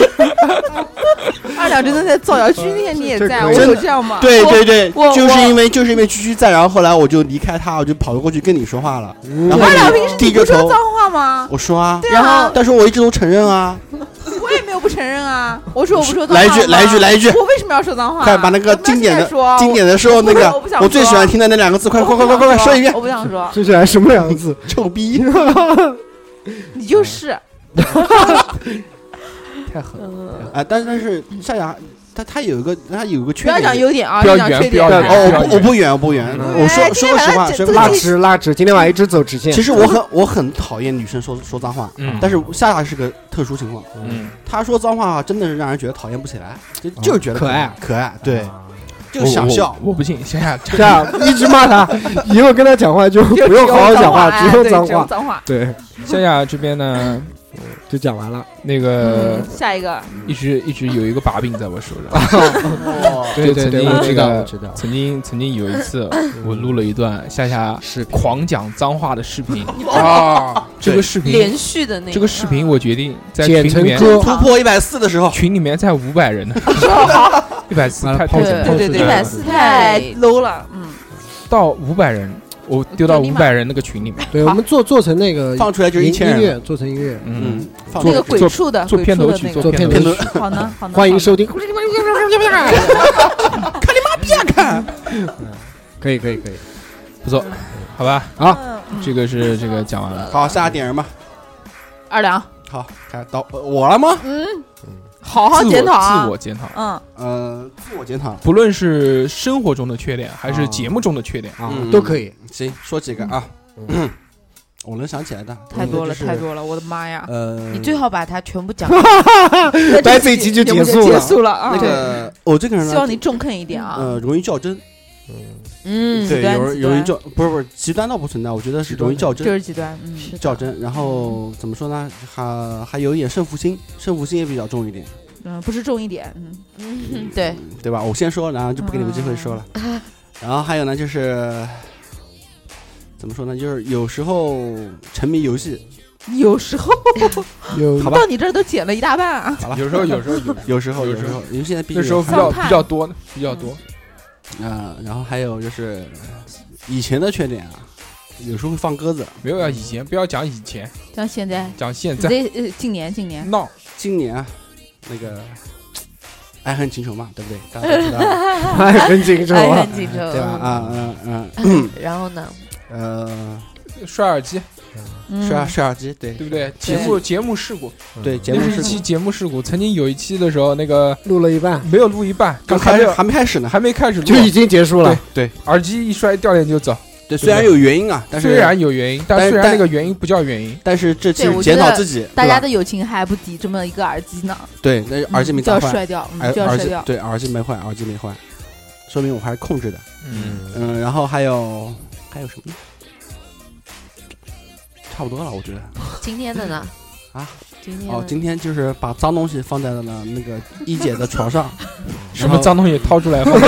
Speaker 3: 二两真的在造谣，居那天你也在，我
Speaker 2: 这可以
Speaker 3: 有这样吗？
Speaker 4: 对对对，
Speaker 7: 我
Speaker 4: 就是因为就是因为居居在，然后后来我就离开他，我就跑过去跟你说话了，然后
Speaker 3: 二两平时
Speaker 4: 你低着头
Speaker 3: 你不说脏，话吗？
Speaker 4: 我说啊，
Speaker 3: 对啊，
Speaker 4: 但是我一直都承认啊，
Speaker 3: 我也没有不承认啊。我说我不说脏话
Speaker 4: 来一句
Speaker 3: 吗
Speaker 4: 来一句来一句
Speaker 3: 我为什么要说脏话？
Speaker 4: 快把那个
Speaker 3: 我不要
Speaker 4: 经典的
Speaker 3: 现在说
Speaker 4: 经典的时候那个
Speaker 3: 我不想
Speaker 4: 我最喜欢听的那两个字，快快快快快快说一遍
Speaker 3: 我，不想说，
Speaker 2: 这是来什么两个字？
Speaker 4: 臭逼！
Speaker 3: 你就是
Speaker 1: 太狠了。
Speaker 4: 啊，但是但是夏夏他他有一个他有一个缺
Speaker 3: 不要
Speaker 4: 点，
Speaker 3: 讲优点啊，
Speaker 1: 不要
Speaker 3: 讲缺
Speaker 1: 圆不要
Speaker 3: 点。
Speaker 1: 圆
Speaker 4: 哦，
Speaker 1: 不要
Speaker 4: 我不我不远我不远，
Speaker 1: 嗯
Speaker 4: 我说
Speaker 3: 哎
Speaker 4: 说实话，说实话
Speaker 3: 这个
Speaker 2: 拉，直拉直，今天晚上一直走直线。
Speaker 4: 其实我很我很讨厌女生说说脏话，
Speaker 1: 嗯
Speaker 4: 但是夏夏是个特殊情况，
Speaker 1: 嗯，
Speaker 4: 她说脏话真的是让人觉得讨厌不起来，就就是觉得
Speaker 2: 可爱
Speaker 4: 可爱，对，
Speaker 2: 啊
Speaker 4: 就想笑。
Speaker 1: 我我不信，夏夏
Speaker 2: 这样一直骂他，以后跟他讲话就不用好好讲话，
Speaker 3: 哎
Speaker 2: 只用脏
Speaker 3: 对只用
Speaker 2: 话。
Speaker 3: 脏话。
Speaker 2: 对，
Speaker 1: 夏夏这边呢，
Speaker 2: 就讲完了。
Speaker 1: 那个
Speaker 3: 嗯下一个
Speaker 1: 一直一直有一个把柄在我手上。
Speaker 2: 对对对，
Speaker 1: 就曾经
Speaker 2: 我知道，
Speaker 1: 那个
Speaker 2: 我知道。
Speaker 1: 曾经曾经有一次，我录了一段夏夏
Speaker 2: 是
Speaker 1: 狂讲脏话的视频。
Speaker 4: 啊，
Speaker 1: 这个视频
Speaker 7: 连续的那
Speaker 1: 这个视频我决定在
Speaker 2: 剪
Speaker 1: 群里面
Speaker 2: 成歌，
Speaker 4: 突破一百四的时候，
Speaker 1: 群里面在五百人呢，一百四太太
Speaker 2: 抛弃
Speaker 7: 对对对，
Speaker 1: 太太
Speaker 7: 一百四
Speaker 3: 太 low 了，嗯，
Speaker 1: 到五百人，我丢到
Speaker 3: 就立马
Speaker 1: 五百人那个群里面。
Speaker 2: 对，我们做做成那个
Speaker 4: 放出来就是
Speaker 2: 音
Speaker 4: 一千人
Speaker 2: 音乐，做成音乐。
Speaker 1: 嗯
Speaker 4: 嗯，，放
Speaker 3: 那个
Speaker 1: 做
Speaker 3: 鬼畜的
Speaker 1: 做片头曲，
Speaker 3: 鬼畜的那个
Speaker 1: 做片头曲
Speaker 2: 片头曲。
Speaker 3: 好呢好呢，
Speaker 2: 欢迎收听。
Speaker 4: 看，
Speaker 2: 可以可以可以。
Speaker 1: 不错，好吧，
Speaker 3: 好，
Speaker 1: 这个是这个讲完了。
Speaker 4: 好，下点人吧。
Speaker 3: 二两，
Speaker 4: 好，开到我了吗？
Speaker 3: 嗯，好好
Speaker 1: 自我
Speaker 3: 检讨啊，
Speaker 1: 自我检讨，
Speaker 3: 嗯，
Speaker 4: 呃，自我检讨。
Speaker 1: 不论是生活中的缺点，还是
Speaker 2: 啊
Speaker 1: 节目中的缺点，
Speaker 2: 啊
Speaker 4: 嗯，
Speaker 2: 都可以。
Speaker 4: 行，说几个啊。我能想起来的
Speaker 3: 太多了
Speaker 4: 就是
Speaker 3: 太多了，我的妈呀！
Speaker 4: 呃，
Speaker 7: 你最好把它全部讲。
Speaker 2: 来这一集就结束了
Speaker 3: 结束了啊！
Speaker 4: 那个我这个人呢，
Speaker 3: 希望你中肯一点啊。
Speaker 4: 呃，容易较真。
Speaker 7: 嗯，
Speaker 4: 对，
Speaker 3: 极端
Speaker 4: 有人
Speaker 3: 极端
Speaker 4: 有人较，不是不是极端倒不存在，我觉得是容易较
Speaker 3: 就
Speaker 4: 真，
Speaker 3: 是极端，嗯，
Speaker 4: 较真。然后怎么说呢？还还有一点胜负心，胜负心也比较重一点，
Speaker 3: 嗯，不是重一点，嗯，
Speaker 7: 嗯，对，
Speaker 4: 对吧？我先说，然后就不给你们机会说了。然后还有呢，就是怎么说呢？就是有时候沉迷游戏，
Speaker 3: 有时候
Speaker 2: 有
Speaker 4: 好吧
Speaker 3: 到你这儿都减了一大半啊。
Speaker 4: 好了，
Speaker 1: 有时候有时候有
Speaker 4: 有时候
Speaker 1: 有时候
Speaker 4: 有时候，因为现在毕
Speaker 1: 那
Speaker 4: 竟
Speaker 1: 时候比较
Speaker 3: 上探
Speaker 1: 比较多比较多。
Speaker 4: 啊，然后还有就是以前的缺点啊，有时候会放鸽子。
Speaker 1: 没有要以前，不要讲以前，
Speaker 3: 像现在，
Speaker 1: 讲现在。
Speaker 3: 这呃，今年今年，
Speaker 1: 闹
Speaker 4: 今年啊，那个爱恨情仇嘛，对不对？大家都知道，
Speaker 2: 爱很紧张啊
Speaker 7: 爱恨。情仇，
Speaker 4: 对吧？啊嗯嗯
Speaker 7: 嗯。然后呢？
Speaker 4: 呃，
Speaker 1: 摔耳机，
Speaker 3: 嗯
Speaker 4: 摔摔耳机，对
Speaker 1: 对不对？节目节目事故，
Speaker 4: 对，节目是
Speaker 1: 那是一期节目事故。曾经有一期的时候，那个
Speaker 2: 录了一半
Speaker 1: 没有录一半，
Speaker 4: 刚开始
Speaker 1: 还没有
Speaker 4: 还没开始呢，
Speaker 1: 还没开始录
Speaker 2: 就已经结束了。
Speaker 4: 对
Speaker 1: 耳机一摔掉脸就走。
Speaker 4: 对，虽然有原因啊，但是
Speaker 1: 虽然有原因，但
Speaker 4: 但
Speaker 1: 虽然
Speaker 4: 但
Speaker 1: 那个原因不叫原因。
Speaker 4: 但是这其实
Speaker 3: 对我觉得
Speaker 4: 检讨自己，对吧
Speaker 3: 大家的友情还不抵这么一个耳机呢，
Speaker 4: 对，那耳机没
Speaker 3: 就要
Speaker 4: 砸坏，
Speaker 3: 摔掉，嗯
Speaker 4: 耳耳机
Speaker 3: 就要摔掉。
Speaker 4: 对耳机没坏，耳机没坏，说明我还是控制的。
Speaker 1: 嗯，
Speaker 4: 嗯，然后还有还有什么呢？差不多了，我觉得。
Speaker 7: 今天的呢？
Speaker 4: 啊，
Speaker 7: 今天
Speaker 4: 哦，
Speaker 7: 的
Speaker 4: 今天就是把脏东西放在了那个一姐的床上，
Speaker 1: 什么脏东西掏出来放在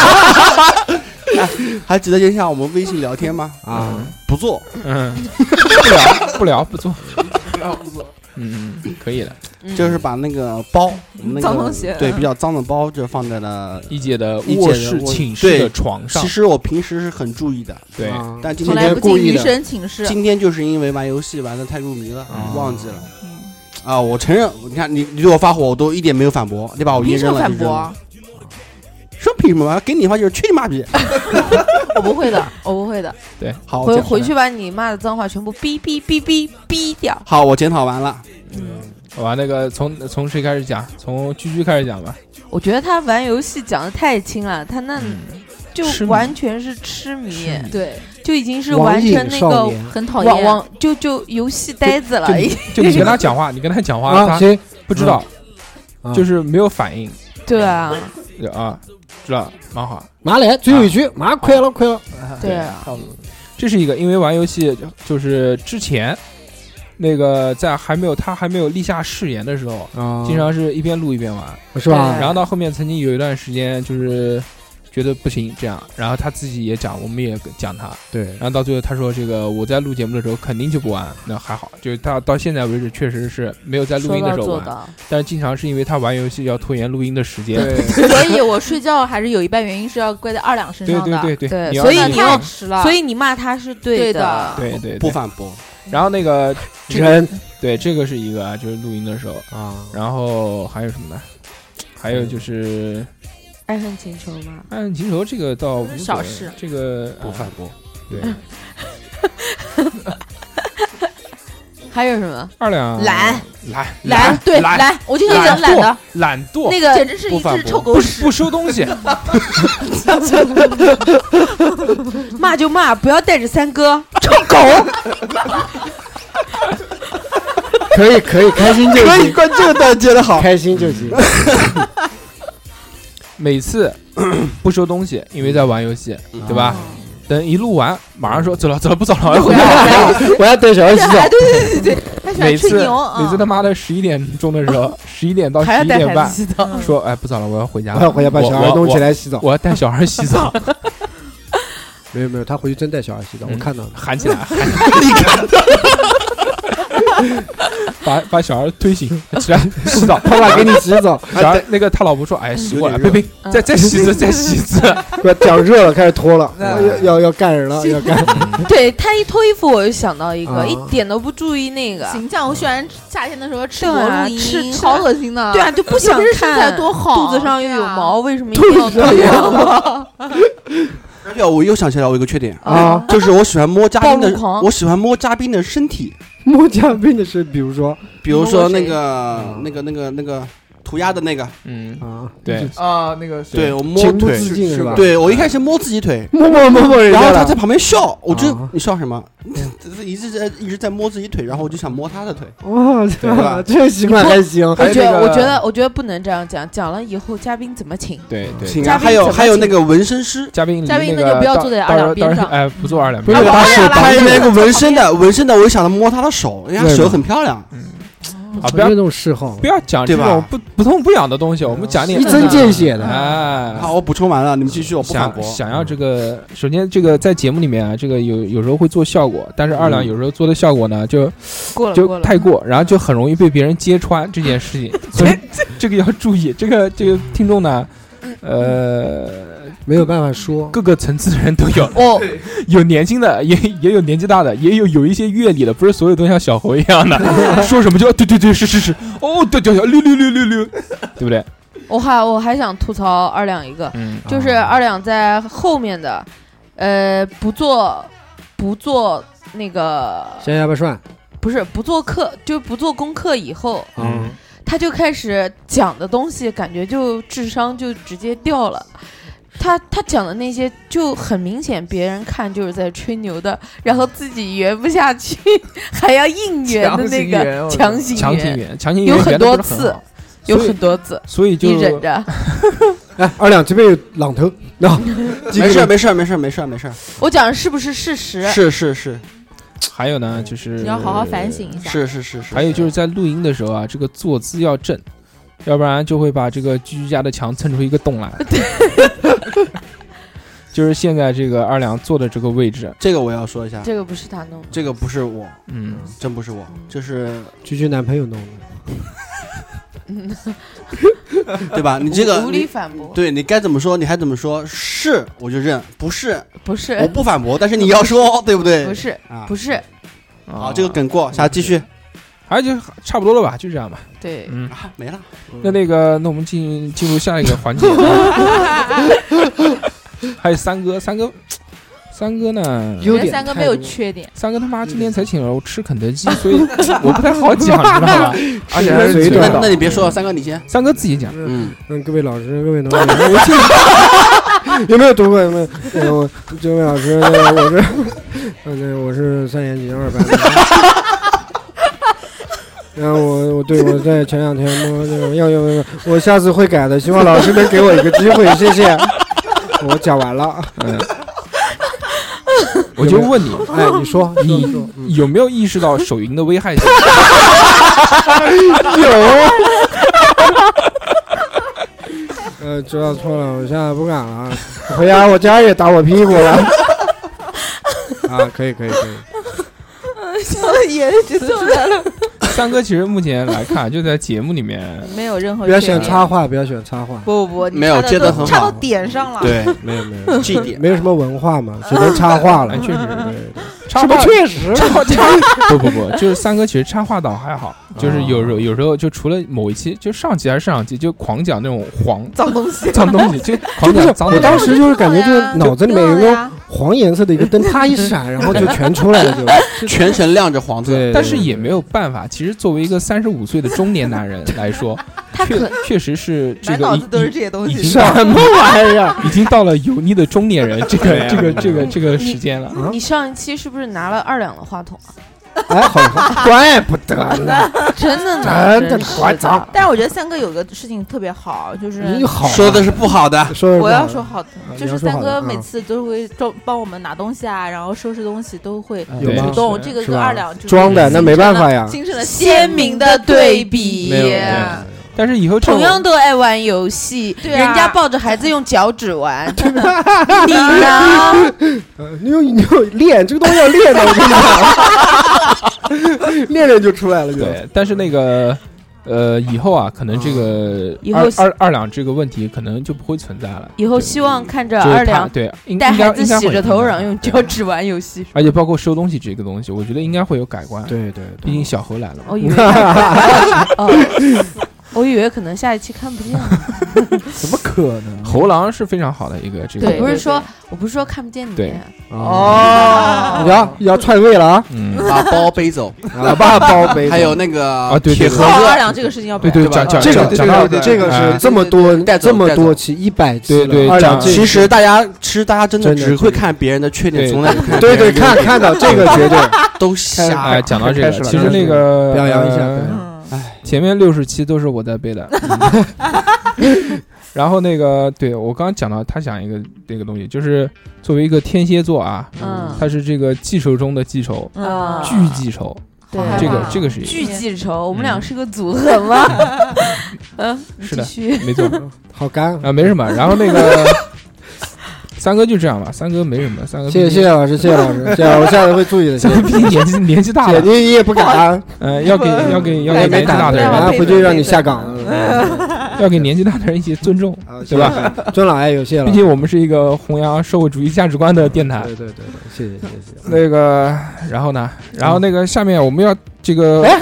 Speaker 4: 还记得今天我们微信聊天吗？
Speaker 2: 啊，
Speaker 4: 不做，
Speaker 1: 嗯，不聊不聊不做，不聊不做。嗯嗯，可以的。
Speaker 7: 嗯
Speaker 4: 就是把那个包，我们那个
Speaker 3: 脏东西
Speaker 4: 对比较脏的包，就放在了。
Speaker 1: 一姐的
Speaker 4: 一姐的
Speaker 1: 卧室、
Speaker 4: 卧
Speaker 1: 寝室的
Speaker 4: 对
Speaker 1: 床上
Speaker 4: 其，实我平时是很注意的，
Speaker 1: 对，
Speaker 2: 啊
Speaker 4: 但今
Speaker 3: 从
Speaker 4: 天
Speaker 3: 来不进女
Speaker 2: 故意的
Speaker 3: 生寝室。
Speaker 4: 今天就是因为玩游戏玩的太入迷了，
Speaker 1: 啊
Speaker 4: 忘记了
Speaker 3: 嗯
Speaker 4: 啊！我承认，你看你你对我发火，我都一点没有反驳，对吧？我一
Speaker 3: 凭什么反
Speaker 4: 扔了就扔了
Speaker 3: 驳？
Speaker 4: 说凭什么？给你的话就是去你妈逼！
Speaker 3: 我不会的，我不会的。
Speaker 4: 好，我
Speaker 7: 回
Speaker 4: 检
Speaker 7: 回去把你骂的脏话全部哔哔哔哔哔掉。
Speaker 4: 好，我检讨完了。
Speaker 7: 嗯，
Speaker 1: 好吧，那个从从谁开始讲？从居居开始讲吧。
Speaker 7: 我觉得他玩游戏讲的太轻了，他那
Speaker 1: 嗯，
Speaker 7: 就
Speaker 1: 痴迷
Speaker 7: 完全是痴迷，
Speaker 1: 痴迷
Speaker 3: 对，
Speaker 7: 就已经是
Speaker 2: 网瘾
Speaker 7: 完成那个
Speaker 2: 少年
Speaker 3: 很讨厌。
Speaker 7: 网网就就游戏呆子了。已经
Speaker 1: 就你跟他讲话，你跟他讲话，
Speaker 2: 啊，
Speaker 1: 他
Speaker 2: 行，
Speaker 1: 不知道，
Speaker 2: 啊
Speaker 1: 就是没有反应。
Speaker 7: 对啊，
Speaker 1: 就啊，知道，蛮好。
Speaker 2: 马来最后一句，马快了快了。
Speaker 7: 对啊，
Speaker 1: 差不多。这是一个，因为玩游戏就就是之前那个在还没有他还没有立下誓言的时候，
Speaker 2: 啊，
Speaker 1: 经常是一边录一边玩。
Speaker 2: 是吧？
Speaker 1: 然后到后面曾经有一段时间就是觉得不行这样，然后他自己也讲，我们也讲他，
Speaker 2: 对
Speaker 1: 然后到最后他说这个我在录节目的时候肯定就不玩，那还好，就是他到现在为止确实是没有在录
Speaker 7: 说
Speaker 1: 音的时候玩，
Speaker 7: 到做到。
Speaker 1: 但是经常是因为他玩游戏要拖延录音的时间。
Speaker 3: 所以我睡觉还是有一半原因是要怪在二两身
Speaker 1: 对
Speaker 3: 上的。
Speaker 1: 对对
Speaker 7: 对
Speaker 1: 你要是
Speaker 7: 所以你要
Speaker 3: 太迟了，
Speaker 7: 所以你骂他是
Speaker 3: 对
Speaker 7: 的。
Speaker 3: 的
Speaker 1: 对对对
Speaker 4: 不反驳。
Speaker 1: 然后那个这个
Speaker 2: 人
Speaker 1: 对这个是一个啊，就是录音的时候，
Speaker 2: 啊，
Speaker 1: 然后还有什么呢？还有就是
Speaker 7: 爱恨情仇嘛。
Speaker 1: 爱恨情仇这个倒无所谓
Speaker 3: 小事
Speaker 1: 这个
Speaker 4: 不反驳。
Speaker 1: 对
Speaker 7: 还有什么？
Speaker 1: 二两
Speaker 7: 懒
Speaker 1: 懒
Speaker 3: 懒，对
Speaker 1: 懒
Speaker 3: 懒，我就跟你讲懒的，
Speaker 1: 懒惰，
Speaker 3: 那个简直是一只
Speaker 4: 不反驳
Speaker 1: 不
Speaker 3: 臭狗屎。
Speaker 1: 不收东西，
Speaker 7: 骂就骂，不要带着三哥。
Speaker 2: 可以可以，开心就
Speaker 4: 可以，
Speaker 2: 行，
Speaker 4: 关这个段接的好。
Speaker 2: 开心就行。
Speaker 1: 每次不收东西，因为在玩游戏，对吧？ 等一录完，马上说走了走了不早了，我要回
Speaker 2: 我
Speaker 1: 家。
Speaker 2: 要我要带小孩洗澡。
Speaker 3: 对对对对，他喜
Speaker 1: 每次
Speaker 3: 欢吹牛啊。
Speaker 1: 每次他妈的十一点钟的时候，十一点到十
Speaker 7: 还要带孩
Speaker 1: 一点半
Speaker 7: 子洗澡。
Speaker 1: 说哎不早了，我要回家
Speaker 2: 我要回家把小孩弄起来洗澡。
Speaker 1: 我要带小孩洗澡，
Speaker 2: 没有没有，他回去真带小孩洗澡，我看到了。
Speaker 1: 喊起来，喊你看到，把把小孩推醒起来洗澡，
Speaker 2: 爸爸给你洗澡。
Speaker 1: 小孩那个他老婆说，哎洗过来，呸呸，再再洗一次，再洗一次。
Speaker 2: 快脚热了，开始脱了，要要要干人了，要干。
Speaker 7: 对他一脱衣服，我就想到一个，
Speaker 2: 啊
Speaker 7: 一点都不注意那个。
Speaker 3: 形象，我喜欢夏天的时候赤
Speaker 7: 对
Speaker 3: 裸露营，
Speaker 7: 啊吃
Speaker 3: 超恶心的。
Speaker 7: 对啊，就不想
Speaker 3: 尤其是身材
Speaker 7: 看
Speaker 3: 多好，
Speaker 7: 肚子上又有
Speaker 3: 对啊
Speaker 7: 毛，为什么一定要脱毛？
Speaker 4: 而且我又想起来我一个缺点，
Speaker 2: 啊，
Speaker 4: 就是我喜欢摸嘉宾的
Speaker 7: 暴露，狂
Speaker 4: 我喜欢摸嘉宾的身体，
Speaker 2: 摸嘉宾的是，比如说
Speaker 4: 比如说那
Speaker 7: 摸
Speaker 4: 个那个那个那个涂鸦的那个，
Speaker 1: 嗯，
Speaker 2: 啊，
Speaker 1: 对
Speaker 6: 啊，那个
Speaker 4: 对我摸
Speaker 2: 情不
Speaker 4: 腿，
Speaker 2: 自禁是吧？
Speaker 4: 对我一开始摸自己腿，
Speaker 2: 摸摸摸摸人家了
Speaker 4: 然后他在。旁边笑，我就
Speaker 2: 啊
Speaker 4: 你笑什么？这一直在一直在摸自己腿，然后我就想摸他的腿。
Speaker 2: 哇，
Speaker 4: 对吧
Speaker 2: 这个习惯还行。
Speaker 7: 我觉得，
Speaker 1: 还有那个
Speaker 7: 我觉得，我觉得不能这样讲，讲了以后嘉宾怎么请？
Speaker 1: 对对。
Speaker 4: 请啊，
Speaker 7: 嘉宾
Speaker 4: 还有
Speaker 7: 怎么请
Speaker 4: 还有那个纹身师，
Speaker 1: 嘉宾离
Speaker 3: 嘉宾
Speaker 1: 那个
Speaker 3: 那就不要
Speaker 1: 到
Speaker 3: 坐在二两
Speaker 1: 到
Speaker 3: 边上
Speaker 1: 到哎，不坐二两
Speaker 2: 不
Speaker 1: 边上，
Speaker 2: 是把手
Speaker 4: 还有
Speaker 2: 绑
Speaker 4: 那个纹身的，纹身的我就想着摸他的手，人家手很漂亮。
Speaker 1: 啊，不要
Speaker 2: 那种嗜好，
Speaker 1: 不要讲这
Speaker 4: 对吧
Speaker 1: 种不不痛不痒的东西，我们讲点
Speaker 2: 一针见血的。
Speaker 1: 哎。
Speaker 4: 好，我补充完了，你们继续，我不反驳。
Speaker 1: 想想要这个，首先这个在节目里面啊，这个有有时候会做效果，但是二两有时候做的效果呢，就就
Speaker 3: 过了过了，
Speaker 1: 太过，然后就很容易被别人揭穿这件事情，所以这个要注意。这个这个听众呢，呃，
Speaker 2: 没有办法说。
Speaker 1: 各个层次的人都有，
Speaker 7: 哦，
Speaker 1: 有年轻的，也也有年纪大的，也有有一些阅历的，不是所有都像小猴一样的，说什么就对对对是是是，哦对对对六六六六六，对不对？
Speaker 7: 我还我还想吐槽二两一个，
Speaker 1: 嗯，
Speaker 7: 就是二两在后面的，呃，不做不做那个
Speaker 2: 下牙巴涮。
Speaker 7: 不是不做课，就不做功课以后，
Speaker 2: 嗯，
Speaker 7: 他就开始讲的东西，感觉就智商就直接掉了。他他讲的那些就很明显，别人看就是在吹牛的，然后自己圆不下去，还要硬圆的那个强行
Speaker 1: 强行
Speaker 7: 圆，
Speaker 1: 圆，强行圆
Speaker 7: 有很
Speaker 1: 圆得
Speaker 7: 多次
Speaker 1: 不是很好，
Speaker 7: 有
Speaker 1: 所以
Speaker 7: 很多次，
Speaker 1: 所以就
Speaker 7: 你忍着。
Speaker 2: 哎，二两这边有榔头，那
Speaker 4: 没事没事没事没事没事，
Speaker 7: 我讲的是不是事实？
Speaker 4: 是是是
Speaker 1: 还有呢，就是
Speaker 3: 你要好好反省一下。
Speaker 4: 是是是是。
Speaker 1: 还有就是在录音的时候啊，这个坐姿要正，要不然就会把这个居居家的墙蹭出一个洞来。就是现在这个二两坐的这个位置，
Speaker 4: 这个我要说一下，
Speaker 7: 这个不是他弄的，
Speaker 4: 这个不是我，
Speaker 1: 嗯，
Speaker 4: 真不是我，这是
Speaker 2: 居居男朋友弄的。
Speaker 4: 对吧？你这个
Speaker 7: 无力
Speaker 4: 你
Speaker 7: 反驳。
Speaker 4: 对你该怎么说，你还怎么说？是我就认，不是
Speaker 7: 不是
Speaker 4: 我不反驳，但是你要说，对不对？
Speaker 7: 不是
Speaker 4: 啊，
Speaker 7: 不是，
Speaker 4: 好，这个梗过，下继续
Speaker 1: 还有就差不多了吧，就这样吧。
Speaker 7: 对，
Speaker 1: 嗯，
Speaker 4: 啊，没了。
Speaker 1: 那那个，那我们进进入下一个环节。还有三哥，三哥，三哥呢？
Speaker 3: 我觉得
Speaker 2: 优点
Speaker 3: 三哥没有
Speaker 2: 太多
Speaker 3: 缺点，
Speaker 1: 三哥他妈今天才请了我吃肯德基，所以我不太好讲，知道吧？而且还是
Speaker 2: 随
Speaker 4: 那
Speaker 1: 嘴短
Speaker 4: 那你别说了，三哥你先。
Speaker 1: 三哥自己讲。
Speaker 4: 嗯，
Speaker 2: 嗯，各位老师，各位同学，我有没有读过？有没有？呃我这位老师，那个我是，呃，我是三年级二班的。然后我我对我在前两天摸这个要要要，我下次会改的，希望老师能给我一个机会，谢谢。我讲完了，
Speaker 1: 嗯，我就问你，
Speaker 2: 哎，你说
Speaker 1: 你
Speaker 2: 说说嗯
Speaker 1: 有没有意识到手淫的危害性？
Speaker 2: 有。呃，知道错了，我现在不敢了。回家我家也打我屁股了。啊，可以可以可以。
Speaker 3: 也就出来了，
Speaker 1: 三哥其实目前来看，就在节目里面，
Speaker 3: 没有任何
Speaker 2: 不要选
Speaker 3: 缺点
Speaker 2: 插话，不要选插话。
Speaker 3: 不不不，你
Speaker 4: 没有
Speaker 3: 插的
Speaker 4: 接得很好
Speaker 3: 都插到点上了。
Speaker 4: 对，
Speaker 2: 没有没有，
Speaker 4: 这一点
Speaker 2: 没有什么文化嘛，只能插话了
Speaker 1: 哎。确实
Speaker 2: 对对对
Speaker 1: 插话
Speaker 2: 是不是确实？
Speaker 1: 插插不不不，就是三哥其实插话倒还好，就是有时候有时候就除了某一期，就上期还是上上期，就狂讲那种黄
Speaker 3: 脏东西，
Speaker 1: 脏东西，就狂
Speaker 2: 不是
Speaker 1: 讲脏
Speaker 2: 我当
Speaker 1: 东西。
Speaker 2: 时就是感觉就是脑子里面有一个
Speaker 3: 呀，
Speaker 2: 黄颜色的一个灯，啪一闪，然后就全出来了，就
Speaker 4: 全程亮着黄字。
Speaker 2: 对。
Speaker 1: 但是也没有办法，其实作为一个三十五岁的中年男人来说，确
Speaker 7: 他可
Speaker 1: 确实是这
Speaker 3: 满
Speaker 1: 个已
Speaker 3: 脑子都是这些东西。
Speaker 1: 已经到
Speaker 2: 什么玩意儿？
Speaker 1: 已经到了油腻的中年人这个
Speaker 2: 对啊
Speaker 1: 这个这个这个时间了。
Speaker 2: 啊
Speaker 7: 你上一期是不是拿了二两的话筒啊？
Speaker 2: 哎，好，怪不得呢，
Speaker 7: 真的呢，
Speaker 2: 真的
Speaker 7: 是的。
Speaker 3: 但是我觉得三哥有个事情特别好，就是
Speaker 2: 你好，
Speaker 4: 说的是不好的，
Speaker 2: 说的
Speaker 3: 我要说好的，
Speaker 2: 啊
Speaker 3: 就是三哥每
Speaker 2: 嗯
Speaker 3: 次都会装帮我们拿东西啊，然后收拾东西都会
Speaker 2: 有吗
Speaker 3: 主动，这个
Speaker 2: 是吧
Speaker 3: 跟二两就是
Speaker 2: 装的那没办法呀
Speaker 3: 形成了
Speaker 7: 鲜明的对比。
Speaker 2: 没有
Speaker 1: 但是以后这种
Speaker 7: 同样都爱玩游戏，
Speaker 3: 对啊
Speaker 7: 人家抱着孩子用脚趾玩，你呢？
Speaker 2: 呃你有你有练这个东西要练的，我跟你讲，练练就出来了就。
Speaker 1: 对，但是那个呃，以后啊，可能这个
Speaker 7: 以后
Speaker 1: 二二二两这个问题可能就不会存在了。
Speaker 7: 以后希望看着
Speaker 1: 就是他
Speaker 7: 二两
Speaker 1: 对应
Speaker 7: 带
Speaker 1: 应该
Speaker 7: 孩子洗着
Speaker 1: 应该会
Speaker 7: 头然后用脚趾玩游戏。
Speaker 1: 而且包括收东西这个东西，我觉得应该会有改观。
Speaker 2: 对对
Speaker 1: 毕竟小何来了嘛。
Speaker 7: 我以为哦，我以为可能下一期看不见了。
Speaker 2: 怎么可能？
Speaker 1: 猴狼是非常好的一个这个，
Speaker 7: 我
Speaker 3: 对
Speaker 7: 不是说，我不是说看不见你。
Speaker 1: 对
Speaker 2: 哦，你要要篡位了啊！
Speaker 1: 嗯
Speaker 4: 把包背走，
Speaker 2: 啊，把包背走，
Speaker 4: 还有那个
Speaker 1: 啊对对
Speaker 4: 铁盒
Speaker 3: 靠二
Speaker 4: 子，
Speaker 3: 两这个事情要
Speaker 1: 对对
Speaker 3: 表
Speaker 1: 讲讲
Speaker 2: 这个
Speaker 1: 讲到
Speaker 2: 这个这个
Speaker 1: 哎
Speaker 2: 是这么多
Speaker 4: 带走
Speaker 2: 这么
Speaker 4: 带走
Speaker 2: 多期一百期了，
Speaker 1: 对对讲
Speaker 2: 二两这
Speaker 4: 其实大家其实大家真的
Speaker 2: 真的
Speaker 4: 只会看别人的缺点，
Speaker 1: 对
Speaker 4: 从来不看
Speaker 2: 对对
Speaker 4: 别人的
Speaker 2: 看看到这个绝对
Speaker 4: 都瞎
Speaker 1: 哎，讲到这个，
Speaker 6: 开始了
Speaker 1: 其实那个
Speaker 2: 表扬一下
Speaker 1: 呃
Speaker 2: 对
Speaker 3: 嗯，
Speaker 1: 前面六十期都是我在背的。然后那个，对我刚刚讲到，他讲一个那个东西，就是作为一个天蝎座啊，
Speaker 7: 嗯
Speaker 1: 他是这个记仇中的记仇，
Speaker 3: 嗯，
Speaker 1: 巨记仇，
Speaker 7: 对
Speaker 1: 这个
Speaker 3: 哇
Speaker 1: 这个是一个
Speaker 7: 巨记仇，我们俩是个组合吗？嗯，
Speaker 1: 是的
Speaker 7: 继续。
Speaker 1: 没错
Speaker 2: 好干。
Speaker 1: 啊，没什么。然后那个三哥就这样吧，三哥没什么，三哥
Speaker 2: 谢谢谢谢老师，谢谢老师，谢谢我下次会注意的。谢谢
Speaker 1: 三哥毕竟年纪年纪大了，
Speaker 2: 谢谢你你也不敢，
Speaker 1: 嗯，要给要给要给
Speaker 2: 没
Speaker 1: 年纪大的
Speaker 2: 马上
Speaker 1: 人，
Speaker 2: 回去让你下岗了。
Speaker 1: 要给年纪大的人一些尊重，
Speaker 2: 啊
Speaker 1: 对吧？？
Speaker 2: 尊老爱幼，谢了
Speaker 1: 毕。竟我们是一个弘扬社会主义价值观的电台。
Speaker 2: 对对对对，谢谢谢谢。
Speaker 1: 那个，然后呢？然后那个下面我们要这个
Speaker 2: 哎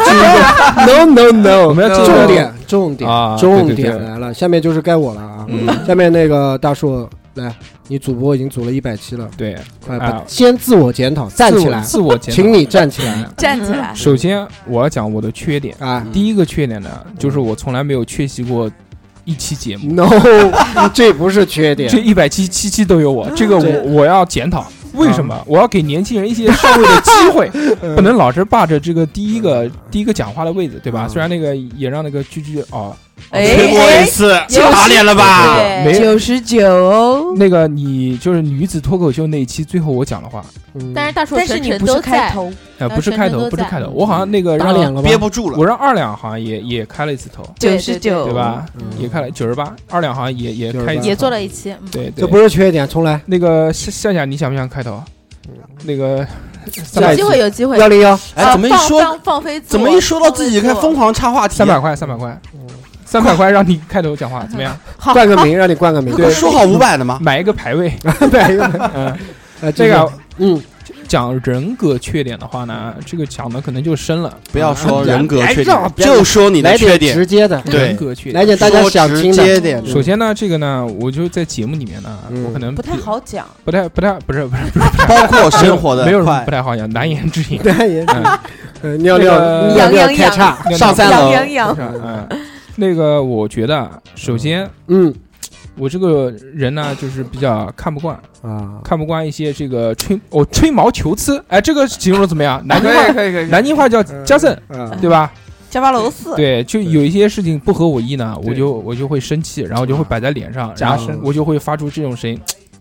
Speaker 2: ，no no
Speaker 1: 我
Speaker 2: no，
Speaker 1: 们要进入
Speaker 2: 重点重点
Speaker 1: 啊
Speaker 2: 重
Speaker 1: 对对对
Speaker 2: 点来了，下面就是该我了啊。
Speaker 1: 嗯，
Speaker 2: 下面那个大树来，你主播已经组了一百期了，
Speaker 1: 对，
Speaker 2: 快
Speaker 1: 啊
Speaker 2: 把先自我检讨，站起来，
Speaker 1: 自我检讨
Speaker 2: 请你站起来
Speaker 7: 站起来。
Speaker 1: 首先我要讲我的缺点，
Speaker 2: 啊
Speaker 1: 第一个缺点呢，就是我从来没有缺席过一期节目，
Speaker 2: ！No，这不是缺点
Speaker 1: 这，一百期期期都有我，这个
Speaker 2: 这
Speaker 1: 我我要检讨。为什么？我要给年轻人一些上位的机会，不能老是霸着这个第一个第一个讲话的位置，对吧？
Speaker 2: 嗯
Speaker 1: 虽然那个也让那个居居哦，
Speaker 7: 哎
Speaker 4: 吹过一次，打脸了吧？
Speaker 3: 对
Speaker 1: 没
Speaker 7: 九十九哦，
Speaker 1: 那个你就是女子脱口秀那一期最后我讲的话，
Speaker 2: 嗯
Speaker 3: 但是大树
Speaker 7: 但是
Speaker 3: 晨
Speaker 7: 你不是
Speaker 3: 晨都在，
Speaker 7: 开头，
Speaker 1: 呃，
Speaker 3: 呃
Speaker 1: 不是开头，
Speaker 3: 全程都在
Speaker 1: 不是开头，我好像那个让
Speaker 2: 打脸了吧？
Speaker 4: 憋不住了
Speaker 1: 我，让二两好像也也开了一次头，
Speaker 3: 对
Speaker 7: 九十九，
Speaker 1: 对？吧？
Speaker 2: 嗯
Speaker 1: 也开了九十八，二两好像也也开一次头，
Speaker 3: 也做了一期，嗯
Speaker 1: 对对，
Speaker 2: 这不是缺点，重来。
Speaker 1: 那个夏夏夏，你想不想开头？那个三百
Speaker 3: 有机会，有机会。
Speaker 2: 幺零幺，
Speaker 4: 哎，怎么一说，
Speaker 3: 放放飞自我，
Speaker 4: 怎么一说到自己开始疯狂插话题？
Speaker 1: 三百块，三百块，三百块让你开头讲话怎么样？
Speaker 2: 冠个名，让你冠个名。
Speaker 4: 不是说好五百的吗？
Speaker 1: 买一个排位，
Speaker 2: 对，
Speaker 1: 嗯，
Speaker 2: 呃，
Speaker 1: 这个
Speaker 2: 嗯，
Speaker 1: 讲人格缺点的话呢，这个讲的可能就深了。
Speaker 4: 不要说人格缺
Speaker 2: 来
Speaker 4: 点，就说你的
Speaker 2: 来点
Speaker 4: 缺点。
Speaker 2: 直接的，
Speaker 4: 对
Speaker 1: 人格缺
Speaker 2: 来
Speaker 1: 点。
Speaker 2: 点大家想
Speaker 4: 说
Speaker 2: 听的。
Speaker 4: 直接点，
Speaker 1: 首先呢，这个呢，我就在节目里面呢，
Speaker 2: 嗯
Speaker 1: 我可能
Speaker 7: 不太好讲。
Speaker 1: 不太不太不是不是
Speaker 4: 包括生活的
Speaker 1: 没有什么
Speaker 4: 快
Speaker 1: 不太好讲，难言之隐。
Speaker 2: 对，也
Speaker 1: 嗯，
Speaker 2: 呃尿尿
Speaker 1: 那个
Speaker 2: 尿尿
Speaker 7: 痒痒
Speaker 2: 开叉，
Speaker 4: 上三楼
Speaker 7: 痒痒痒，
Speaker 1: 嗯，那个我觉得，首先
Speaker 2: 嗯
Speaker 1: 我这个人呢，就是比较看不惯，
Speaker 2: 啊，
Speaker 1: 看不惯一些这个吹哦吹毛求疵，哎，这个形容的怎么样？南京话，
Speaker 6: 可以可以，
Speaker 1: 南京话叫加森，
Speaker 2: 啊，
Speaker 1: 对吧？
Speaker 7: 加巴罗斯，
Speaker 1: 对，就有一些事情不合我意呢，我就我就会生气，然后就会摆在脸上，然后
Speaker 2: 加深
Speaker 1: 我就会发出这种声音。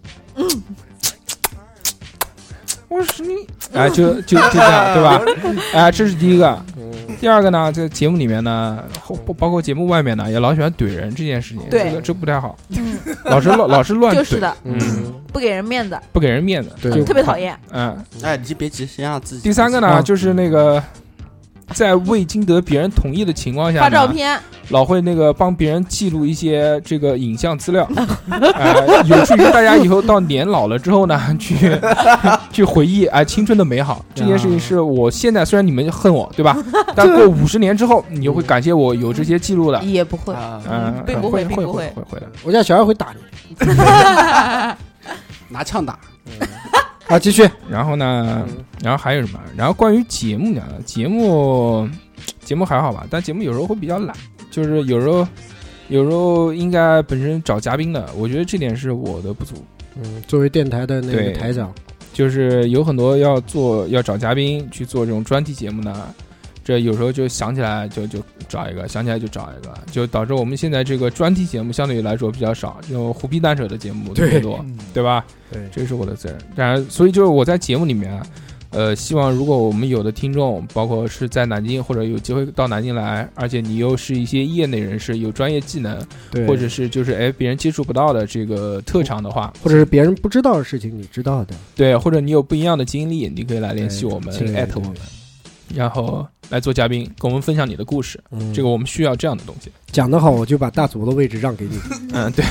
Speaker 1: 我是你，哎，就就就这样，对吧？哎，这是第一个。第二个呢，在节目里面呢，后包括节目外面呢，也老喜欢怼人这件事情，
Speaker 3: 对
Speaker 1: 这个这不太好，
Speaker 3: 嗯，
Speaker 1: 老是老老是乱怼，
Speaker 3: 就是的，
Speaker 2: 嗯，
Speaker 3: 不给人面子，
Speaker 1: 不给人面子，
Speaker 2: 对
Speaker 1: 就
Speaker 3: 特别讨厌。
Speaker 1: 嗯，
Speaker 4: 哎，你别急，先让自己。
Speaker 1: 第三个呢，就是那个在未经得别人同意的情况下呢，
Speaker 3: 发照片，
Speaker 1: 老会那个帮别人记录一些这个影像资料，呃，有助于大家以后到年老了之后呢，去去回忆哎、青春的美好。这件事情是我现在虽然你们恨我，对吧？但过五十年之后，你就会感谢我有这些记录的。
Speaker 7: 也不会。
Speaker 4: 啊，
Speaker 1: 嗯，
Speaker 3: 并不
Speaker 1: 会会
Speaker 3: 会并不会
Speaker 1: 会会的。
Speaker 2: 我家小孩会打你
Speaker 4: 拿枪打，
Speaker 2: 啊，继续，
Speaker 1: 然后呢，然后还有什么？然后关于节目呢，节目节目还好吧，但节目有时候会比较懒，就是有时候有时候应该本身找嘉宾的，我觉得这点是我的不足。
Speaker 2: 嗯，作为电台的那个
Speaker 1: 对
Speaker 2: 台长，
Speaker 1: 就是有很多要做要找嘉宾去做这种专题节目呢，这有时候就想起来就就找一个，想起来就找一个，就导致我们现在这个专题节目相对来说比较少，这种胡逼蛋扯的节目特别多，对吧？
Speaker 2: 对，
Speaker 1: 这是我的责任。当然，所以就是我在节目里面啊。呃，希望如果我们有的听众，包括是在南京或者有机会到南京来，而且你又是一些业内人士，有专业技能，或者是就是哎别人接触不到的这个特长的话，
Speaker 2: 或者是别人不知道的事情你知道的，
Speaker 1: 对，或者你有不一样的经历，你可以来联系我们，艾特我们，然后来做嘉宾，跟我们分享你的故事。嗯、这个我们需要这样的东西。
Speaker 2: 讲得好，我就把大组的位置让给你。
Speaker 1: 嗯，对。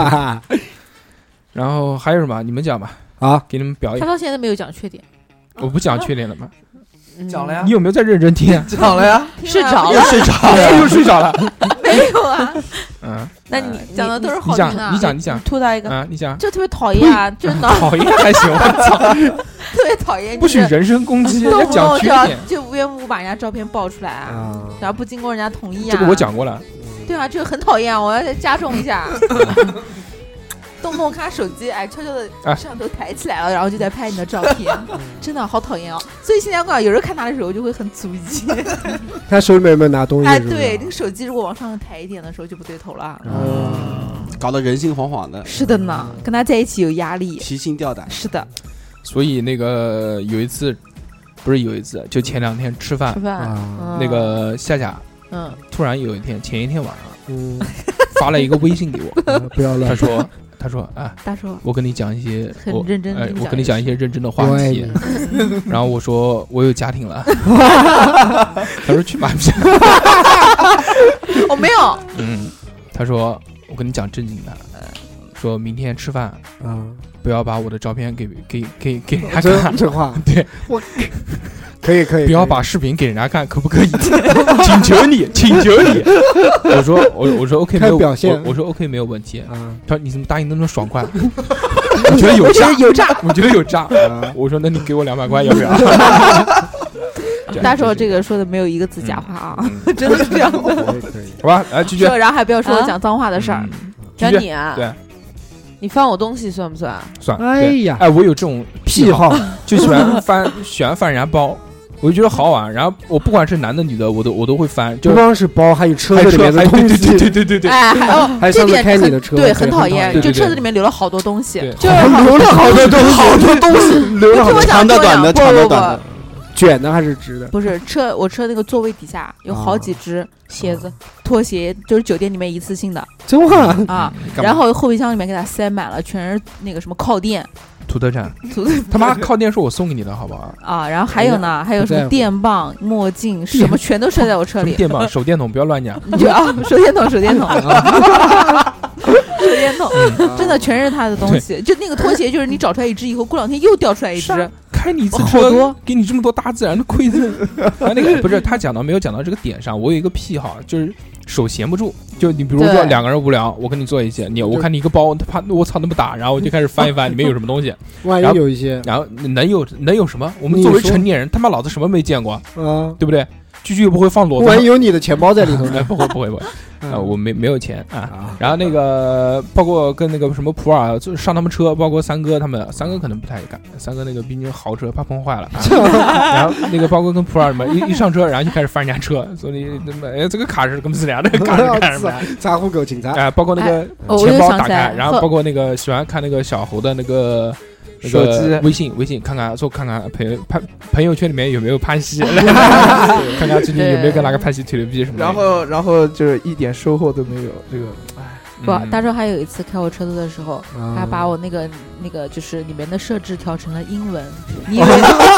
Speaker 1: 然后还有什么？你们讲吧。
Speaker 2: 啊，
Speaker 1: 给你们表演。
Speaker 3: 他到现在没有讲缺点。
Speaker 1: 我不讲缺点了吗？
Speaker 6: 讲了呀。
Speaker 1: 你有没有在认真听？
Speaker 6: 讲了呀。
Speaker 3: 睡着了，
Speaker 1: 又睡着了，又睡着了。
Speaker 3: 没有啊。
Speaker 1: 嗯，
Speaker 3: 那你讲的都是好
Speaker 1: 听的。
Speaker 3: 你
Speaker 1: 讲，你讲，你讲。
Speaker 7: 吐到一个
Speaker 1: 啊，你讲。
Speaker 3: 就特别讨厌啊，真的。
Speaker 1: 讨厌还行，我操。
Speaker 3: 特别讨厌。
Speaker 1: 不许人身攻击，要讲缺点。
Speaker 3: 就无缘无故把人家照片爆出来啊，然后不经过人家同意啊。
Speaker 1: 这个我讲过了。
Speaker 3: 对啊，这个很讨厌，我要再加重一下。动不动看手机，哎，悄悄的摄像头抬起来了，然后就在拍你的照片，真的好讨厌哦。所以现在我有人看他的时候就会很足迹。
Speaker 2: 他手里面有没有拿东西？
Speaker 3: 哎，对，那个手机如果往上抬一点的时候就不对头了。
Speaker 4: 嗯，搞得人心惶惶的。
Speaker 3: 是的呢，跟他在一起有压力，
Speaker 4: 提心吊胆。
Speaker 3: 是的。
Speaker 1: 所以那个有一次，不是有一次，就前两天吃饭，
Speaker 3: 吃饭，
Speaker 1: 啊、那个夏夏，
Speaker 3: 嗯，
Speaker 1: 突然有一天，前一天晚上，嗯，发了一个微信给我，
Speaker 2: 啊、不要了，
Speaker 1: 他说。他说：“啊，
Speaker 3: 大叔，
Speaker 1: 我跟你讲一些
Speaker 3: 很认真，
Speaker 1: 哎，我跟你讲一些认真的话题。然后我说我有家庭了。他说去妈逼！
Speaker 3: 我没有。
Speaker 1: 嗯，他说我跟你讲正经的，说明天吃饭啊，不要把我的照片给给给给人家看。
Speaker 2: 这话
Speaker 1: 对
Speaker 2: 我。”可以可以，
Speaker 1: 不要把视频给人家看，可不可以？请求你，请求你。我说我我说 OK 没有
Speaker 2: 表现，
Speaker 1: 我说 OK 没有问题。啊，他说你怎么答应那么爽快？我觉得有诈，
Speaker 3: 有诈，
Speaker 1: 我觉得有诈。我说那你给我两百块要不要？
Speaker 3: 大叔这个说的没有一个字假话啊，真的是这样的。
Speaker 1: 好吧，来继续。
Speaker 3: 然后还不要说讲脏话的事儿，
Speaker 7: 讲你啊，
Speaker 1: 对。
Speaker 7: 你翻我东西算不算？
Speaker 1: 算。
Speaker 2: 哎呀，
Speaker 1: 哎，我有这种癖好，就喜欢翻，喜欢翻人家包。我就觉得好玩，然后我不管是男的女的，我都我都会翻。
Speaker 2: 不光是包，还有车子里面的东西，
Speaker 1: 对对对对对。
Speaker 3: 哎，还有
Speaker 2: 还上次开你的车，
Speaker 3: 对，很讨厌，就车子里面留了好多东西，
Speaker 2: 就是留了好多东西，
Speaker 4: 好多东西，留了好多长的、短的、长的、短的，
Speaker 2: 卷的还是直的？
Speaker 3: 不是车，我车那个座位底下有好几只鞋子、拖鞋，就是酒店里面一次性的。
Speaker 2: 真话
Speaker 3: 啊！然后后备箱里面给它塞满了，全是那个什么靠垫。
Speaker 1: 土特产，他妈靠垫是我送给你的，好不好？
Speaker 3: 啊，然后还有呢，还有什么电棒、墨镜，什么全都塞在我车里。
Speaker 1: 电棒、手电筒，不要乱讲。
Speaker 3: 啊，手电筒，手电筒，手电筒，真的全是他的东西。就那个拖鞋，就是你找出来一只以后，过两天又掉出来一只。
Speaker 1: 开你一次车，给你这么多大自然的馈赠。啊，那个不是他讲到没有讲到这个点上，我有一个癖好，就是手闲不住。就你比如说两个人无聊，我跟你做一些，你我看你一个包，他怕我操那么大，然后我就开始翻一翻里面有什么东西。
Speaker 2: 万一有一些，
Speaker 1: 然后能有能有什么？我们作为成年人，他妈老子什么没见过啊？对不对？居居又不会放裸子，
Speaker 2: 万一有你的钱包在里头
Speaker 1: 呢？不会不会不会。啊，我没没有钱啊。然后那个包括跟那个什么普洱上他们车，包括三哥他们，三哥可能不太敢，三哥那个毕竟豪车怕碰坏了。然后那个包括跟普洱什么一一上车，然后就开始翻人家车，所以那么哎这个卡是跟谁俩的卡是干什么？
Speaker 2: 查户口警察。
Speaker 1: 哎，包括那个钱包打开，然后包括那个喜欢看那个小猴的那个。那个微信，微信看看，说看看朋友朋朋友圈里面有没有潘西，看看最近有没有跟哪个潘西推牛逼什么的。
Speaker 6: 然后，然后就是一点收获都没有。这个，哎，
Speaker 3: 不，大周还有一次开我车子的时候，他把我那个那个就是里面的设置调成了英文，你以为？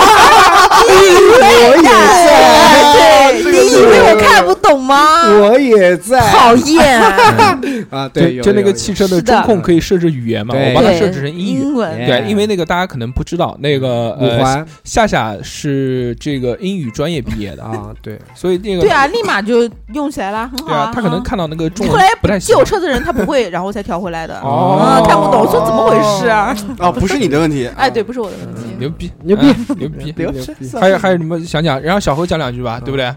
Speaker 2: 我也在，
Speaker 3: 对，你以为我看不懂吗？
Speaker 2: 我也在，
Speaker 3: 讨厌
Speaker 2: 啊！对，
Speaker 1: 就那个汽车的中控可以设置语言嘛，我把它设置成
Speaker 3: 英
Speaker 1: 文。对，因为那个大家可能不知道，那个呃，夏夏是这个英语专业毕业的
Speaker 2: 啊，对，
Speaker 1: 所以那个
Speaker 3: 对啊，立马就用起来了，很好。
Speaker 1: 对啊，他可能看到那个中文
Speaker 3: 后来
Speaker 1: 不太
Speaker 3: 借我车的人他不会，然后才调回来的。哦，看不懂，我说怎么回事啊？
Speaker 4: 哦，不是你的问题。
Speaker 3: 哎，对，不是我的问题。
Speaker 1: 牛逼，
Speaker 2: 牛逼，
Speaker 1: 牛逼，牛逼！还有还有什么想讲？然后小何讲两句吧，对不对？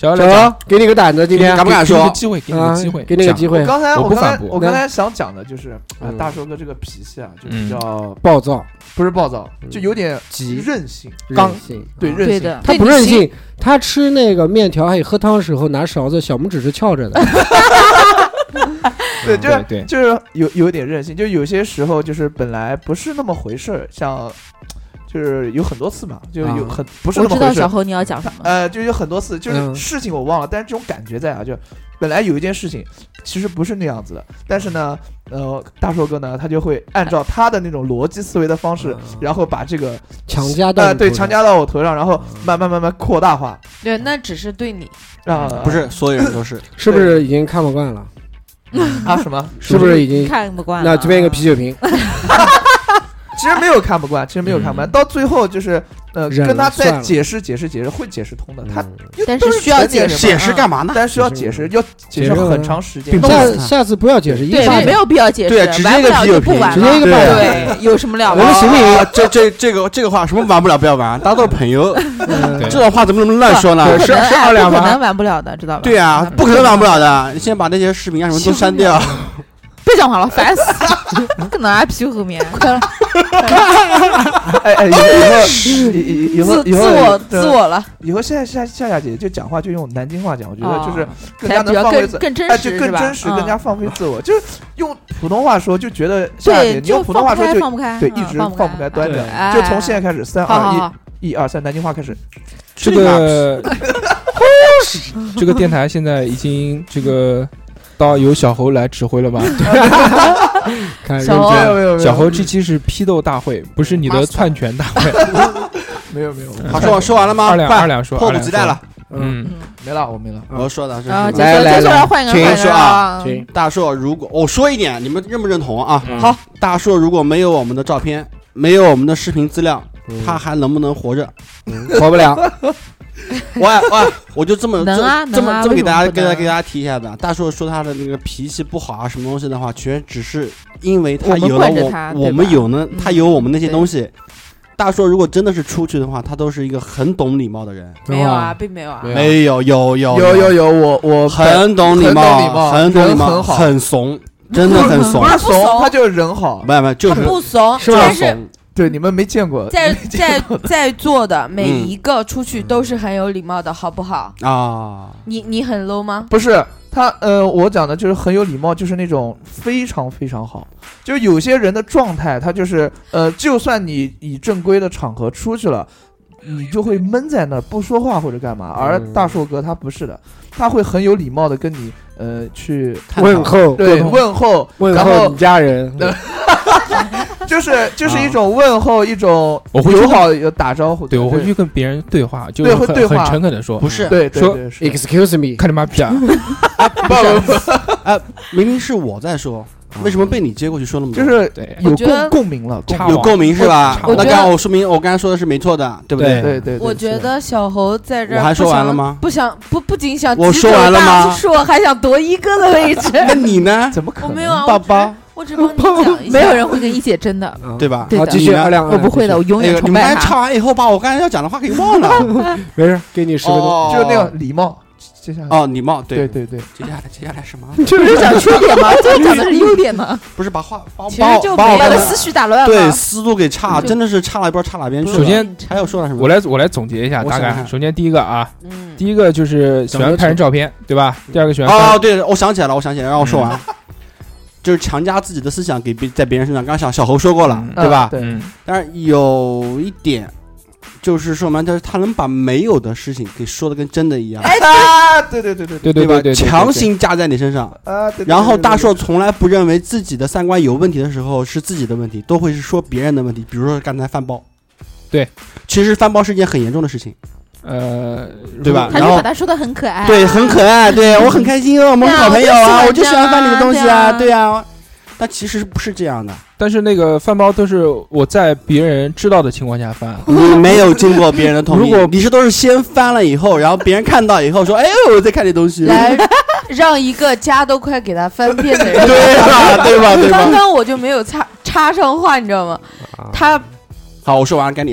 Speaker 1: 小姚
Speaker 2: 小
Speaker 1: 来讲
Speaker 2: 姚，给你个胆子，今天
Speaker 4: 敢不敢说
Speaker 1: 给你个机会，给你个机会，
Speaker 2: 啊给你个机会
Speaker 6: 我刚才
Speaker 1: 我
Speaker 6: 我刚才
Speaker 1: 不反驳
Speaker 6: 我刚才想讲的就是啊
Speaker 2: 嗯，
Speaker 6: 大寿哥这个脾气啊，就比较
Speaker 2: 暴躁、
Speaker 6: 不是暴躁，就有点
Speaker 2: 急、
Speaker 6: 任性，刚
Speaker 2: 任性。啊
Speaker 6: 对任性。
Speaker 3: 对的，
Speaker 2: 他不任性，他吃那个面条还有喝汤的时候拿勺子，小拇指是翘着的。
Speaker 6: 对，就是
Speaker 1: 对对
Speaker 6: 就是有有点任性，就有些时候就是本来不是那么回事儿，像就是有很多次嘛，就有
Speaker 2: 啊
Speaker 6: 很不是
Speaker 3: 我知道
Speaker 6: 那么回事儿。
Speaker 3: 小侯你要讲什么。
Speaker 6: 呃，就有很多次，就是
Speaker 2: 嗯
Speaker 6: 事情我忘了，但是这种感觉在啊，就本来有一件事情其实不是那样子的，但是呢，呃，大寿哥呢，他就会按照他的那种逻辑思维的方式，
Speaker 2: 嗯
Speaker 6: 然后把这个
Speaker 2: 强加到
Speaker 6: 呃对
Speaker 2: 你头上
Speaker 6: 强加到我头上，然后慢慢慢慢扩大化，
Speaker 7: 对，那只是对你。
Speaker 6: 啊，
Speaker 4: 不是所有人都是。
Speaker 2: 是不是已经看不惯了？
Speaker 6: 啊什么？
Speaker 2: 是不是已经？
Speaker 3: 看不惯了？
Speaker 2: 那这边一个啤酒瓶，
Speaker 6: 其实没有看不惯，其实没有看不惯，到最后就是呃
Speaker 2: 忍了
Speaker 6: 跟他
Speaker 2: 算了
Speaker 6: 再解释解释解释，会解释通的。他
Speaker 2: 嗯
Speaker 3: 但
Speaker 6: 都
Speaker 3: 是需要解释
Speaker 6: 成年人嘛
Speaker 4: 解释干嘛呢？
Speaker 6: 但是要解释，要解释很长时间。
Speaker 2: 下
Speaker 4: 并不是
Speaker 2: 下次不要解释，一
Speaker 3: 对，
Speaker 2: 上
Speaker 3: 没有必要解释，
Speaker 4: 对直接
Speaker 3: 完不了
Speaker 4: 一个啤酒瓶
Speaker 3: 就不玩了，
Speaker 2: 直接一个
Speaker 4: 爆
Speaker 3: 对，有什么了不
Speaker 2: 我们行不行
Speaker 4: 啊，这这这个这个话什么玩不了不要玩，大家都是朋友，
Speaker 2: 嗯
Speaker 1: 对
Speaker 4: 这种话怎么能乱说呢？
Speaker 2: 是
Speaker 3: 不可能，哎
Speaker 2: 是二两吗
Speaker 3: 不可能玩不了的，知道吧？
Speaker 4: 对啊，不可能玩不了的。你先把那些视频啊什么都删掉。
Speaker 3: 别讲话了，烦死！可能啊，屁股后面，快了，
Speaker 6: 哎哎，以后以以后
Speaker 7: 自
Speaker 6: 以后
Speaker 7: 自我
Speaker 6: 对
Speaker 7: 自我了，
Speaker 6: 以后夏夏夏夏姐就讲话就用南京话讲，我觉得就是更加
Speaker 3: 才比较
Speaker 6: 能放飞自，
Speaker 3: 更更真
Speaker 6: 哎，
Speaker 3: 实，
Speaker 6: 就是更
Speaker 3: 吧
Speaker 6: 真实，
Speaker 3: 嗯
Speaker 6: 更加放飞自我。就是用普通话说，就觉得夏夏姐，
Speaker 3: 对，
Speaker 6: 你用
Speaker 3: 就
Speaker 6: 普通话说就
Speaker 3: 放不开，
Speaker 6: 对，
Speaker 3: 嗯
Speaker 6: 一直
Speaker 3: 放
Speaker 6: 放不开，端着
Speaker 2: 对。
Speaker 3: 哎
Speaker 6: 就从现在开始，三二
Speaker 3: 好好好，
Speaker 6: 一，一二三，南京话开始。
Speaker 1: 这个这个电台现在已经这个到由小侯来指挥了吧？
Speaker 2: 看认
Speaker 7: 小侯
Speaker 2: 真。
Speaker 6: 没有没有
Speaker 1: 小侯这期是批斗大会，不是你的篡权大会。
Speaker 6: 没有没有，
Speaker 4: 好，说完说完了吗？
Speaker 1: 二两
Speaker 4: 快
Speaker 1: 二两说，
Speaker 4: 迫
Speaker 1: 二两说
Speaker 4: 不及待了。
Speaker 2: 嗯，
Speaker 3: 嗯，
Speaker 6: 没了，我没了。
Speaker 4: 我说的是
Speaker 3: 啊，
Speaker 4: 什么
Speaker 3: 结束结束
Speaker 2: 来来来
Speaker 3: 了，换一个人，
Speaker 2: 请
Speaker 3: 换一个人
Speaker 4: 说啊
Speaker 3: 啊，
Speaker 2: 行，
Speaker 4: 大硕，如果我说一点，你们认不认同啊？
Speaker 2: 嗯
Speaker 4: 好，大硕如果没有我们的照片，没有我们的视频资料，他还能不能活着？
Speaker 2: 嗯活不了。
Speaker 4: 我我我就这么
Speaker 3: 能啊
Speaker 4: 这这么
Speaker 3: 能啊
Speaker 4: 这么给大家
Speaker 3: 为什么不能
Speaker 4: 给大家给大家提一下子啊。大硕说他的那个脾气不好啊，什么东西的话，全只是因为他
Speaker 3: 我们
Speaker 4: 有了
Speaker 3: 惯着他
Speaker 4: 我我
Speaker 3: 对吧
Speaker 4: 们有呢，
Speaker 3: 嗯
Speaker 4: 他有我们那些
Speaker 3: 对
Speaker 4: 东西。大硕如果真的是出去的话，他都是一个很懂礼貌的人。
Speaker 7: 没有啊，并没有啊。
Speaker 1: 对啊
Speaker 4: 没有有有
Speaker 6: 有有有，我我
Speaker 4: 很懂礼
Speaker 6: 很懂礼
Speaker 4: 貌，
Speaker 6: 貌
Speaker 4: 很懂礼貌，
Speaker 6: 人很好
Speaker 4: 很怂，真的很怂
Speaker 6: 不。是
Speaker 7: 不怂
Speaker 6: 怂，他就是人好。
Speaker 4: 没有没有，就
Speaker 7: 他
Speaker 4: 是
Speaker 7: 不怂，
Speaker 2: 是吧
Speaker 7: 但是
Speaker 4: 怂。
Speaker 6: 对，你们没见过，
Speaker 7: 在
Speaker 6: 没见
Speaker 7: 在
Speaker 6: 过的
Speaker 7: 在座的每
Speaker 4: 嗯
Speaker 7: 一个出去都是很有礼貌的，好不好？
Speaker 4: 啊，
Speaker 7: 你你很 low 吗？
Speaker 6: 不是他，呃，我讲的就是很有礼貌，就是那种非常非常好。就有些人的状态，他就是，呃，就算你以正规的场合出去了，你就会闷在那儿不说话或者干嘛。而
Speaker 2: 嗯
Speaker 6: 大寿哥他不是的，他会很有礼貌的跟你，呃，去
Speaker 2: 问候，
Speaker 6: 对问候，然后
Speaker 2: 问候你家人。
Speaker 6: 就是就是一种问候，一种
Speaker 1: 我会去
Speaker 6: 友好的打招呼。
Speaker 1: 对，我会去跟别人对话，就
Speaker 6: 对
Speaker 1: 是很
Speaker 6: 会对话
Speaker 1: 很诚恳的说，
Speaker 4: 不是，
Speaker 1: 说
Speaker 6: 对对对，是的
Speaker 2: Excuse me，
Speaker 1: 看你妈逼啊！
Speaker 6: 不不不，
Speaker 4: 明明是我在说，为什么被你接过去说那么多？
Speaker 6: 就是
Speaker 1: 对，
Speaker 6: 有
Speaker 7: 我觉得
Speaker 6: 共共鸣了，共
Speaker 1: 差
Speaker 6: 鸣
Speaker 4: 有共鸣是吧？
Speaker 1: 我
Speaker 4: 那
Speaker 7: 觉得
Speaker 4: 刚刚我说明我刚才说的是没错的，对不
Speaker 2: 对
Speaker 6: 对对，对
Speaker 7: 我觉得小侯在这儿
Speaker 4: 我还说
Speaker 7: 不想
Speaker 4: 完了吗
Speaker 7: 不想不不仅想
Speaker 4: 我说
Speaker 7: 挤走大
Speaker 4: 完了吗
Speaker 7: 树，还想夺一哥的位置。
Speaker 4: 那你呢？
Speaker 6: 怎么可能？
Speaker 7: 我没有啊，
Speaker 4: 爸爸，
Speaker 7: 我只我只帮你讲一下。
Speaker 3: 没有人会跟一姐争的，
Speaker 2: 嗯
Speaker 4: 对吧？
Speaker 3: 对的
Speaker 2: 好，继续
Speaker 4: 你呢
Speaker 2: 二两，
Speaker 3: 我不会的，我永
Speaker 4: 那个你
Speaker 3: 远崇拜
Speaker 4: 们刚才唱
Speaker 3: 她。
Speaker 4: 完以后，把我刚才要讲的话给忘了。
Speaker 2: 没事，给你十分钟。
Speaker 4: 哦
Speaker 6: 就是那个礼貌。接下来，
Speaker 4: 哦，礼貌，
Speaker 6: 对对对，
Speaker 4: 接下来接下来什么？
Speaker 3: 这不是讲缺点吗？这讲的是优点呢，
Speaker 4: 不是把话把我
Speaker 7: 其实
Speaker 4: 把我
Speaker 7: 就
Speaker 4: 把我刚才
Speaker 3: 把我的思绪打乱
Speaker 4: 对
Speaker 3: 了。
Speaker 4: 思路给差，
Speaker 3: 就
Speaker 4: 真的是差了一波，差哪边去了？
Speaker 1: 首先
Speaker 4: 还有说了什么？
Speaker 1: 我来我来总结一下，大概
Speaker 4: 我想想
Speaker 1: 首先第一个啊，
Speaker 7: 嗯，
Speaker 1: 第一个就是喜欢拍人照片，对吧？第二个喜欢
Speaker 4: 哦，
Speaker 1: 翻，
Speaker 4: 对，我想起来了，我想起来了，让我说完。就是强加自己的思想给别在别人身上，刚刚小小侯说过了，
Speaker 1: 嗯
Speaker 4: 对吧？
Speaker 6: 对，
Speaker 1: 嗯，
Speaker 4: 但是有一点，就是说嘛，就是他能把没有的事情给说的跟真的一样，
Speaker 6: 哎啊，对对对对
Speaker 4: 吧
Speaker 1: 对对对对，对
Speaker 4: 强行加在你身上。
Speaker 6: 啊，对。
Speaker 4: 然后大硕从来不认为自己的三观有问题的时候是自己的问题，都会是说别人的问题。比如说刚才翻包，
Speaker 1: 对，
Speaker 4: 其实翻包是一件很严重的事情，
Speaker 1: 呃，
Speaker 4: 对吧？
Speaker 3: 他就
Speaker 4: 然后
Speaker 3: 把他说的很可爱，
Speaker 4: 对，很可爱，对我很开心哦，我们是好朋友啊，我就喜
Speaker 3: 我就喜欢
Speaker 4: 欢翻你的东西
Speaker 3: 这样
Speaker 4: 啊，对啊。但其实不是这样的，
Speaker 1: 但是那个饭包都是我在别人知道的情况下翻，
Speaker 4: 你没有经过别人的同意，
Speaker 1: 如果
Speaker 4: 你是都是先翻了以后，然后别人看到以后说，哎呦，我在看这东西，
Speaker 7: 来让一个家都快给他翻遍的人。
Speaker 4: 对吧？对吧？对
Speaker 7: 刚
Speaker 4: 吧？
Speaker 7: 刚我就没有插插上话，你知道吗？他
Speaker 4: 好，我说完，该你了。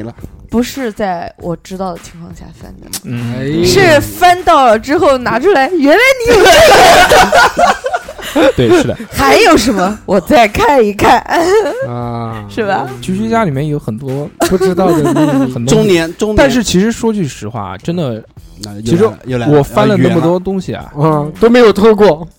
Speaker 7: 不是在我知道的情况下翻的，
Speaker 1: 嗯，
Speaker 2: 哎
Speaker 7: 是翻到了之后拿出来，原来你有
Speaker 1: 对，是的。
Speaker 7: 还有什么？我再看一看，
Speaker 2: 啊，
Speaker 7: 是吧？
Speaker 1: 居居家里面有很多
Speaker 2: 不知道的秘密
Speaker 1: 很多
Speaker 4: 中年中年，
Speaker 1: 但是其实说句实话，真的，
Speaker 4: 那又
Speaker 1: 其实
Speaker 4: 来了又来了
Speaker 1: 我翻了那么
Speaker 4: 远
Speaker 1: 多东西啊，
Speaker 2: 啊都没有偷过，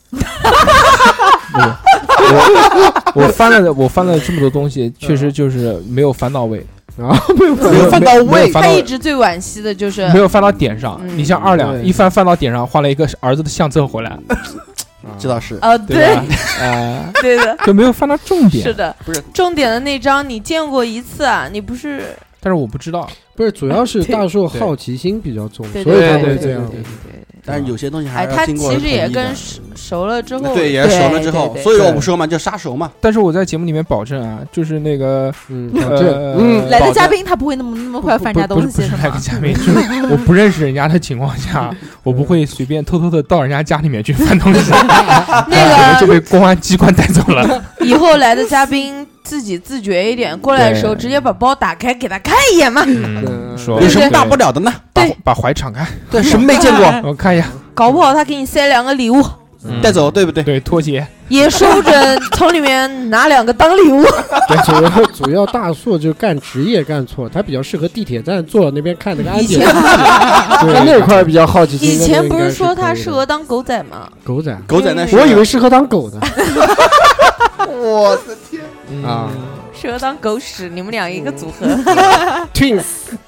Speaker 1: 我我翻了我翻了这么多东西，确实就是没有翻到位，
Speaker 2: 啊没有
Speaker 1: 没有
Speaker 4: 翻到位
Speaker 1: 没有翻到
Speaker 7: 他一直最惋惜的就是
Speaker 1: 没有翻到点上。
Speaker 7: 嗯
Speaker 1: 你像二两
Speaker 2: 对
Speaker 1: 一翻翻到点上，换了一个儿子的相册回来，
Speaker 4: 这倒是
Speaker 7: 呃，对
Speaker 1: 对吧？呃，
Speaker 7: 对的，
Speaker 1: 就没有翻到重点。
Speaker 7: 是的，
Speaker 4: 不是
Speaker 7: 重点的那张你见过一次啊？你不是
Speaker 1: 但是我不知道，
Speaker 2: 不是，主要是大硕好奇心比较重，
Speaker 7: 对
Speaker 2: 所以他
Speaker 1: 对对
Speaker 2: 会这样。
Speaker 7: 对对对。
Speaker 4: 但是有些东西还
Speaker 7: 哎，他
Speaker 4: 是要经过
Speaker 7: 其实也
Speaker 4: 统一的
Speaker 7: 跟熟熟了之后，
Speaker 4: 对，也是熟了之后，
Speaker 7: 对对
Speaker 4: 所以我不说嘛，就杀熟嘛。
Speaker 1: 但是我在节目里面保证啊，就是那个
Speaker 2: 嗯，
Speaker 1: 呃
Speaker 2: 这嗯
Speaker 3: 来的
Speaker 1: 保证
Speaker 3: 嘉宾他不会那么那么快翻人家东
Speaker 1: 不是不是
Speaker 3: 西的嘛
Speaker 1: 来个嘉宾，就是我不认识人家的情况下，我不会随便偷偷的到人家家里面去翻东西，
Speaker 7: 那
Speaker 1: 就
Speaker 7: 个
Speaker 1: 被公安机关带走了。
Speaker 7: 以后来的嘉宾自己自觉一点，过来的时候
Speaker 1: 对
Speaker 7: 直接把包打开给他看一眼嘛，
Speaker 1: 嗯，说
Speaker 4: 有什么大不了的呢？
Speaker 1: 把
Speaker 7: 对
Speaker 1: 把怀敞开，
Speaker 4: 对，什么没见过，
Speaker 1: 我看一下，
Speaker 7: 搞不好他给你塞两个礼物，
Speaker 1: 嗯
Speaker 4: 带走，对不对？
Speaker 1: 对拖鞋，
Speaker 7: 也说不准从里面拿两个当礼物。
Speaker 2: 对，主要主要大硕就干职业干错，他比较适合地铁站坐那边看那个安检，对，他那块儿比较好奇心。
Speaker 7: 以前不是
Speaker 2: 那应该是
Speaker 7: 说他适
Speaker 2: 可以的
Speaker 7: 合当狗仔吗？
Speaker 2: 狗仔？
Speaker 4: 狗仔那是，
Speaker 2: 我以为适合当狗的
Speaker 4: 我的天，
Speaker 2: 啊
Speaker 7: 适合当狗屎，你们俩一个组合。
Speaker 2: ，twins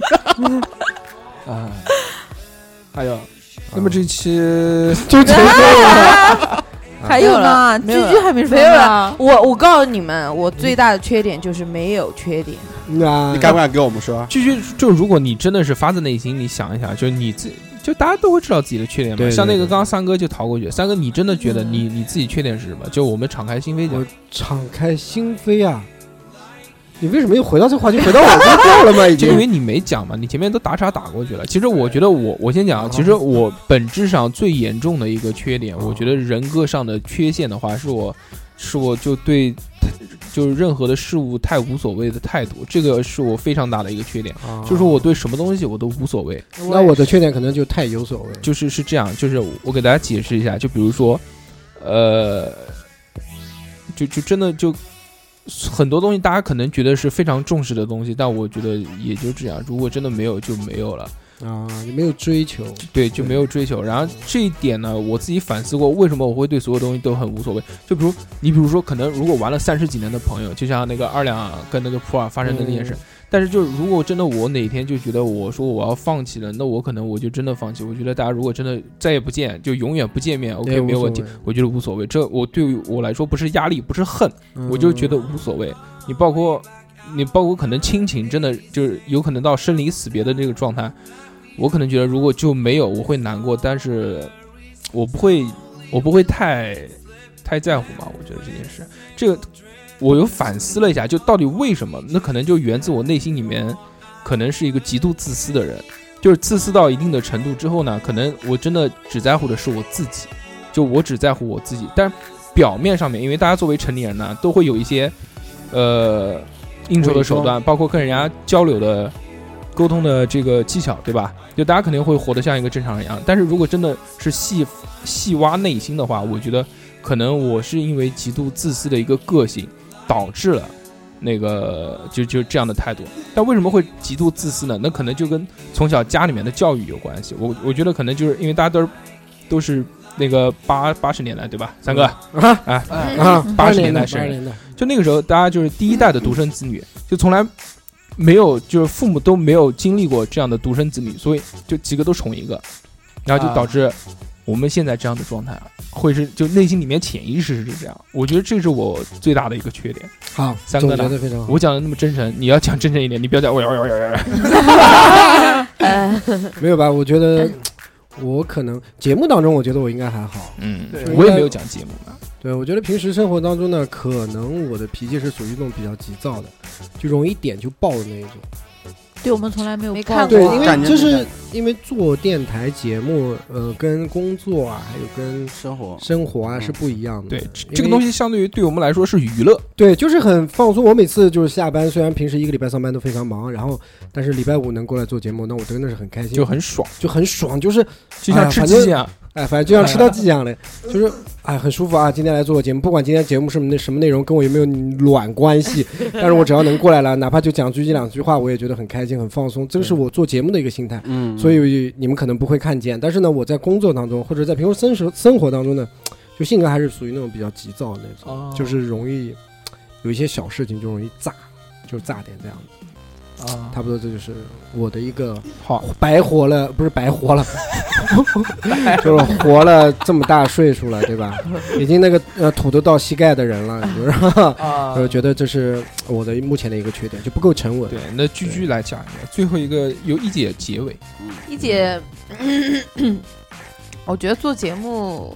Speaker 1: 啊，还有，那么这期
Speaker 2: 就这个
Speaker 3: 还有呢，居
Speaker 7: 没有了
Speaker 3: 居还没说
Speaker 7: 没有
Speaker 3: 呢
Speaker 7: 了。我我告诉你们，我最大的缺点就是没有缺点。
Speaker 2: 那
Speaker 4: 你敢不敢给我们说？
Speaker 1: 继续，就如果你真的是发自内心，你想一想，就是你自就大家都会知道自己的缺点嘛。
Speaker 2: 对对
Speaker 1: 像那个
Speaker 2: 对
Speaker 1: 刚刚三哥就逃过去，三哥你真的觉得你你自己缺点是什么？就我们敞开心扉讲
Speaker 2: 我。敞开心扉啊！你为什么又回到这个话题？回到我这掉了吗？已经
Speaker 1: 就因为你没讲嘛，你前面都打岔打过去了。其实我觉得我我先讲啊，其实我本质上最严重的一个缺点，我觉得人格上的缺陷的话，是我是我就对就是任何的事物太无所谓的态度，这个是我非常大的一个缺点，就是我对什么东西我都无所谓。
Speaker 2: 那我的缺点可能就太有所谓。
Speaker 1: 就是是这样，就是我给大家解释一下，就比如说，呃，就就真的就很多东西，大家可能觉得是非常重视的东西，但我觉得也就这样，如果真的没有就没有了。
Speaker 2: 啊，你没有追求，
Speaker 1: 对，就没有追求。然后这一点呢，我自己反思过，为什么我会对所有东西都很无所谓？就比如你，比如说，可能如果玩了三十几年的朋友，就像那个二两跟那个普洱发生的那件事，
Speaker 2: 嗯
Speaker 1: 但是就如果真的我哪天就觉得我说我要放弃了，那我可能我就真的放弃。我觉得大家如果真的再也不见，就永远不见面，OK
Speaker 2: 对
Speaker 1: 没有问题
Speaker 2: 无所谓，
Speaker 1: 我觉得无所谓。这我对于我来说不是压力，不是恨，我就觉得无所谓。你包括你包括可能亲情，真的就是有可能到生离死别的这个状态。我可能觉得，如果就没有，我会难过，但是我不会，我不会太太在乎吧。我觉得这件事，这个我又反思了一下，就到底为什么？那可能就源自我内心里面，可能是一个极度自私的人，就是自私到一定的程度之后呢，可能我真的只在乎的是我自己，就我只在乎我自己。但表面上面，因为大家作为成年人呢，都会有一些呃应酬的手段，包括跟人家交流的。沟通的这个技巧，对吧？就大家肯定会活得像一个正常人一样，但是如果真的是细细挖内心的话，我觉得可能我是因为极度自私的一个个性，导致了那个就就这样的态度。但为什么会极度自私呢？那可能就跟从小家里面的教育有关系。我我觉得可能就是因为大家都是都是那个八八十年代，对吧？三哥
Speaker 2: 啊
Speaker 1: 啊
Speaker 2: 啊，
Speaker 1: 八十
Speaker 2: 年
Speaker 1: 年代生人，
Speaker 2: 八十年代，
Speaker 1: 就那个时候大家就是第一代的独生子女，就从来。没有，就是父母都没有经历过这样的独生子女，所以就几个都宠一个，然后就导致我们现在这样的状态，会是就内心里面潜意识是这样。我觉得这是我最大的一个缺点。
Speaker 2: 好，
Speaker 1: 三哥呢
Speaker 2: 总结的非常好。
Speaker 1: 我讲的那么真诚，你要讲真诚一点，你不要讲我要要要要。
Speaker 2: 没有吧？我觉得我可能节目当中，我觉得我应该还好。
Speaker 1: 嗯
Speaker 2: 对，
Speaker 1: 我也没有讲节目嘛。
Speaker 2: 对，我觉得平时生活当中呢，可能我的脾气是属于那种比较急躁的，就容易点就爆的那一种。
Speaker 3: 对我们从来没有
Speaker 7: 没
Speaker 3: 报过
Speaker 7: 看过
Speaker 2: 对，因为
Speaker 4: 感觉
Speaker 2: 就是因为做电台节目，呃，跟工作啊，还有跟
Speaker 4: 生活
Speaker 2: 生活啊是不一样的。
Speaker 1: 对，
Speaker 2: 因为
Speaker 1: 这个东西相对于对我们来说是娱乐。
Speaker 2: 对，就是很放松。我每次就是下班，虽然平时一个礼拜上班都非常忙，然后但是礼拜五能过来做节目，那我真的是很开心，
Speaker 1: 就很爽，
Speaker 2: 就很爽，就是
Speaker 1: 就像吃鸡一样。
Speaker 2: 哎，反正就像吃到鸡一样的，就是哎很舒服啊。今天来做个节目，不管今天节目是什么什么内容，跟我有没有卵关系，但是我只要能过来了，哪怕就讲句一两句话，我也觉得很开心、很放松。这个是我做节目的一个心态。
Speaker 4: 嗯，
Speaker 2: 所以你们可能不会看见，但是呢，我在工作当中或者在平时生活生活当中呢，就性格还是属于那种比较急躁的那种，
Speaker 6: 哦
Speaker 2: 就是容易有一些小事情就容易炸，就是炸点这样子。
Speaker 6: 啊，
Speaker 2: 差不多这就是我的一个
Speaker 1: 好
Speaker 2: 白活了，不是白活了，就是活了这么大岁数了，对吧？已经那个呃土都到膝盖的人了，就是
Speaker 6: 啊
Speaker 2: 我觉得这是我的目前的一个缺点，就不够沉稳。
Speaker 1: 对，那居居来讲一个，最后一个由一姐结尾。
Speaker 7: 一姐，我觉得做节目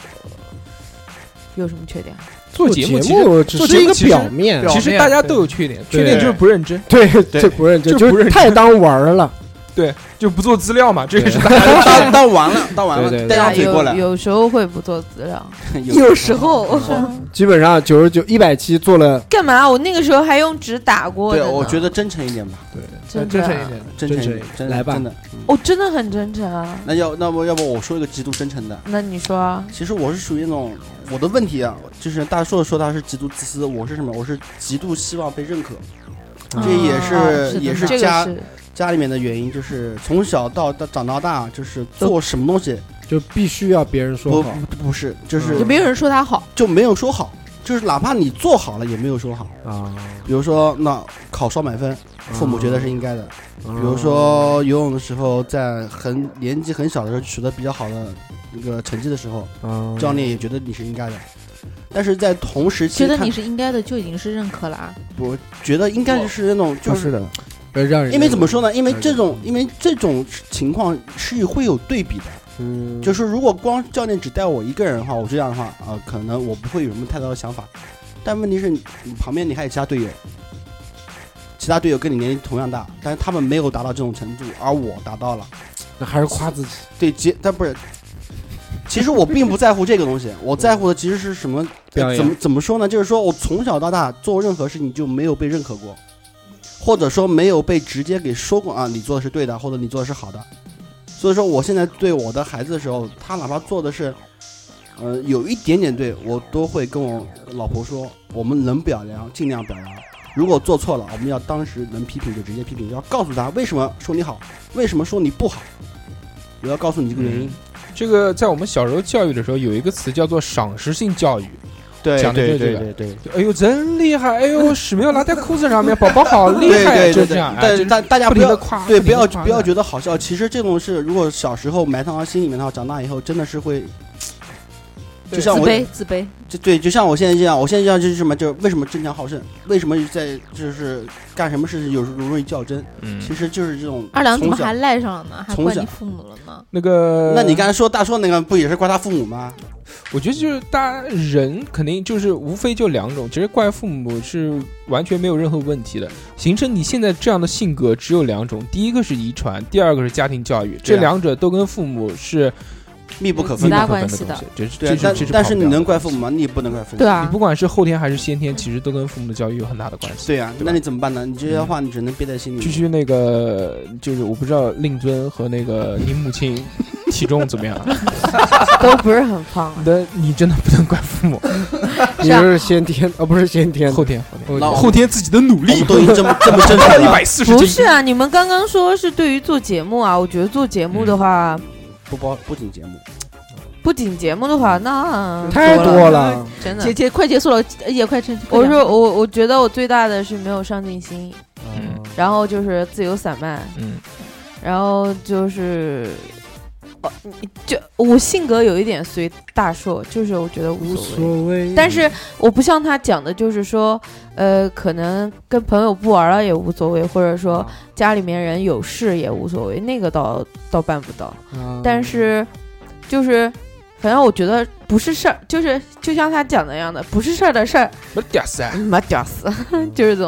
Speaker 7: 有什么缺点？
Speaker 1: 做节目其实
Speaker 2: 目只是一个表面，
Speaker 6: 表
Speaker 1: 其实大家都有缺点，
Speaker 2: 对
Speaker 1: 缺点就是不认真，
Speaker 2: 对，这不认真，就是
Speaker 1: 就不认真
Speaker 2: 太当玩儿了。
Speaker 1: 对，就不做资料嘛，这个是大
Speaker 4: 当
Speaker 1: 家
Speaker 4: 当当完了，当完了，
Speaker 2: 对对对
Speaker 4: 带上嘴过来，
Speaker 7: 有有时候会不做资料，
Speaker 4: 有
Speaker 7: 时候
Speaker 2: 基本上九十九一百期做了，
Speaker 7: 干嘛？我那个时候还用纸打过
Speaker 4: 对，
Speaker 7: 的呢。
Speaker 4: 我觉得真诚一点吧，
Speaker 2: 对，
Speaker 7: 真的
Speaker 6: 真诚一点。
Speaker 4: 真诚一点
Speaker 2: 真诚，
Speaker 4: 真
Speaker 2: 来吧
Speaker 4: 真的。嗯
Speaker 7: 我真的很真诚啊。
Speaker 4: 那要那么要不我说一个极度真诚的，
Speaker 7: 那你说啊，
Speaker 4: 其实我是属于那种我的问题啊，就是大硕说他是极度自私，我是什么？我是极度希望被认可，这也是
Speaker 7: 啊是的
Speaker 4: 也是
Speaker 7: 这个
Speaker 4: 家
Speaker 7: 是
Speaker 4: 家里面的原因，就是从小到到长到大，就是做什么东西
Speaker 2: 就必须要别人说
Speaker 4: 不
Speaker 2: 好。
Speaker 4: 不是，就是
Speaker 3: 就没有人说他好，
Speaker 4: 就没有说好，就是哪怕你做好了也没有说好。
Speaker 2: 啊，
Speaker 4: 比如说那考双满分，父母觉得是应该的；
Speaker 2: 比
Speaker 4: 比如说游泳的时候，在很年纪很小的时候取得比较好的那个成绩的时候，
Speaker 2: 啊，
Speaker 4: 教练也觉得你是应该的。但是在同时期看
Speaker 3: 觉得你是应该的就已经是认可了啊。
Speaker 4: 我觉得应该就是那种就是
Speaker 2: 的，让人
Speaker 4: 因为怎么说呢？因为
Speaker 2: 嗯
Speaker 4: 这种因为这种情况是会有对比的。
Speaker 2: 嗯，
Speaker 4: 就是如果光教练只带我一个人的话，我这样的话啊、呃，可能我不会有什么太多的想法。但问题是你旁边你还有其他队友，其他队友跟你年龄同样大，但是他们没有达到这种程度，而我达到了。
Speaker 2: 那还是夸自己。
Speaker 4: 对，结但不是。其实我并不在乎这个东西，我在乎的其实是什么？
Speaker 2: 表扬
Speaker 4: 怎么怎么说呢？就是说我从小到大做任何事情就没有被认可过，或者说没有被直接给说过啊，你做的是对的，或者你做的是好的。所以说，我现在对我的孩子的时候，他哪怕做的是，呃，有一点点对，我都会跟我老婆说，我们能表扬尽量表扬，如果做错了，我们要当时能批评就直接批评，要告诉他为什么说你好，为什么说你不好，我要告诉你这个原因。
Speaker 1: 这个在我们小时候教育的时候有一个词叫做赏识性教育，
Speaker 4: 对
Speaker 1: 讲的就是这个
Speaker 4: 对对对。
Speaker 1: 哎呦真厉害，哎呦屎没有拉在裤子上面，宝宝好厉害，
Speaker 4: 对对对
Speaker 1: 就这样，哎
Speaker 4: 但
Speaker 1: 就是
Speaker 4: 大大家不要
Speaker 1: 不停的夸，
Speaker 4: 对，不要
Speaker 1: 停地夸
Speaker 4: 不要觉得好笑。其实这种事，如果小时候埋藏到心里面的话，长大以后真的是会，就像我
Speaker 3: 自卑，自卑。
Speaker 4: 就对，就像我现在这样，我现在这样就是什么？就是为什么争强好胜？为什么在就是干什么事情有时候容易较真？
Speaker 1: 嗯，
Speaker 4: 其实就是这种
Speaker 3: 二两怎么
Speaker 4: 从小
Speaker 3: 还赖上了呢？还
Speaker 4: 从小
Speaker 3: 怪你父母了呢？
Speaker 1: 那个，
Speaker 4: 那你刚才说大硕那个不也是怪他父母吗？
Speaker 1: 我觉得就是大家人肯定就是无非就两种，其实怪父母是完全没有任何问题的。形成你现在这样的性格只有两种，第一个是遗传，第二个是家庭教育，这两者都跟父母是
Speaker 4: 密不可
Speaker 3: 很大
Speaker 4: 分的。
Speaker 3: 关系的
Speaker 1: 东西，这是
Speaker 4: 对啊，
Speaker 1: 这是这是
Speaker 4: 但但是你
Speaker 1: 跑不掉的
Speaker 4: 能怪父母吗？你也不能怪父母。
Speaker 3: 对啊
Speaker 1: 你不，管是后天还是先天，其实都跟父母的教育有很大的关系。
Speaker 4: 对呀、
Speaker 1: 对吧
Speaker 4: 那你怎么办呢？你这些话你只能憋在心里面。
Speaker 1: 居居那个就是我不知道令尊和那个你母亲体重怎么样，
Speaker 7: 都不是很胖啊。
Speaker 1: 那你真的不能怪父母，
Speaker 2: 你是先天啊，不是先天，
Speaker 1: 后天后天
Speaker 4: 那我
Speaker 1: 后天自己的努
Speaker 4: 我
Speaker 1: 力
Speaker 4: 们，都已经这么这么正常了
Speaker 1: 一百，四十斤，
Speaker 7: 不是啊，你们刚刚说是对于做节目啊，我觉得做节目的话，
Speaker 4: 不包不仅节目，
Speaker 7: 不仅节目的话，那
Speaker 2: 太多了。
Speaker 7: 真的
Speaker 3: 结。结快结束了，也快成。
Speaker 7: 我说我我觉得我最大的是没有上进心，
Speaker 1: 嗯
Speaker 7: 然后就是自由散漫，
Speaker 1: 嗯
Speaker 7: 然后就是，哦，你就我性格有一点随大硕，就是我觉得无
Speaker 2: 无
Speaker 7: 所谓。
Speaker 2: 所谓。
Speaker 7: 但是我不像他讲的，就是说，呃，可能跟朋友不玩了也无所谓，或者说家里面人有事也无所谓，那个倒倒办不到。
Speaker 2: 啊
Speaker 7: 但是，就是，反正我觉得不是事儿，就是就像他讲的一样的，不是事儿的事儿，
Speaker 1: 不屌丝啊，
Speaker 7: 妈屌丝，就是这种。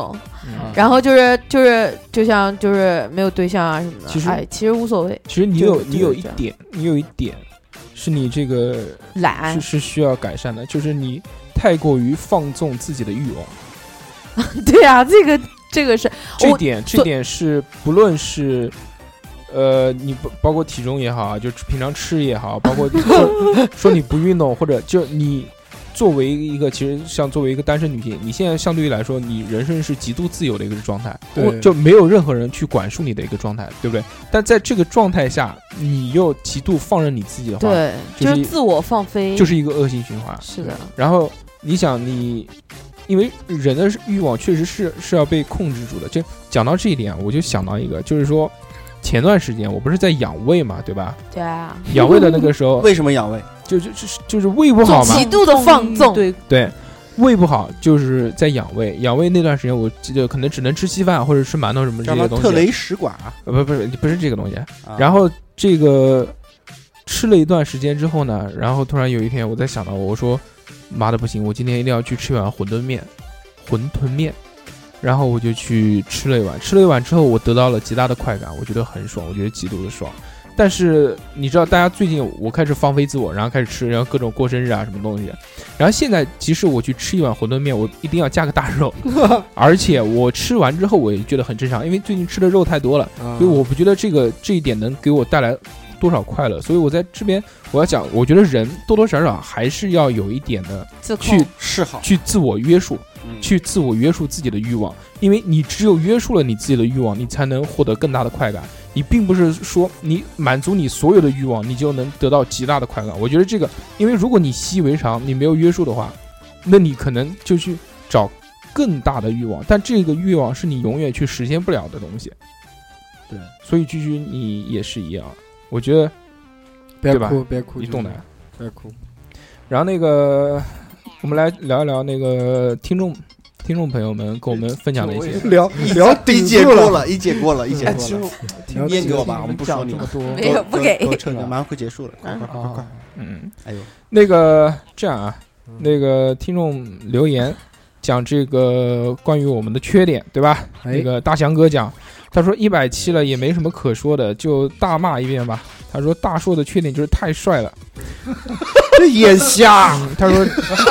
Speaker 7: 然后就是就是就像就是没有对象啊什么的，
Speaker 1: 其实
Speaker 7: 哎，其实无所谓。
Speaker 1: 其实你有
Speaker 7: 就
Speaker 1: 你有一
Speaker 7: 就这样
Speaker 1: 点，你有一点是你这个
Speaker 7: 懒
Speaker 1: 是是需要改善的，就是你太过于放纵自己的欲望。
Speaker 7: 对呀、啊，这个这个是我
Speaker 1: 这点这点是不论是。呃，你不包括体重也好，就平常吃也好，包括说说你不运动，或者就你作为一个，其实像作为一个单身女性，你现在相对于来说，你人生是极度自由的一个状态，
Speaker 2: 对
Speaker 1: 就没有任何人去管束你的一个状态，对不对？但在这个状态下，你又极度放任你自己的话，
Speaker 7: 对，
Speaker 1: 就是
Speaker 7: 就是自我放飞，
Speaker 1: 就是一个恶性循环。
Speaker 7: 是的。
Speaker 1: 然后你想你。因为人的欲望确实是是要被控制住的，就讲到这一点，我就想到一个，就是说，前段时间我不是在养胃嘛，对吧？
Speaker 7: 对啊，
Speaker 1: 养胃的那个时候，
Speaker 4: 为什么养胃？
Speaker 1: 就就就是就是胃不好嘛，
Speaker 7: 极度的放纵，
Speaker 3: 对
Speaker 1: 对，胃不好就是在养胃。养胃那段时间，我记得可能只能吃稀饭或者吃馒头什么这些东西。
Speaker 4: 特雷食管啊？
Speaker 1: 呃，不不是不是这个东西。
Speaker 4: 啊、
Speaker 1: 然后这个吃了一段时间之后呢，然后突然有一天我在想到，我说妈的不行，我今天一定要去吃一碗馄饨面。馄饨面，然后我就去吃了一碗，吃了一碗之后，我得到了极大的快感，我觉得很爽，我觉得极度的爽。但是你知道，大家最近我开始放飞自我，然后开始吃，然后各种过生日啊什么东西。然后现在，即使我去吃一碗馄饨面，我一定要加个大肉，而且我吃完之后我也觉得很正常，因为最近吃的肉太多了，所以我不觉得这个这一点能给我带来多少快乐。所以我在这边我要讲，我觉得人多多少少还是要有一点的去
Speaker 4: 示好，
Speaker 1: 去自我约束。去自我约束自己的欲望，因为你只有约束了你自己的欲望，你才能获得更大的快感。你并不是说你满足你所有的欲望，你就能得到极大的快感。我觉得这个，因为如果你习以为常，你没有约束的话，那你可能就去找更大的欲望，但这个欲望是你永远去实现不了的东西。对，所以居居你也是一样，我觉得，
Speaker 2: 别哭别哭，
Speaker 1: 你懂的，
Speaker 2: 别哭。
Speaker 1: 然后那个。我们来聊一聊那个听众，听众朋友们跟我们分享的一些
Speaker 2: 聊聊
Speaker 4: 一节过了，一节过了，一节过了。
Speaker 2: 念
Speaker 4: 给我吧，我们不说你
Speaker 6: 了。
Speaker 7: 没有不给，
Speaker 4: 马上会结束了，快快快快！
Speaker 1: 嗯，
Speaker 4: 哎呦，
Speaker 1: 那个这样啊，那个听众留言讲这个关于我们的缺点，对吧？那个大翔哥讲，他说一百期了也没什么可说的，就大骂一遍吧。他说大硕的缺点就是太帅了。
Speaker 2: 这眼瞎、
Speaker 1: 嗯，他说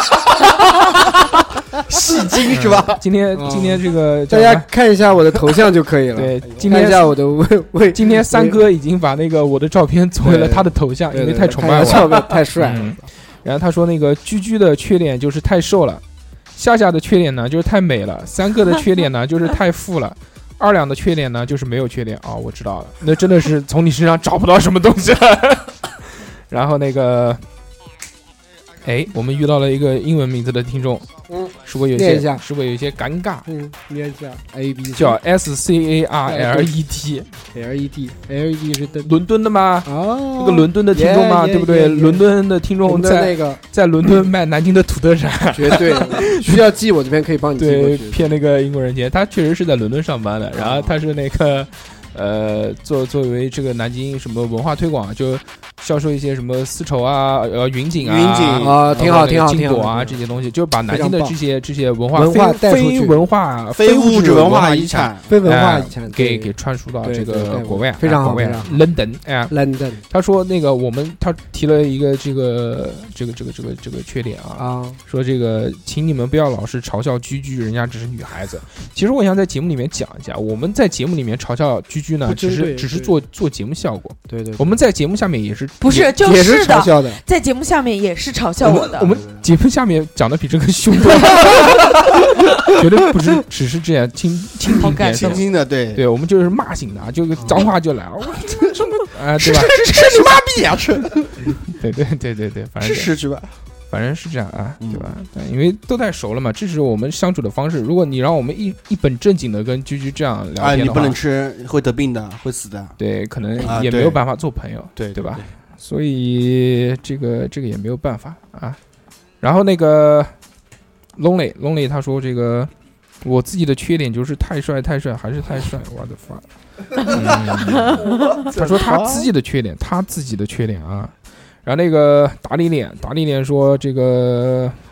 Speaker 4: 戏精是吧？
Speaker 1: 今天今天这个
Speaker 2: 大家看一下我的头像就可以了。
Speaker 1: 对，今天
Speaker 2: 看一下我的微，
Speaker 1: 今天三哥已经把那个我的照片作为了他的头像，因为太崇拜我
Speaker 2: 了，太帅了、
Speaker 1: 嗯。然后他说那个居居的缺点就是太瘦了，夏夏的缺点呢就是太美了，三哥的缺点呢就是太富了。二两的缺点呢，就是没有缺点啊、哦，我知道了，那真的是从你身上找不到什么东西了。然后那个，哎，我们遇到了一个英文名字的听众，
Speaker 2: 嗯，
Speaker 1: 是不是有些是不是有一些尴尬？
Speaker 2: 嗯，念一下 A B，
Speaker 1: 叫 S C A R L E T，L
Speaker 2: E T L E T 是
Speaker 1: 伦敦的吗？
Speaker 2: 哦，
Speaker 1: 一个伦敦的听众吗？
Speaker 2: yeah,
Speaker 1: 对不对？
Speaker 2: yeah, yeah,
Speaker 1: 伦敦的听众在
Speaker 2: 那个
Speaker 1: 在伦敦卖南京的土特产，
Speaker 2: 绝对需要寄我这边可以帮你寄过去。
Speaker 1: 对，骗那个英国人钱，他确实是在伦敦上班的，然后他是那个。呃，作作为这个南京什么文化推广，就销售一些什么丝绸啊、呃云锦啊、
Speaker 2: 云锦啊，挺好，挺好，
Speaker 1: 金果啊这些东西，就把南京的这些这些文化
Speaker 2: 文化带出
Speaker 1: 去，非文化、
Speaker 4: 非物质文
Speaker 1: 化
Speaker 4: 遗产、
Speaker 2: 非文化遗产
Speaker 1: 给给传输到这个国外，
Speaker 2: 非常好。
Speaker 1: 国外 London 哎
Speaker 2: ，London。
Speaker 1: 他说那个我们他提了一个这个这个这个这个这个缺点啊
Speaker 2: 啊，
Speaker 1: 说这个请你们不要老是嘲笑居居，人家只是女孩子。其实我想在节目里面讲一下，我们在节目里面嘲笑居居呢，只是。只是做做节目效果，
Speaker 2: 对 对, 对，
Speaker 1: 我们在节目下面也是
Speaker 7: 不是就
Speaker 2: 也是嘲笑的，
Speaker 7: 在节目下面也是嘲笑我的。
Speaker 1: 我们节目下面讲的比这个凶多，绝对不是只是这样蜻蜻蜓点水，
Speaker 4: 轻轻的，对
Speaker 1: 对，我们就是骂醒的，就脏话就来，我什么啊，对吧？
Speaker 4: 是你妈逼啊！是，
Speaker 1: 对对对对对，反正
Speaker 4: 是去吧。
Speaker 1: 反正是这样啊，对吧？对，因为都太熟了嘛，这是我们相处的方式。如果你让我们一一本正经的跟居居这样聊天的话，
Speaker 4: 啊，你不能吃，会得病的，会死的。
Speaker 1: 对，可能也没有办法做朋友，
Speaker 4: 对
Speaker 1: 对吧？所以这个这个也没有办法啊。然后那个 lonely lonely 他说这个我自己的缺点就是太帅太帅还是太帅，我的发。嗯、他说他自己的缺点，他自己的缺点啊。然后那个达里脸，达里脸说这个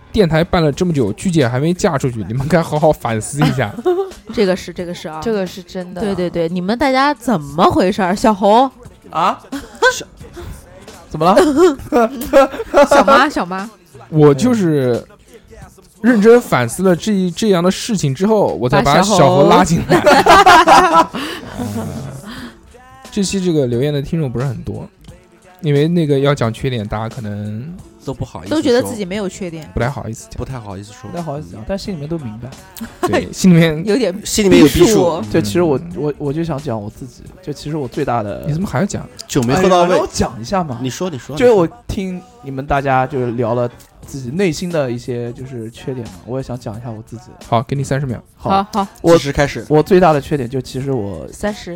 Speaker 1: 电台办了这么久，鞠姐还没嫁出去，你们该好好反思一下。
Speaker 3: 这个是这个是啊，
Speaker 7: 这个是真的。
Speaker 3: 对对对，你们大家怎么回事儿？小猴
Speaker 6: 啊，怎么了？
Speaker 3: 小妈小妈，
Speaker 1: 我就是认真反思了这这样的事情之后，我才把
Speaker 3: 把小猴
Speaker 1: 小猴拉进来。嗯这期这个留言的听众不是很多，因为那个要讲缺点，大家可能
Speaker 4: 都不好意思说，
Speaker 3: 都觉得自己没有缺点，
Speaker 1: 不太好意思讲，
Speaker 4: 不太好意思说
Speaker 6: 不，太好意思讲，但心里面都明白。
Speaker 1: 对，心里面
Speaker 3: 有点
Speaker 4: 心里面有逼数。
Speaker 6: 就其实我我我就想讲我自己，就其实我最大的，
Speaker 1: 你怎么还要讲？
Speaker 4: 酒没喝到位
Speaker 6: 哎让我，讲一下嘛。
Speaker 4: 你说你说，
Speaker 6: 就是我听你们大家就是聊了自己内心的一些就是缺点嘛，我也想讲一下我自己。
Speaker 1: 好，给你三十秒。
Speaker 3: 好好，
Speaker 6: 我
Speaker 4: 计时开始。
Speaker 6: 我最大的缺点就其实我
Speaker 7: 三十，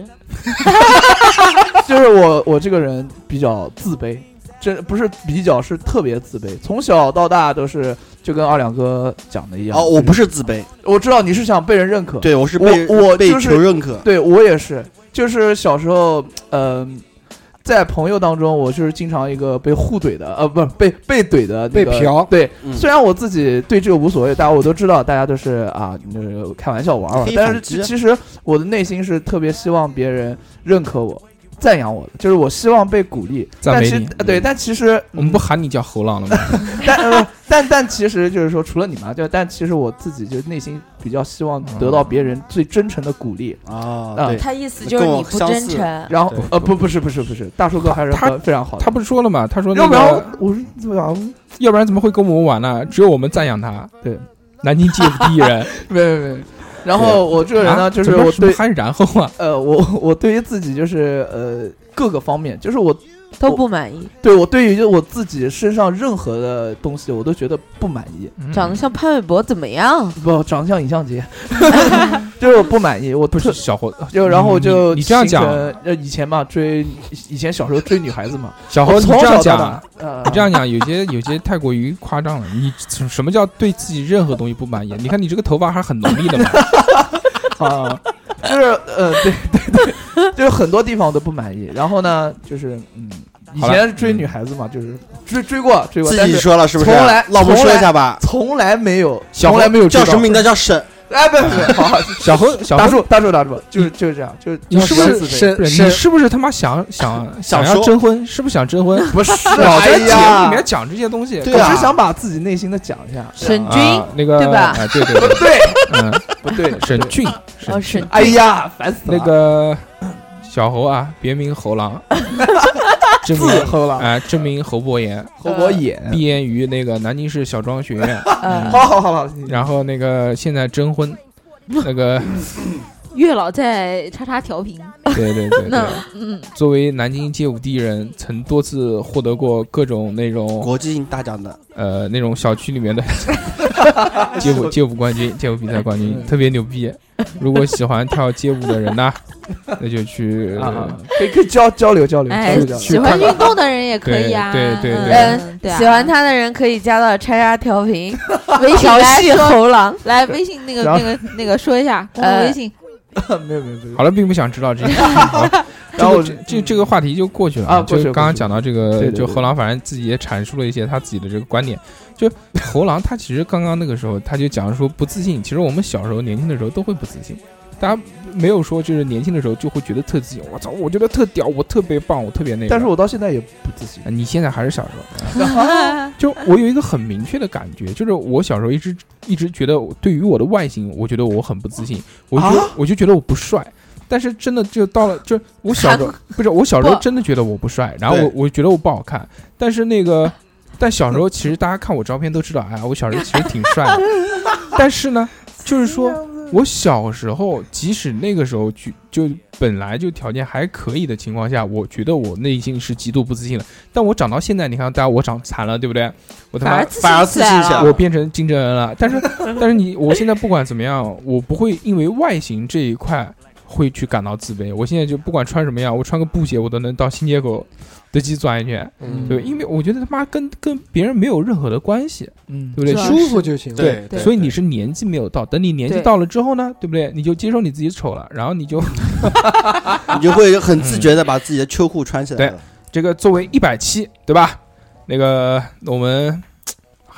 Speaker 6: 就是我我这个人比较自卑，这不是比较是特别自卑，从小到大都是就跟二两哥讲的一样。
Speaker 4: 哦，我不是自卑，
Speaker 6: 我知道你是想被人认可，
Speaker 4: 对我是被被
Speaker 6: 我我就是
Speaker 4: 求认可。
Speaker 6: 对我也是，就是小时候，嗯、在朋友当中，我就是经常一个被互怼的，呃，不是被被怼的、那个，
Speaker 2: 被嫖
Speaker 6: 对，
Speaker 4: 嗯
Speaker 6: 虽然我自己对这个无所谓，大家我都知道，大家都是啊，呃，开玩笑玩玩
Speaker 4: 可以，
Speaker 6: 但是
Speaker 4: 反击
Speaker 6: 其其实我的内心是特别希望别人认可我。赞扬我的，就是我希望被鼓励，但其
Speaker 1: 赞美你
Speaker 6: 呃对，但其实
Speaker 1: 我们不喊你叫猴狼了吗？
Speaker 6: 但呃但但其实就是说，除了你嘛，就但其实我自己就内心比较希望得到别人最真诚的鼓励。
Speaker 4: 啊，
Speaker 6: 啊
Speaker 4: 对，
Speaker 7: 他意思就是你不真诚。
Speaker 6: 然后
Speaker 1: 对
Speaker 6: 呃不不是不是不是，大叔哥还是
Speaker 1: 他
Speaker 6: 很非常好的。
Speaker 1: 他不是说了吗？他说、那个、
Speaker 6: 要不然我是怎么样？
Speaker 1: 要不然怎么会跟我们玩呢？只有我们赞扬他。
Speaker 6: 对，
Speaker 1: 南京街舞第一人。
Speaker 6: 没没没。然后我这个人呢，
Speaker 1: 啊
Speaker 6: 就是
Speaker 1: 怎么
Speaker 6: 我对
Speaker 1: 什么还然后啊，
Speaker 6: 呃我我对于自己就是呃各个方面，就是我
Speaker 7: 都不满意，
Speaker 6: 对我对于就我自己身上任何的东西，我都觉得不满意。
Speaker 1: 嗯
Speaker 7: 长得像潘玮柏怎么样？
Speaker 6: 不，长得像尹相杰，就是我不满意。我
Speaker 1: 不
Speaker 6: 特
Speaker 1: 是小伙，
Speaker 6: 就然后我就
Speaker 1: 你你这样讲
Speaker 6: 形成，呃，以前嘛追，以前小时候追女孩子嘛，
Speaker 1: 小侯你
Speaker 6: 从
Speaker 1: 这样讲
Speaker 6: 小到大，，呃，
Speaker 1: 你这样讲有些有些太过于夸张了。你什么叫对自己任何东西不满意？你看你这个头发还很浓密的嘛。
Speaker 6: 啊，就是呃，对对对，就是很多地方我都不满意。然后呢，就是嗯，以
Speaker 1: 好了
Speaker 6: 前追女孩子嘛，就是追追过追过，
Speaker 4: 自
Speaker 6: 但是
Speaker 4: 己说了是不是？
Speaker 6: 从来
Speaker 4: 老婆
Speaker 6: 从来
Speaker 4: 说一下吧。
Speaker 6: 从来没有，
Speaker 1: 小
Speaker 6: 从来没有追到
Speaker 4: 叫什么名字？叫沈。
Speaker 6: 哎，不不不，好好，
Speaker 1: 小侯小侯，
Speaker 6: 大叔大叔大叔，就是就是这样，就是
Speaker 1: 你是不是
Speaker 6: 自卑
Speaker 2: 是
Speaker 1: 不是你是不是他妈想想想要
Speaker 4: 说
Speaker 1: 征婚？是不是想征婚？
Speaker 6: 不是？
Speaker 1: 老在节目
Speaker 6: 哎呀
Speaker 1: 里面讲这些东西，
Speaker 4: 对啊
Speaker 6: 我是想把自己内心的讲一下。
Speaker 7: 沈君
Speaker 1: 啊那个
Speaker 7: 对吧
Speaker 1: 哎，对对对，
Speaker 6: 对，
Speaker 1: 嗯，
Speaker 6: 不对，
Speaker 1: 沈俊，
Speaker 7: 哦，沈
Speaker 6: 哎呀，烦死了。
Speaker 1: 那个小侯啊，别名猴狼，真名
Speaker 6: 自猴狼
Speaker 1: 哎，真名侯伯言，
Speaker 6: 侯伯眼，
Speaker 1: 毕业于那个南京市小庄学院，
Speaker 7: 呃
Speaker 6: 好好好好，
Speaker 1: 然后那个现在征婚，那个
Speaker 3: 月老在叉叉调频，
Speaker 1: 对对对对
Speaker 3: 那，嗯，
Speaker 1: 作为南京街舞第一人，曾多次获得过各种那种
Speaker 4: 国际性大奖的，
Speaker 1: 呃那种小区里面的街舞街舞冠军、街舞比赛冠军，特别牛逼。如果喜欢跳街舞的人呢，那就去
Speaker 6: 啊，可以可以交交流交流交
Speaker 3: 哎
Speaker 6: 流交，
Speaker 3: 喜
Speaker 6: 流。
Speaker 3: 欢运动的人也可以啊，
Speaker 1: 对对对
Speaker 7: 对
Speaker 3: 嗯对啊，
Speaker 7: 喜欢他的人可以加到叉叉调频，
Speaker 3: 微信
Speaker 7: 调戏
Speaker 3: 来说
Speaker 7: 猴狼。
Speaker 3: 来微信那个
Speaker 6: 然后
Speaker 3: 那个那个说一下公众
Speaker 7: 呃
Speaker 3: 微信，
Speaker 6: 没有没有没有
Speaker 1: 好。了，并不想知道这个。好
Speaker 6: 然后
Speaker 1: 这个这这个话题就过去了
Speaker 6: 啊过去了
Speaker 1: 就刚刚
Speaker 6: 过去了
Speaker 1: 讲到这个，
Speaker 6: 对对对
Speaker 1: 就猴狼，反正自己也阐述了一些他自己的这个观点。就猴狼他其实刚刚那个时候他就讲说不自信，其实我们小时候年轻的时候都会不自信，大家没有说就是年轻的时候就会觉得特自信，我操，我觉得特屌，我特别棒，我特别那个。
Speaker 6: 但是我到现在也不自信。
Speaker 1: 啊你现在还是小时候，就我有一个很明确的感觉，就是我小时候一直一直觉得对于我的外形，我觉得我很不自信，我就觉得、
Speaker 6: 啊
Speaker 1: 我就觉得我不帅。但是真的就到了，就我小时候不是我小时候
Speaker 3: 不
Speaker 1: 真的觉得我不帅，然后我
Speaker 4: 对
Speaker 1: 我觉得我不好看。但是那个，但小时候其实大家看我照片都知道，哎，我小时候其实挺帅的。但是呢，就是说我小时候，即使那个时候就就本来就条件还可以的情况下，我觉得我内心是极度不自信的。但我长到现在，你看，大家我长残了，对不对？我他妈
Speaker 3: 反而自
Speaker 4: 反而自信起来了
Speaker 1: 我变成金正恩了。但是但是你，我现在不管怎么样，我不会因为外形这一块会去感到自卑。我现在就不管穿什么样，我穿个布鞋我都能到新街口德基转一圈，
Speaker 2: 嗯
Speaker 1: 对，因为我觉得他妈跟跟别人没有任何的关系，
Speaker 6: 嗯
Speaker 1: 对不对？
Speaker 3: 是啊
Speaker 2: 舒服就行。
Speaker 4: 对
Speaker 3: 对
Speaker 1: 所以你是年纪没有到，等你年纪
Speaker 3: 对
Speaker 1: 到了之后呢，对不对？你就接受你自己丑了，然后你就
Speaker 4: 你就会很自觉的把自己的秋裤穿起来了。
Speaker 1: 这个作为一百期，对吧？那个我们还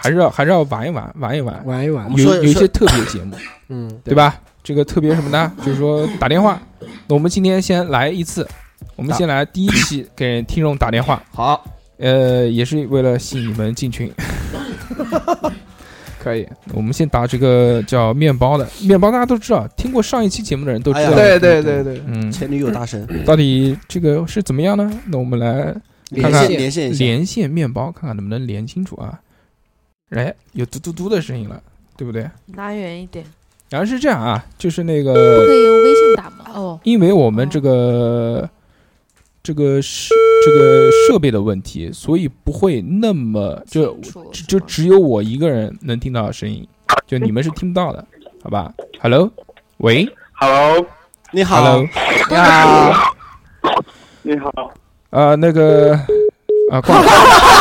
Speaker 1: 还是要还是要玩一玩，玩一玩，
Speaker 2: 玩一玩
Speaker 4: 我，们说
Speaker 1: 有有一些特别节目，
Speaker 2: 嗯，
Speaker 1: 对吧？这个特别什么呢？就是说打电话。那我们今天先来一次，我们先来第一期给听众打电话，
Speaker 6: 好，
Speaker 1: 呃，也是为了吸引你们进群。
Speaker 6: 可以，
Speaker 1: 我们先打这个叫面包的面包，大家都知道，听过上一期节目的人都知道。
Speaker 4: 哎呀
Speaker 6: 对对对对，
Speaker 1: 嗯，
Speaker 4: 前女友大神，
Speaker 1: 到底这个是怎么样呢？那我们来看
Speaker 4: 连
Speaker 1: 看
Speaker 4: 线连线一下，
Speaker 1: 连线面包，看看能不能连清楚啊？哎，有嘟嘟嘟的声音了，对不对？
Speaker 7: 拿远一点。
Speaker 1: 然后是这样啊，就是那
Speaker 3: 不可
Speaker 1: 个，
Speaker 3: 以用微信打吗？
Speaker 7: 哦，
Speaker 1: 因为我们这个这个是这个设备的问题，所以不会那么就
Speaker 3: 清楚
Speaker 1: 只就只有我一个人能听到声音，就你们是听不到的，好吧 ？Hello， 喂
Speaker 8: Hello，
Speaker 4: 你好
Speaker 1: ，Hello，
Speaker 6: 你好，
Speaker 8: 你好，
Speaker 1: 呃，那个啊，挂了。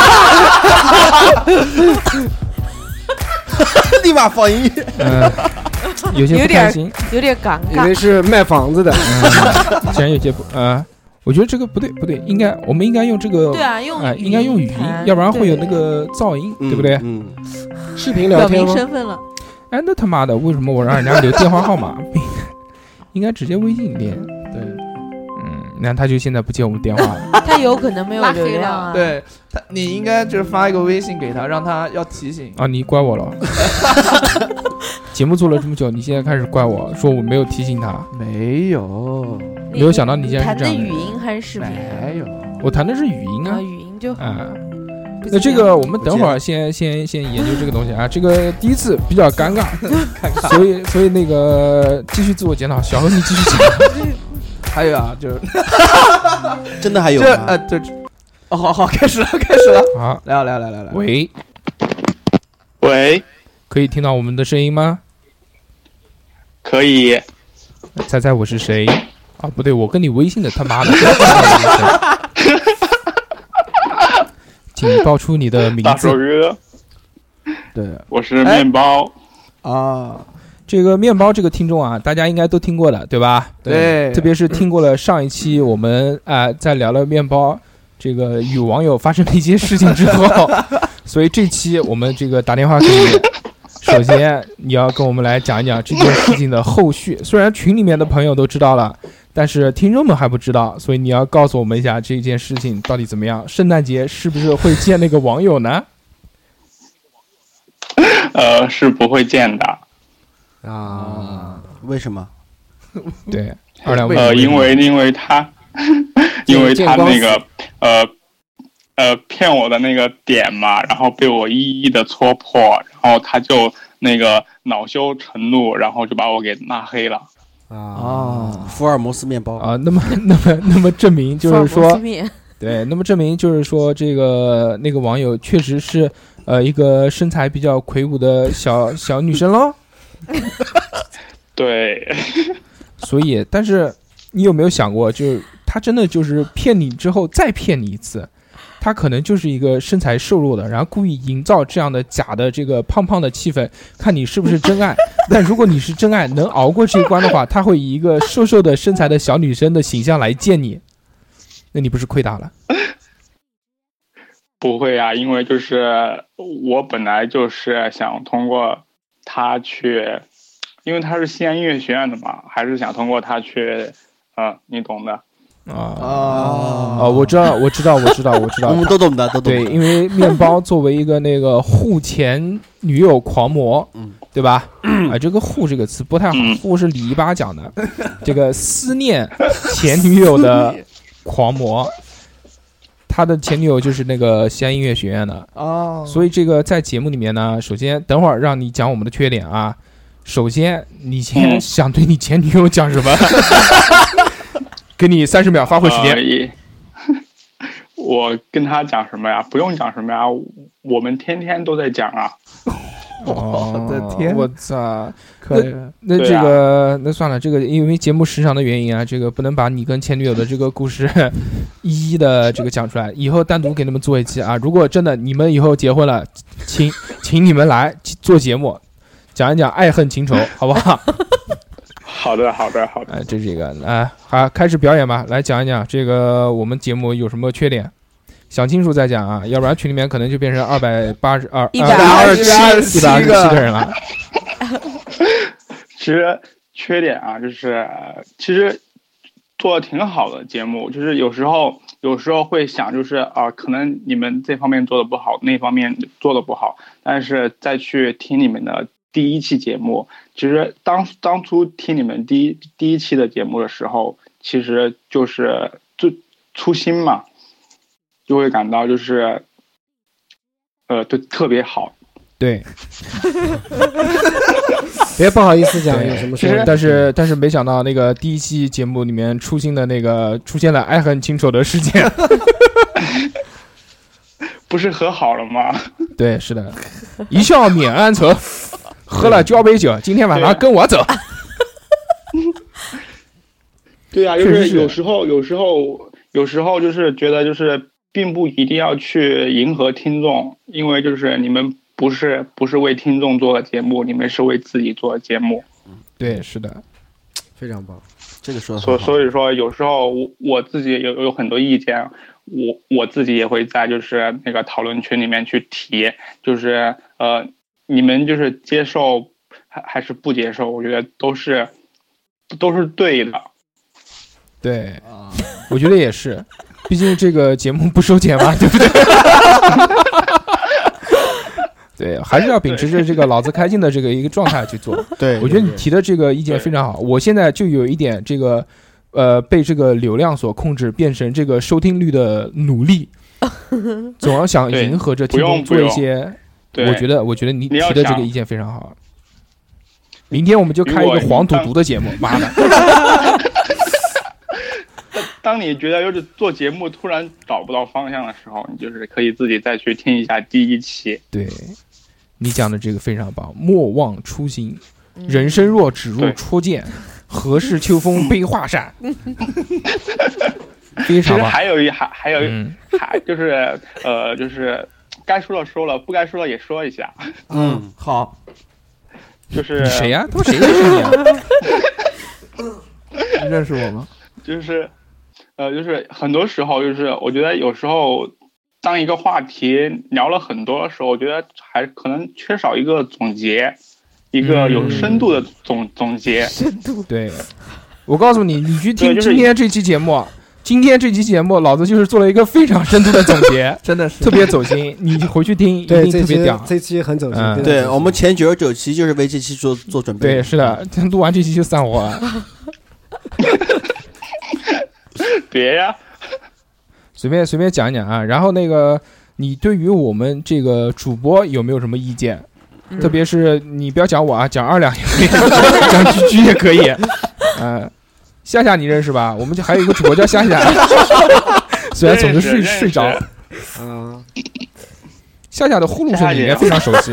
Speaker 4: 立马放音乐。
Speaker 1: 嗯，有些不开心，
Speaker 7: 有点尴尬
Speaker 2: 以为。是卖房子的，
Speaker 1: 嗯，竟然有些不呃，我觉得这个不对不对，应该我们应该用这个
Speaker 7: 对啊，用
Speaker 1: 啊，
Speaker 7: 语
Speaker 1: 应该用语音，
Speaker 7: 谈
Speaker 1: 要不然会有那个噪音，对不对？
Speaker 4: 嗯，
Speaker 2: 视频聊
Speaker 3: 表
Speaker 2: 天吗？
Speaker 3: 明身份了，
Speaker 1: 哎，那他妈的，为什么我让人家留电话号码？应该直接微信连。
Speaker 6: 对
Speaker 1: 嗯，那他就现在不接我们电话了。
Speaker 7: 他有可能没有
Speaker 3: 拉黑了
Speaker 7: 流量啊。，
Speaker 6: 对他，你应该就是发一个微信给他，让他要提醒。
Speaker 1: 啊，你怪我了。节目做了这么久，你现在开始怪我说我没有提醒他。
Speaker 6: 没有，
Speaker 1: 没有想到你现在是
Speaker 7: 谈的
Speaker 1: 这样的
Speaker 7: 语音还是视频？
Speaker 6: 没有，
Speaker 1: 我谈的是语音啊
Speaker 7: 啊，。语音就好。
Speaker 1: 啊，
Speaker 7: 不
Speaker 1: 那这
Speaker 7: 一样
Speaker 1: 个我们等会儿先先先研究这个东西啊。这个第一次比较尴尬，所以所以那个继续自我检讨，小何你继续讲。
Speaker 6: 还有啊，就是
Speaker 4: 真的还有吗
Speaker 6: 这呃，这哦，好好，开始了，开始了，
Speaker 1: 好，
Speaker 6: 来来来来来，
Speaker 1: 喂，
Speaker 8: 喂，
Speaker 1: 可以听到我们的声音吗？
Speaker 8: 可以，
Speaker 1: 猜猜我是谁？啊，不对，我跟你微信的他妈的。请报出你的名
Speaker 8: 大手
Speaker 1: 字。
Speaker 8: 哥，
Speaker 6: 对
Speaker 8: 我是面包，
Speaker 6: 啊，
Speaker 1: 这个面包这个听众啊，大家应该都听过的，对吧？
Speaker 6: 对，
Speaker 1: 特别是听过了上一期我们啊、呃在聊了面包这个与网友发生的一些事情之后，所以这期我们这个打电话给你，首先你要跟我们来讲一讲这件事情的后续。虽然群里面的朋友都知道了，但是听众们还不知道，所以你要告诉我们一下这件事情到底怎么样。圣诞节是不是会见那个网友呢？
Speaker 8: 呃，是不会见的，
Speaker 2: 啊，
Speaker 4: 为什么？
Speaker 1: 对，二两
Speaker 8: 呃，因为因为他，因为他那个呃呃骗我的那个点嘛，然后被我一一的戳破，然后他就那个恼羞成怒，然后就把我给拉黑了。
Speaker 2: 啊，
Speaker 6: 啊，
Speaker 4: 福尔摩斯面包
Speaker 1: 啊，那么那么那么证明就是说
Speaker 7: 福尔摩斯，面
Speaker 1: 对，那么证明就是说，这个那个网友确实是呃一个身材比较魁梧的小小女生喽。
Speaker 8: 对，
Speaker 1: 所以，但是你有没有想过，就是他真的就是骗你之后再骗你一次，他可能就是一个身材瘦弱的，然后故意营造这样的假的这个胖胖的气氛，看你是不是真爱。但如果你是真爱，能熬过这一关的话，他会以一个瘦瘦的身材的小女生的形象来见你，那你不是亏大了？
Speaker 8: 不会啊，因为就是我本来就是想通过他去，因为他是西安音乐学院的嘛，还是想通过他去，呃，你懂的。
Speaker 1: 啊
Speaker 6: 啊
Speaker 1: 啊！我知道，我知道，我知道，我知道
Speaker 4: 我。们都懂的，都懂
Speaker 1: 对，
Speaker 4: 的。
Speaker 1: 因为面包作为一个那个护前女友狂魔，
Speaker 4: 嗯，
Speaker 1: 对吧？啊，这个护这个词不太好，
Speaker 8: 嗯
Speaker 1: 护是李一吧讲的，这个思念前女友的狂魔，他的前女友就是那个西安音乐学院的，
Speaker 6: 哦，
Speaker 1: 所以这个在节目里面呢，首先等会儿让你讲我们的缺点啊，首先你先
Speaker 8: 嗯
Speaker 1: 想对你前女友讲什么？给你三十秒发挥时间
Speaker 8: 呃。也我跟他讲什么呀？不用讲什么呀，我们天天都在讲啊。
Speaker 6: 我的天
Speaker 1: 我操！
Speaker 6: 可以，
Speaker 1: 那这
Speaker 8: 对啊
Speaker 1: 个那算了，这个因为节目时长的原因啊，这个不能把你跟前女友的这个故事一一的这个讲出来，以后单独给你们做一期啊。如果真的你们以后结婚了，请请你们来做节目，讲一讲爱恨情仇，好不好？
Speaker 8: 好的，好的，好的。
Speaker 1: 哎，这是一个，哎，好，开始表演吧，来讲一讲这个我们节目有什么缺点。 想清楚再讲啊，要不然群里面可能就变成二百八十二、
Speaker 7: 一百二十
Speaker 1: 一百二十七个人了。
Speaker 8: 其实缺点啊，就是其实做的挺好的节目，就是有时候有时候会想，就是啊、呃，可能你们这方面做的不好，那方面做的不好，但是再去听你们的第一期节目，其实当当初听你们第一第一期的节目的时候，其实就是最初心嘛，就会感到就是呃，对，特别好。
Speaker 1: 对，
Speaker 2: 别不好意思讲，有什么事？
Speaker 1: 但是但是没想到那个第一期节目里面出现的那个出现了爱恨情仇的事件，
Speaker 8: 不是和好了吗？
Speaker 1: 对，是的，一笑泯恩仇，喝了交杯酒，今天晚上跟我走。
Speaker 8: 对啊，就是有时候有时候有时候就是觉得就是并不一定要去迎合听众，因为就是你们。不是不是为听众做的节目，你们是为自己做的节目。
Speaker 1: 对，是的，
Speaker 2: 非常棒。
Speaker 4: 这个说
Speaker 8: 所所以说，有时候我我自己有有很多意见，我我自己也会在就是那个讨论群里面去提，就是呃，你们就是接受还还是不接受，我觉得都是都是对的。
Speaker 1: 对，我觉得也是，毕竟这个节目不收钱嘛，对不对？对，还是要秉持着这个老子开心的这个一个状态去做。
Speaker 4: 对，
Speaker 1: 我觉得你提的这个意见非常好。我现在就有一点这个，呃，被这个流量所控制，变成这个收听率的奴隶，总要想迎合着听众做一些。我觉得，我觉得你提的这个意见非常好。明天我们就开一个黄赌毒的节目，妈的！
Speaker 8: 当你觉得就是做节目突然找不到方向的时候，你就是可以自己再去听一下第一期。
Speaker 1: 对，你讲的这个非常棒，莫忘初心，人生若只如初见，何事秋风悲画扇。非常棒。其实
Speaker 8: 还有一还还有、嗯、还就是呃就是该说的说了，不该说的也说一下。
Speaker 4: 嗯，好。
Speaker 8: 就是
Speaker 1: 你谁呀、啊？他说谁认识你啊？
Speaker 6: 你认识我吗？
Speaker 8: 就是。呃，就是很多时候，就是我觉得有时候，当一个话题聊了很多的时候，我觉得还可能缺少一个总结，一个有深度的总、嗯、总结。
Speaker 7: 深度。
Speaker 1: 对，我告诉你，你去听今天这期节目，就是、今天这期节目，老子就是做了一个非常深度的总结，
Speaker 6: 真的是
Speaker 1: 特别走心。你回去听，一定特别屌。
Speaker 2: 这期很走心。嗯、
Speaker 4: 对我们前九十九期就是为这期做做准备。
Speaker 1: 对，是的，录完这期就散伙了。
Speaker 8: 别呀，
Speaker 1: 随便随便讲一讲啊。然后那个，你对于我们这个主播有没有什么意见？嗯、特别是你不要讲我啊，讲二两也可以，讲居居也可以。嗯、呃，夏夏你认识吧？我们就还有一个主播叫夏夏，虽然总是睡睡着。嗯，夏夏的呼噜声你应该非常熟悉。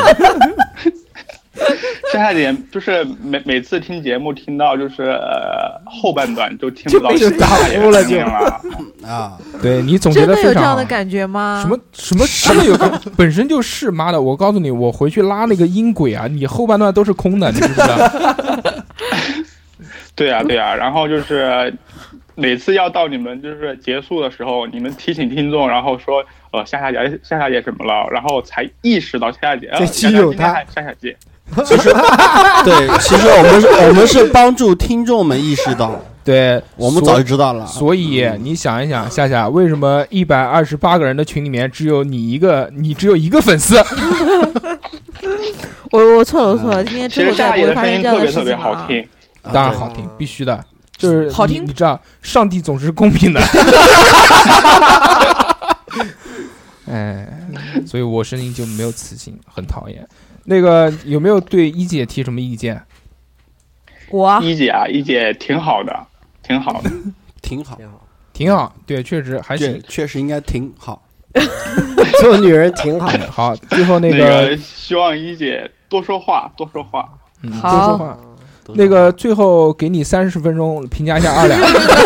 Speaker 8: 夏夏姐就是每每次听节目听到就是呃后半段就听不到
Speaker 2: 就打呼了就
Speaker 1: 啊，对你总结的非常好。
Speaker 3: 真的有这样的感觉吗？
Speaker 1: 什么什么真的有个本身就是妈的，我告诉你，我回去拉那个音轨啊，你后半段都是空的，你知不知道？
Speaker 8: 对啊对啊，然后就是每次要到你们就是结束的时候，你们提醒听众，然后说呃夏夏姐夏夏姐什么了，然后才意识到夏夏姐
Speaker 2: 这期有他
Speaker 8: 夏夏姐。
Speaker 4: 其实，对，其实我们是，我们是帮助听众们意识到，
Speaker 1: 对
Speaker 4: 我们早就知道了。
Speaker 1: 所以你想一想，夏夏，为什么一百二十八个人的群里面只有你一个，你只有一个粉丝？
Speaker 3: 我我错了，我错了，今天之后再不会发生这样的事情了。
Speaker 8: 特别好听，
Speaker 1: 当然好听，必须的，就是
Speaker 3: 好听。
Speaker 1: 你知道，上帝总是公平的。哎，所以我声音就没有磁性，很讨厌。那个有没有对一姐提什么意见？
Speaker 7: 我
Speaker 8: 一姐啊，一姐挺好的，挺好的，
Speaker 4: 挺好，
Speaker 1: 挺好。对，确实还行，
Speaker 4: 确实应该挺好。
Speaker 2: 做女人挺好的。
Speaker 1: 好，最后那个，
Speaker 8: 那个希望一姐多说话，多说话，
Speaker 1: 嗯，多说话。那个最后给你三十分钟评价一下二两。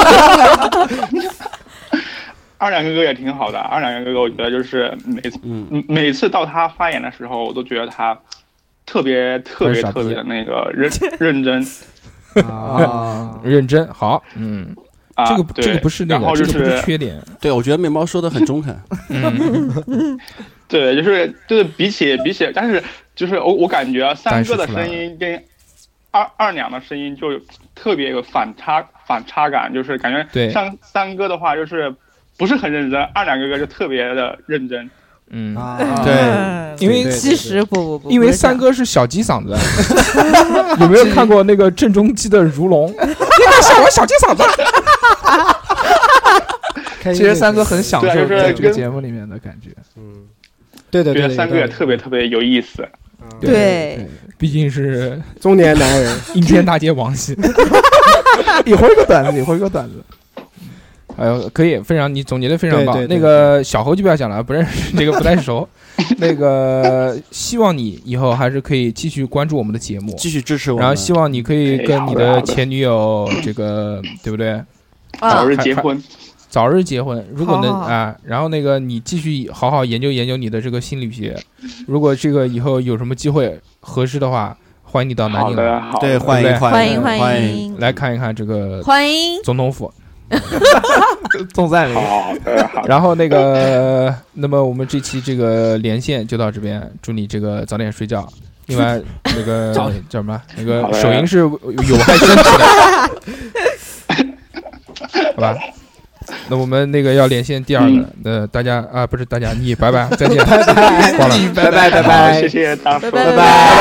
Speaker 8: 二两哥哥也挺好的，二两哥哥我觉得就是每次、嗯、每次到他发言的时候，我都觉得他特别特别特别的那个认认真
Speaker 1: 啊，认真好，嗯，
Speaker 8: 啊，
Speaker 1: 这个这个不是那个，这个不是缺点。
Speaker 4: 对，我觉得面包说的很中肯。
Speaker 1: 嗯，
Speaker 8: 对，就是就是比起比起，但是就是我我感觉啊，三哥的声音跟二二两的声音就特别有反差反差感，就是感觉像三哥的话就是不是很认真，二两哥哥就特别的认真。
Speaker 1: 嗯，
Speaker 4: 啊、对，
Speaker 1: 因为
Speaker 7: 其实不不不，
Speaker 1: 因为三哥是小鸡嗓子，有没有看过那个郑中基的《如龙》？你看像我小鸡嗓子。
Speaker 6: 其实三哥很享受在这个节目里面的感觉。
Speaker 2: 嗯，对的对的，
Speaker 8: 三哥也特别特别有意思。
Speaker 7: 对，
Speaker 1: 毕竟是
Speaker 2: 中年男人，
Speaker 1: 阴天大街王系。
Speaker 6: 一会儿一个段子，一会儿一个段子。
Speaker 1: 哎呦，可以，非常你总结的非常棒。
Speaker 2: 对对对
Speaker 1: 那个小侯就不要讲了，不认识，这个不太熟。那个希望你以后还是可以继续关注我们的节目，
Speaker 4: 继续支持我们。
Speaker 1: 然后希望你可以跟你的前女友这个对不对？
Speaker 8: 早日结婚，
Speaker 1: 早日结婚。如果能啊，然后那个你继续好好研究研究你的这个心理学。如果这个以后有什么机会合适的话，欢迎你到南京来。
Speaker 4: 对，欢迎
Speaker 7: 欢迎
Speaker 4: 欢
Speaker 7: 迎
Speaker 1: 来看一看这个
Speaker 7: 欢迎
Speaker 1: 总统府。
Speaker 6: 总在
Speaker 8: 好的好的。
Speaker 1: 然后那个，那么我们这期这个连线就到这边，祝你这个早点睡觉。另外，那个叫什么？那个手淫是有害身体的，好吧？那我们那个要连线第二个，那大家啊，不是大家，你拜拜，再见，
Speaker 2: 拜拜，
Speaker 1: 挂了，
Speaker 2: 拜拜拜拜，
Speaker 8: 谢谢大叔，
Speaker 7: 拜拜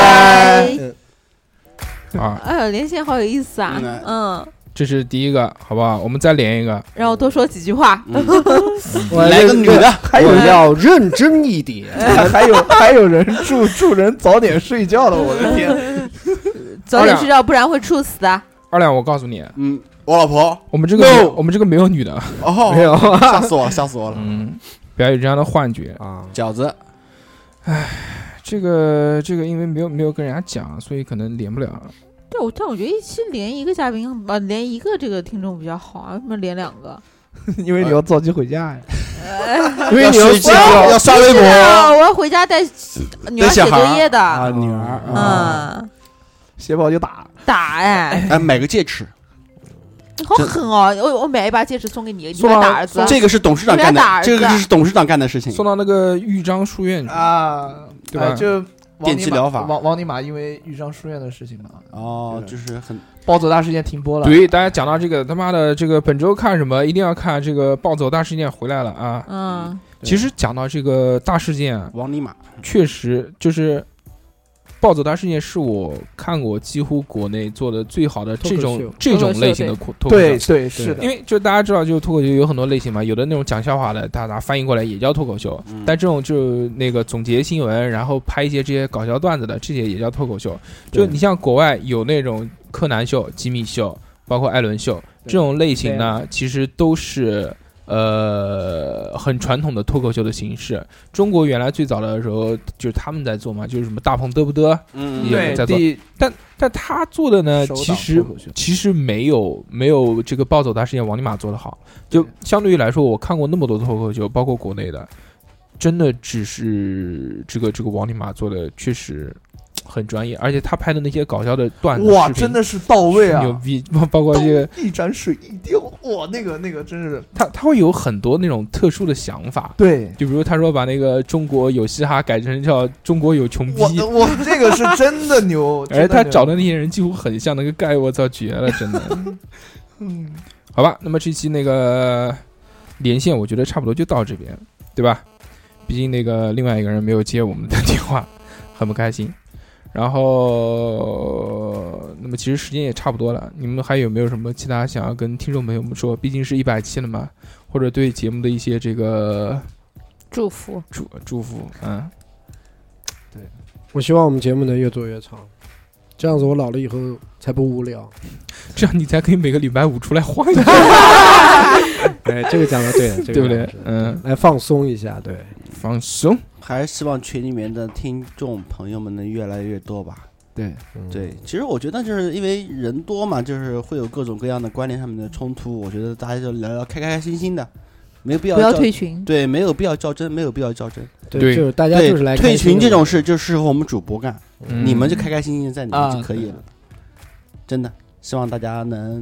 Speaker 2: 拜。
Speaker 1: 啊，
Speaker 3: 哎呦，连线好有意思啊，嗯。
Speaker 1: 这是第一个，好不好？我们再连一个，
Speaker 3: 让我多说几句话。
Speaker 2: 我
Speaker 4: 来个女的，
Speaker 2: 还有要认真一点。
Speaker 6: 还有还有人祝祝人早点睡觉了，我的天！
Speaker 3: 早点睡觉，不然会猝死的。
Speaker 1: 二两，我告诉你，
Speaker 4: 嗯，我老婆，
Speaker 1: 我们这个
Speaker 4: no!
Speaker 1: 我们这个没有女的，
Speaker 4: 哦，
Speaker 2: 没有，
Speaker 4: 吓死我了，吓死我了。
Speaker 1: 嗯，不要有这样的幻觉
Speaker 2: 啊。
Speaker 4: 饺子，
Speaker 1: 唉，这个这个因为没有没有跟人家讲，所以可能连不了。
Speaker 3: 对，我但我觉得一期连一个嘉宾啊，连一个这个听众比较好啊，为什么连两个？
Speaker 6: 因为你要着急回家呀，
Speaker 2: 因为你要
Speaker 4: 睡觉，要刷微博，
Speaker 3: 我要回家带女儿写作业的
Speaker 4: 啊，女儿，
Speaker 3: 嗯，
Speaker 6: 写不好就打
Speaker 3: 打哎，
Speaker 4: 哎，买个戒尺，
Speaker 3: 好狠哦！我我买一把戒尺送给你，你
Speaker 1: 送
Speaker 3: 来打儿子。
Speaker 4: 这个是董事长干的，这个是董事长干的事情，
Speaker 1: 送到那个豫章书院
Speaker 6: 啊，
Speaker 1: 对吧？
Speaker 6: 就。
Speaker 4: 电击疗法，
Speaker 6: 王王尼玛因为豫章书院的事情嘛，
Speaker 4: 哦，就是很
Speaker 6: 暴走大事件停播了。
Speaker 1: 对，大家讲到这个他妈的这个本周看什么，一定要看这个暴走大事件回来了啊！
Speaker 3: 嗯，
Speaker 1: 其实讲到这个大事件，
Speaker 4: 王尼玛
Speaker 1: 确实就是暴走大事件是我看过几乎国内做的最好的这种这种类型的脱口秀。
Speaker 6: 对对是的，
Speaker 1: 因为就大家知道，就脱口秀有很多类型嘛，有的那种讲笑话的，大家翻译过来也叫脱口秀，
Speaker 4: 嗯、
Speaker 1: 但这种就那个总结新闻，然后拍一些这些搞笑段子的，这些也叫脱口秀。就你像国外有那种柯南秀、吉米秀，包括艾伦秀这种类型呢，其实都是。呃，很传统的脱口秀的形式。中国原来最早的时候就是他们在做嘛，就是什么大鹏嘚不嘚，
Speaker 4: 嗯，
Speaker 1: 也在做。但但他做的呢，其实其实没有没有这个暴走大事件王尼玛做的好。就相对于来说，我看过那么多脱口秀，包括国内的，真的只是这个这个王尼玛做的确实。很专业，而且他拍的那些搞笑的段子，
Speaker 6: 哇，真的是到位啊！
Speaker 1: 牛逼，包括这个
Speaker 6: 一盏水一滴，哇，那个那个真是，
Speaker 1: 他他会有很多那种特殊的想法，
Speaker 6: 对，
Speaker 1: 就比如他说把那个中国有嘻哈改成叫中国有穷逼，
Speaker 6: 我我这个是真的牛，
Speaker 1: 而且他找的那些人几乎很像那个盖，我操，绝了，真的。嗯，好吧，那么这期那个连线，我觉得差不多就到这边，对吧？毕竟那个另外一个人没有接我们的电话，很不开心。然后，那么其实时间也差不多了，你们还有没有什么其他想要跟听众朋友们说？毕竟是一百期了嘛，或者对节目的一些这个
Speaker 3: 祝福、
Speaker 1: 祝祝福，嗯，
Speaker 2: 对，我希望我们节目能越做越长，这样子我老了以后才不无聊，
Speaker 1: 这样你才可以每个礼拜五出来晃一下。
Speaker 2: 哎，这个讲的对的，这个、
Speaker 1: 对不对？嗯，
Speaker 2: 来放松一下，对，
Speaker 1: 放松。
Speaker 4: 还是希望群里面的听众朋友们能越来越多吧。
Speaker 6: 对，
Speaker 2: 嗯、
Speaker 4: 对，其实我觉得就是因为人多嘛，就是会有各种各样的观念上面的冲突。我觉得大家就聊聊开开心心的，没有必要
Speaker 3: 不要退群。
Speaker 4: 对，没有必要较真，没有必要较真。
Speaker 2: 对，对就是大家就是来
Speaker 4: 退群这种事，就适合我们主播干，
Speaker 1: 嗯、
Speaker 4: 你们就开开心心在里面就可以了。
Speaker 6: 啊、
Speaker 4: 真的，希望大家能多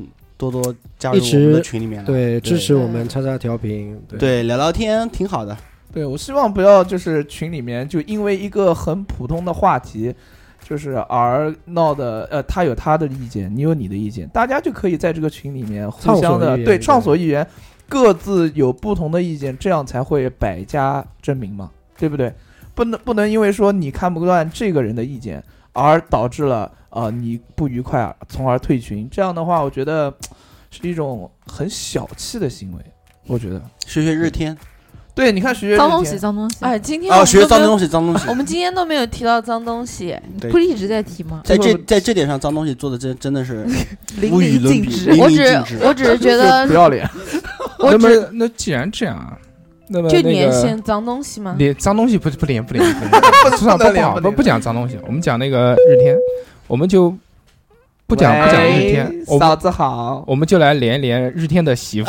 Speaker 4: 多多加入
Speaker 2: 一直
Speaker 4: 我们的群里面来，
Speaker 2: 对，支持我们叉叉调频，对，
Speaker 4: 对，聊聊天挺好的。
Speaker 6: 对，我希望不要就是群里面就因为一个很普通的话题，就是而闹的，呃，他有他的意见，你有你的意见，大家就可以在这个群里面互相的对畅所欲言，各自有不同的意见，这样才会百家争鸣嘛，对不对？不能不能因为说你看不惯这个人的意见，而导致了呃你不愉快，从而退群，这样的话，我觉得是一种很小气的行为，我觉得。
Speaker 4: 学学日天。
Speaker 6: 对，你看学学
Speaker 3: 脏东西，脏东西。
Speaker 7: 哎，今天
Speaker 4: 哦，学脏东西，脏东西。
Speaker 7: 我们今天都没有提到脏东西，
Speaker 3: 不是一直在提吗？
Speaker 4: 在这在这点上，脏东西做的真真的是无与伦比。
Speaker 7: 我只我只是觉得
Speaker 6: 不要脸。
Speaker 1: 那么那既然这样啊，那么
Speaker 7: 就连线脏东西吗？
Speaker 1: 连脏东西不不连不连不连，不不不好不不讲脏东西，我们讲那个日天，我们就。不讲不讲日天，
Speaker 6: 嫂子好，
Speaker 1: 我们就来连一连日天的媳妇。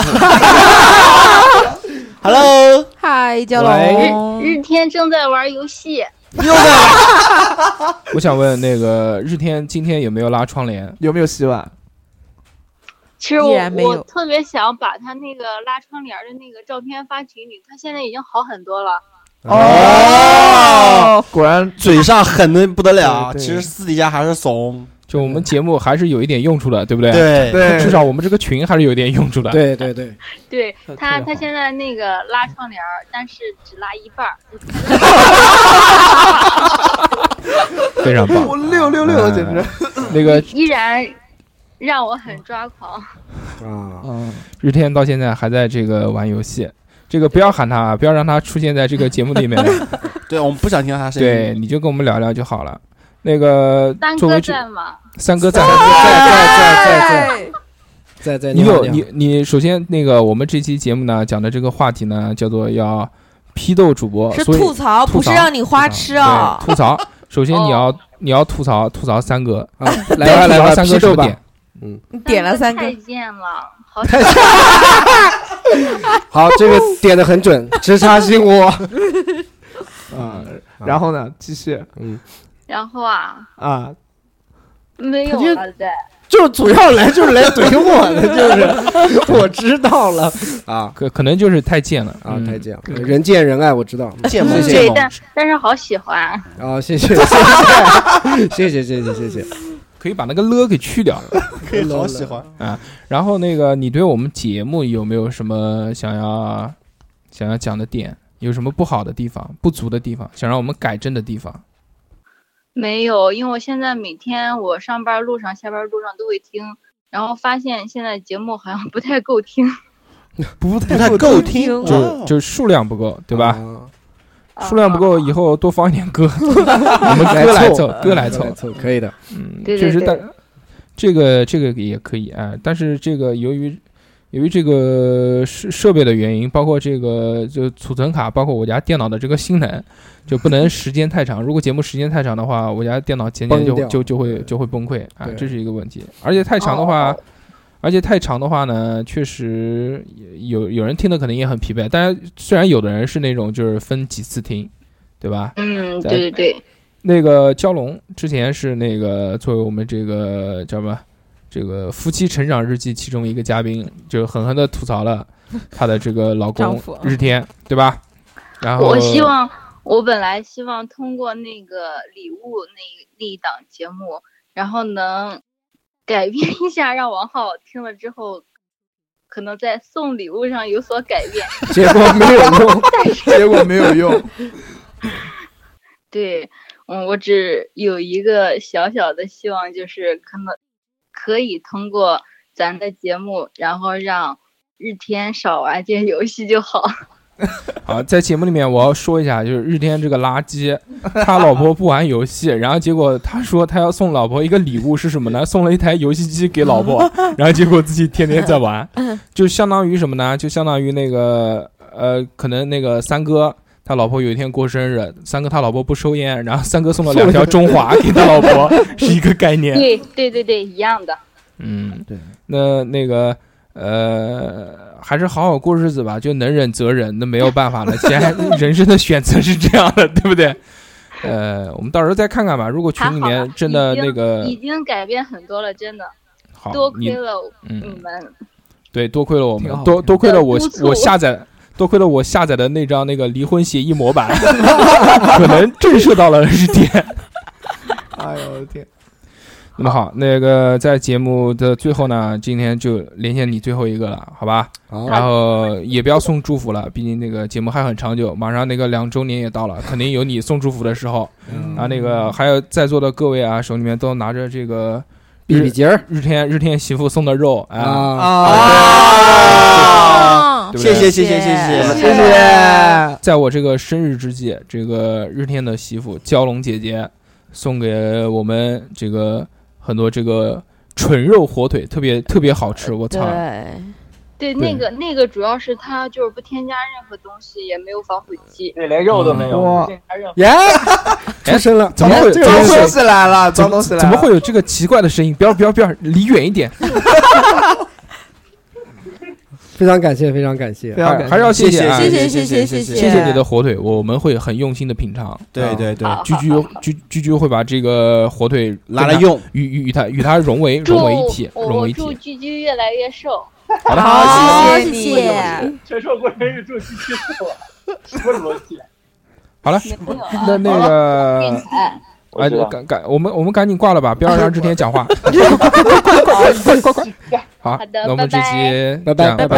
Speaker 4: Hello，
Speaker 3: 嗨，蛟龙。
Speaker 9: 日日天正在玩游戏。
Speaker 4: 又在。
Speaker 1: 我想问那个日天今天有没有拉窗帘？
Speaker 6: 有没有洗碗？
Speaker 9: 其实我我特别想把他那个拉窗帘的那个照片发群里，他现在已经好很多了。
Speaker 6: 哦，果然
Speaker 4: 嘴上狠的不得了，其实私底下还是怂。
Speaker 1: 就我们节目还是有一点用处的，对不对？
Speaker 4: 对
Speaker 6: 对，
Speaker 1: 至少我们这个群还是有一点用处的。
Speaker 2: 对对对，
Speaker 9: 对他他现在那个拉窗帘，但是只拉一半儿，
Speaker 1: 非常棒，
Speaker 6: 六六六简直
Speaker 1: 那个
Speaker 9: 依然让我很抓狂
Speaker 2: 啊！
Speaker 1: 嗯，日天到现在还在这个玩游戏。这个不要喊他，不要让他出现在这个节目里面。
Speaker 4: 对，我们不想听到他声音。
Speaker 1: 对，你就跟我们聊聊就好了。那个
Speaker 9: 三哥在吗？
Speaker 1: 三哥在，
Speaker 2: 在在在在在在。
Speaker 1: 你有你你首先那个我们这期节目呢讲的这个话题呢叫做要批斗主播，
Speaker 7: 是吐槽，不是让你花痴哦。
Speaker 1: 吐槽，首先你要你要吐槽吐槽三哥
Speaker 2: 啊，来吧来吧，
Speaker 1: 三哥什么点？
Speaker 2: 嗯，
Speaker 7: 你点了三个，
Speaker 9: 太贱了，好。
Speaker 2: 好，这个点的很准，直插心窝。
Speaker 6: 啊，然后呢，继续，
Speaker 2: 嗯，
Speaker 9: 然后啊
Speaker 6: 啊，
Speaker 9: 没有了的，
Speaker 2: 就主要来就是来怼我的，就是我知道了啊，
Speaker 1: 可可能就是太贱了
Speaker 2: 啊，太贱了，人见人爱，我知道，
Speaker 4: 贱萌
Speaker 9: 对，但但是好喜欢
Speaker 2: 啊，谢谢谢谢谢谢谢谢谢谢。
Speaker 1: 可以把那个了给去掉，
Speaker 4: 可以好喜欢
Speaker 1: 啊。然后那个，你对我们节目有没有什么想要想要讲的点？有什么不好的地方、不足的地方，想让我们改正的地方？
Speaker 9: 没有，因为我现在每天我上班路上、下班路上都会听，然后发现现在节目好像不太够听，
Speaker 6: 不
Speaker 4: 太够听，
Speaker 1: 就就数量不够，对吧？数量不够，以后多放一点歌，我们歌来凑，歌来凑，
Speaker 2: 凑可以的。
Speaker 1: 嗯，确实，但这个这个也可以啊。但是这个由于由于这个设设备的原因，包括这个就储存卡，包括我家电脑的这个性能，就不能时间太长。如果节目时间太长的话，我家电脑渐渐就就就会就会崩溃啊，这是一个问题。而且太长的话。而且太长的话呢，确实有有人听的可能也很疲惫。但是虽然有的人是那种就是分几次听，对吧？
Speaker 9: 嗯，对对对。
Speaker 1: 那个蛟龙之前是那个作为我们这个叫什么这个夫妻成长日记其中一个嘉宾，就狠狠的吐槽了她的这个老公日天，对吧？然后
Speaker 9: 我希望，我本来希望通过那个礼物那那一档节目，然后能。改变一下，让王浩听了之后，可能在送礼物上有所改变。
Speaker 2: 结果没有用，
Speaker 6: 结果没有用。
Speaker 9: 对，嗯，我只有一个小小的希望，就是可能可以通过咱的节目，然后让日天少玩些游戏就好。
Speaker 1: 好，在节目里面我要说一下，就是日天这个垃圾，他老婆不玩游戏，然后结果他说他要送老婆一个礼物是什么呢？送了一台游戏机给老婆，然后结果自己天天在玩，就相当于什么呢？就相当于那个呃，可能那个三哥他老婆有一天过生日，三哥他老婆不抽烟，然后三哥送了两条中华给他老婆，是一个概念。
Speaker 9: 对对对对，一样的。
Speaker 1: 嗯，对。那那个呃。还是好好过日子吧，就能忍则忍，那没有办法了。既然人生的选择是这样的，对不对？呃，我们到时候再看看吧。如果群里面真的那个
Speaker 9: 已经改变很多了，真的。
Speaker 1: 好，
Speaker 9: 多
Speaker 1: 你
Speaker 9: 亏了
Speaker 1: 嗯
Speaker 9: 你们。
Speaker 1: 对，多亏了我们
Speaker 6: 挺好，
Speaker 1: 多多亏了我
Speaker 9: 督促
Speaker 1: 我下载，多亏了我下载的那张那个离婚协议模板，可能震慑到了日天。
Speaker 6: 哎呦我的天！
Speaker 1: 那么好，那个在节目的最后呢，今天就连线你最后一个了，好吧？
Speaker 2: 好
Speaker 1: 然后也不要送祝福了，毕竟那个节目还很长久，马上那个两周年也到了，肯定有你送祝福的时候。
Speaker 2: 嗯
Speaker 1: 啊，那个还有在座的各位啊，手里面都拿着这个
Speaker 2: 比比节儿
Speaker 1: 日天日天媳妇送的肉啊，
Speaker 7: 啊，
Speaker 1: 对不对
Speaker 4: 谢谢谢谢谢谢
Speaker 6: 谢谢。
Speaker 1: 在我这个生日之际，这个日天的媳妇蛟龙姐姐送给我们这个很多这个纯肉火腿，特别特别好吃，我操！
Speaker 7: 对，
Speaker 9: 对，
Speaker 1: 对
Speaker 9: 那个那个主要是它就是不添加任何东西，也没有防腐剂。
Speaker 10: 对，连肉都没有，
Speaker 6: 哇
Speaker 10: 不添加任何
Speaker 2: 耶，出声了，
Speaker 1: 怎么会
Speaker 2: 这个
Speaker 6: 装东
Speaker 1: 怎么会
Speaker 6: 西来了，
Speaker 1: 怎么
Speaker 6: 装东西来了，
Speaker 1: 怎么会有这个奇怪的声音？不要不要不要，离远一点！
Speaker 2: 非常感谢，非常感谢
Speaker 6: 非。常感谢
Speaker 1: 还是要谢谢啊，
Speaker 7: 谢谢
Speaker 4: 谢
Speaker 7: 谢谢谢
Speaker 1: 谢谢你的火腿，我们会很用心的品尝。
Speaker 4: 对对对，
Speaker 9: 好
Speaker 1: 居居居居居会把这个火腿
Speaker 4: 拿来用，
Speaker 1: 与与与它与它融为
Speaker 9: 祝
Speaker 1: 融为一体，
Speaker 9: 我
Speaker 1: 融为一体。
Speaker 9: 祝居居越来越瘦。
Speaker 1: 好的，
Speaker 7: 好， 谢谢谢。
Speaker 10: 承受过生日祝居居瘦了，什么逻辑？
Speaker 1: 好了，
Speaker 9: 没有啊
Speaker 1: 那那个
Speaker 9: 运彩。
Speaker 1: 哎，赶赶，我们我们赶紧挂了吧，不要让日天讲话。好
Speaker 9: 好的，
Speaker 1: 那我们这期
Speaker 2: 拜拜
Speaker 1: 这样
Speaker 2: 拜
Speaker 1: 拜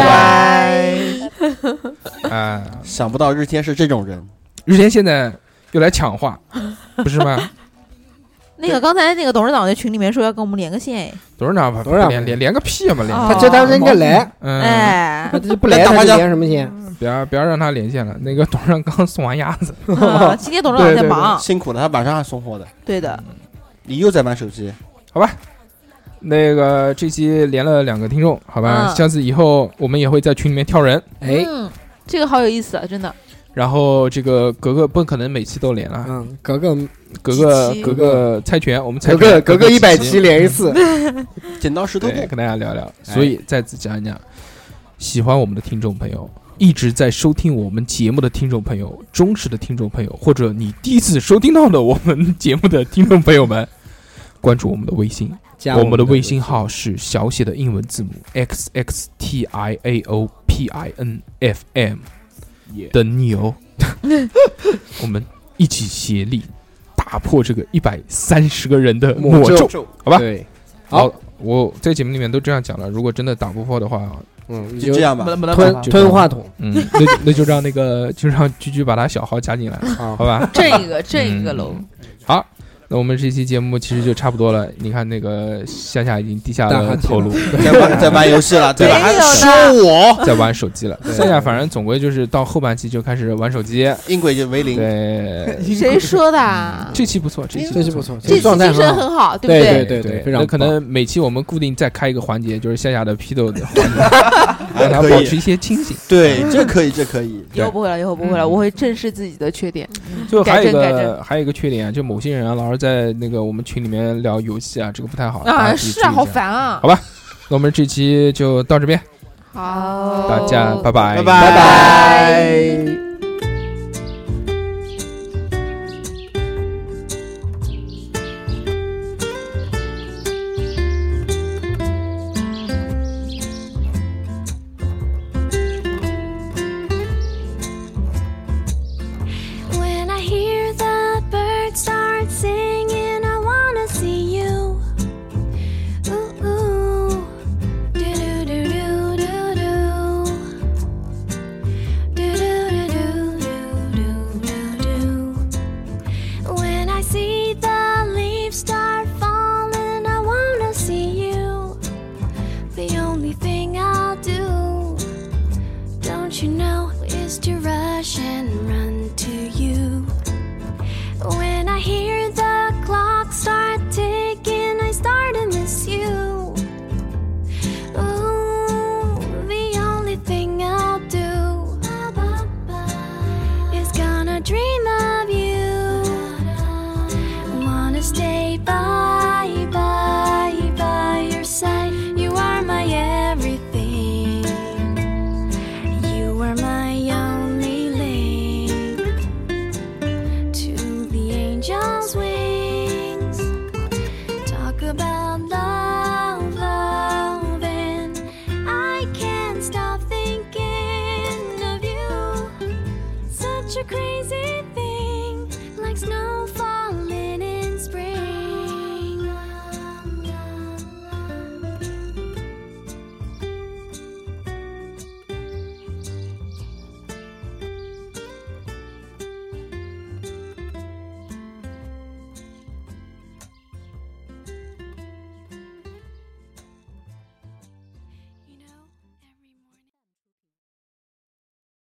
Speaker 7: 拜。
Speaker 1: 哎，
Speaker 4: 想不到日天是这种人，
Speaker 1: 日天现在又来抢话，不是吗？
Speaker 3: 那个刚才那个董事长在群里面说要跟我们连个线，
Speaker 1: 董事长，
Speaker 2: 董事长
Speaker 1: 连连连个屁嘛，连
Speaker 3: 哦
Speaker 2: 他这当时应该来，
Speaker 1: 嗯，
Speaker 3: 哎
Speaker 2: 他，这不来他就连什么线？
Speaker 1: 不要不要让他连线了。那个董事长刚送完鸭子，
Speaker 3: 啊今天董事长在忙，
Speaker 4: 辛苦了，他晚上还送货的。
Speaker 3: 对的，
Speaker 4: 你又在玩手机，
Speaker 1: 好吧？那个这期连了两个听众，好吧？
Speaker 3: 嗯
Speaker 1: 下次以后我们也会在群里面挑人，
Speaker 2: 哎，
Speaker 3: 嗯，这个好有意思啊，真的。
Speaker 1: 然后这个格格不可能每期都连了，
Speaker 2: 嗯，格格
Speaker 1: 格格
Speaker 7: 几期
Speaker 1: 格格猜拳，我们猜
Speaker 2: 格
Speaker 1: 拳
Speaker 2: 格格格一百
Speaker 1: 期
Speaker 2: 期连一次，
Speaker 4: 剪刀石头布
Speaker 1: 对，，跟大家聊聊。所以再次讲一讲，喜欢我们的听众朋友，一直在收听我们节目的听众朋友，忠实的听众朋友，或者你第一次收听到的我们节目的听众朋友们，关注我们的微信，
Speaker 2: 加
Speaker 1: 我们的微信号是小写的英文字母 x x t i a o p i n f m 的牛，我们一起协力打破这个一百三十个人的魔
Speaker 2: 魔
Speaker 1: 咒，好吧？
Speaker 2: 对，
Speaker 1: 好，我在节目里面都这样讲了，如果真的打不破的话，
Speaker 2: 嗯，
Speaker 4: 就这样吧
Speaker 6: 不。能不能
Speaker 2: 吞
Speaker 6: 把它
Speaker 2: 吞话筒
Speaker 1: 嗯，那就那就让那个就让居居把他小号加进来，
Speaker 2: 啊
Speaker 1: 好，吧？
Speaker 7: 这个这个喽，
Speaker 1: 好，那我们这期节目其实就差不多了。你看那个夏夏已经低下
Speaker 2: 打哈欠
Speaker 1: 了头颅，
Speaker 4: 在玩在玩游戏了，对吧？还
Speaker 7: 没有的
Speaker 4: 说我
Speaker 1: 在玩手机了。夏夏反正总归就是到后半期就开始玩手机。
Speaker 4: 音轨就为零，
Speaker 1: 对，
Speaker 3: 谁说的啊？
Speaker 1: 这期不错，这期
Speaker 2: 这期不错，
Speaker 3: 这期
Speaker 2: 状态
Speaker 3: 精神
Speaker 2: 很好，
Speaker 3: 很好，对不
Speaker 2: 对
Speaker 3: 对？
Speaker 2: 对对，非常
Speaker 1: 那可
Speaker 2: 棒
Speaker 1: 能每期我们固定再开一个环节，就是夏夏的批斗的环节，让他
Speaker 4: 可以
Speaker 1: 保持一些清醒。
Speaker 4: 对，这可以，这可以。
Speaker 3: 以后不会了，以后不会了，我会正视自己的缺点。
Speaker 1: 就还有一
Speaker 3: 改正改
Speaker 1: 个还有一个缺点啊，就某些人啊，老是在那个我们群里面聊游戏啊，这个不太好大
Speaker 3: 啊，
Speaker 1: 家自己
Speaker 3: 是啊，
Speaker 1: 注意一下。
Speaker 3: 好烦啊！
Speaker 1: 好吧，那我们这期就到这边，
Speaker 3: 好，
Speaker 1: 大家拜拜，
Speaker 4: 拜
Speaker 2: 拜
Speaker 4: 拜。
Speaker 11: When I hear the birds start singing, I wanna see you. Ooh, ooh. Do do do do do do. Do do crazy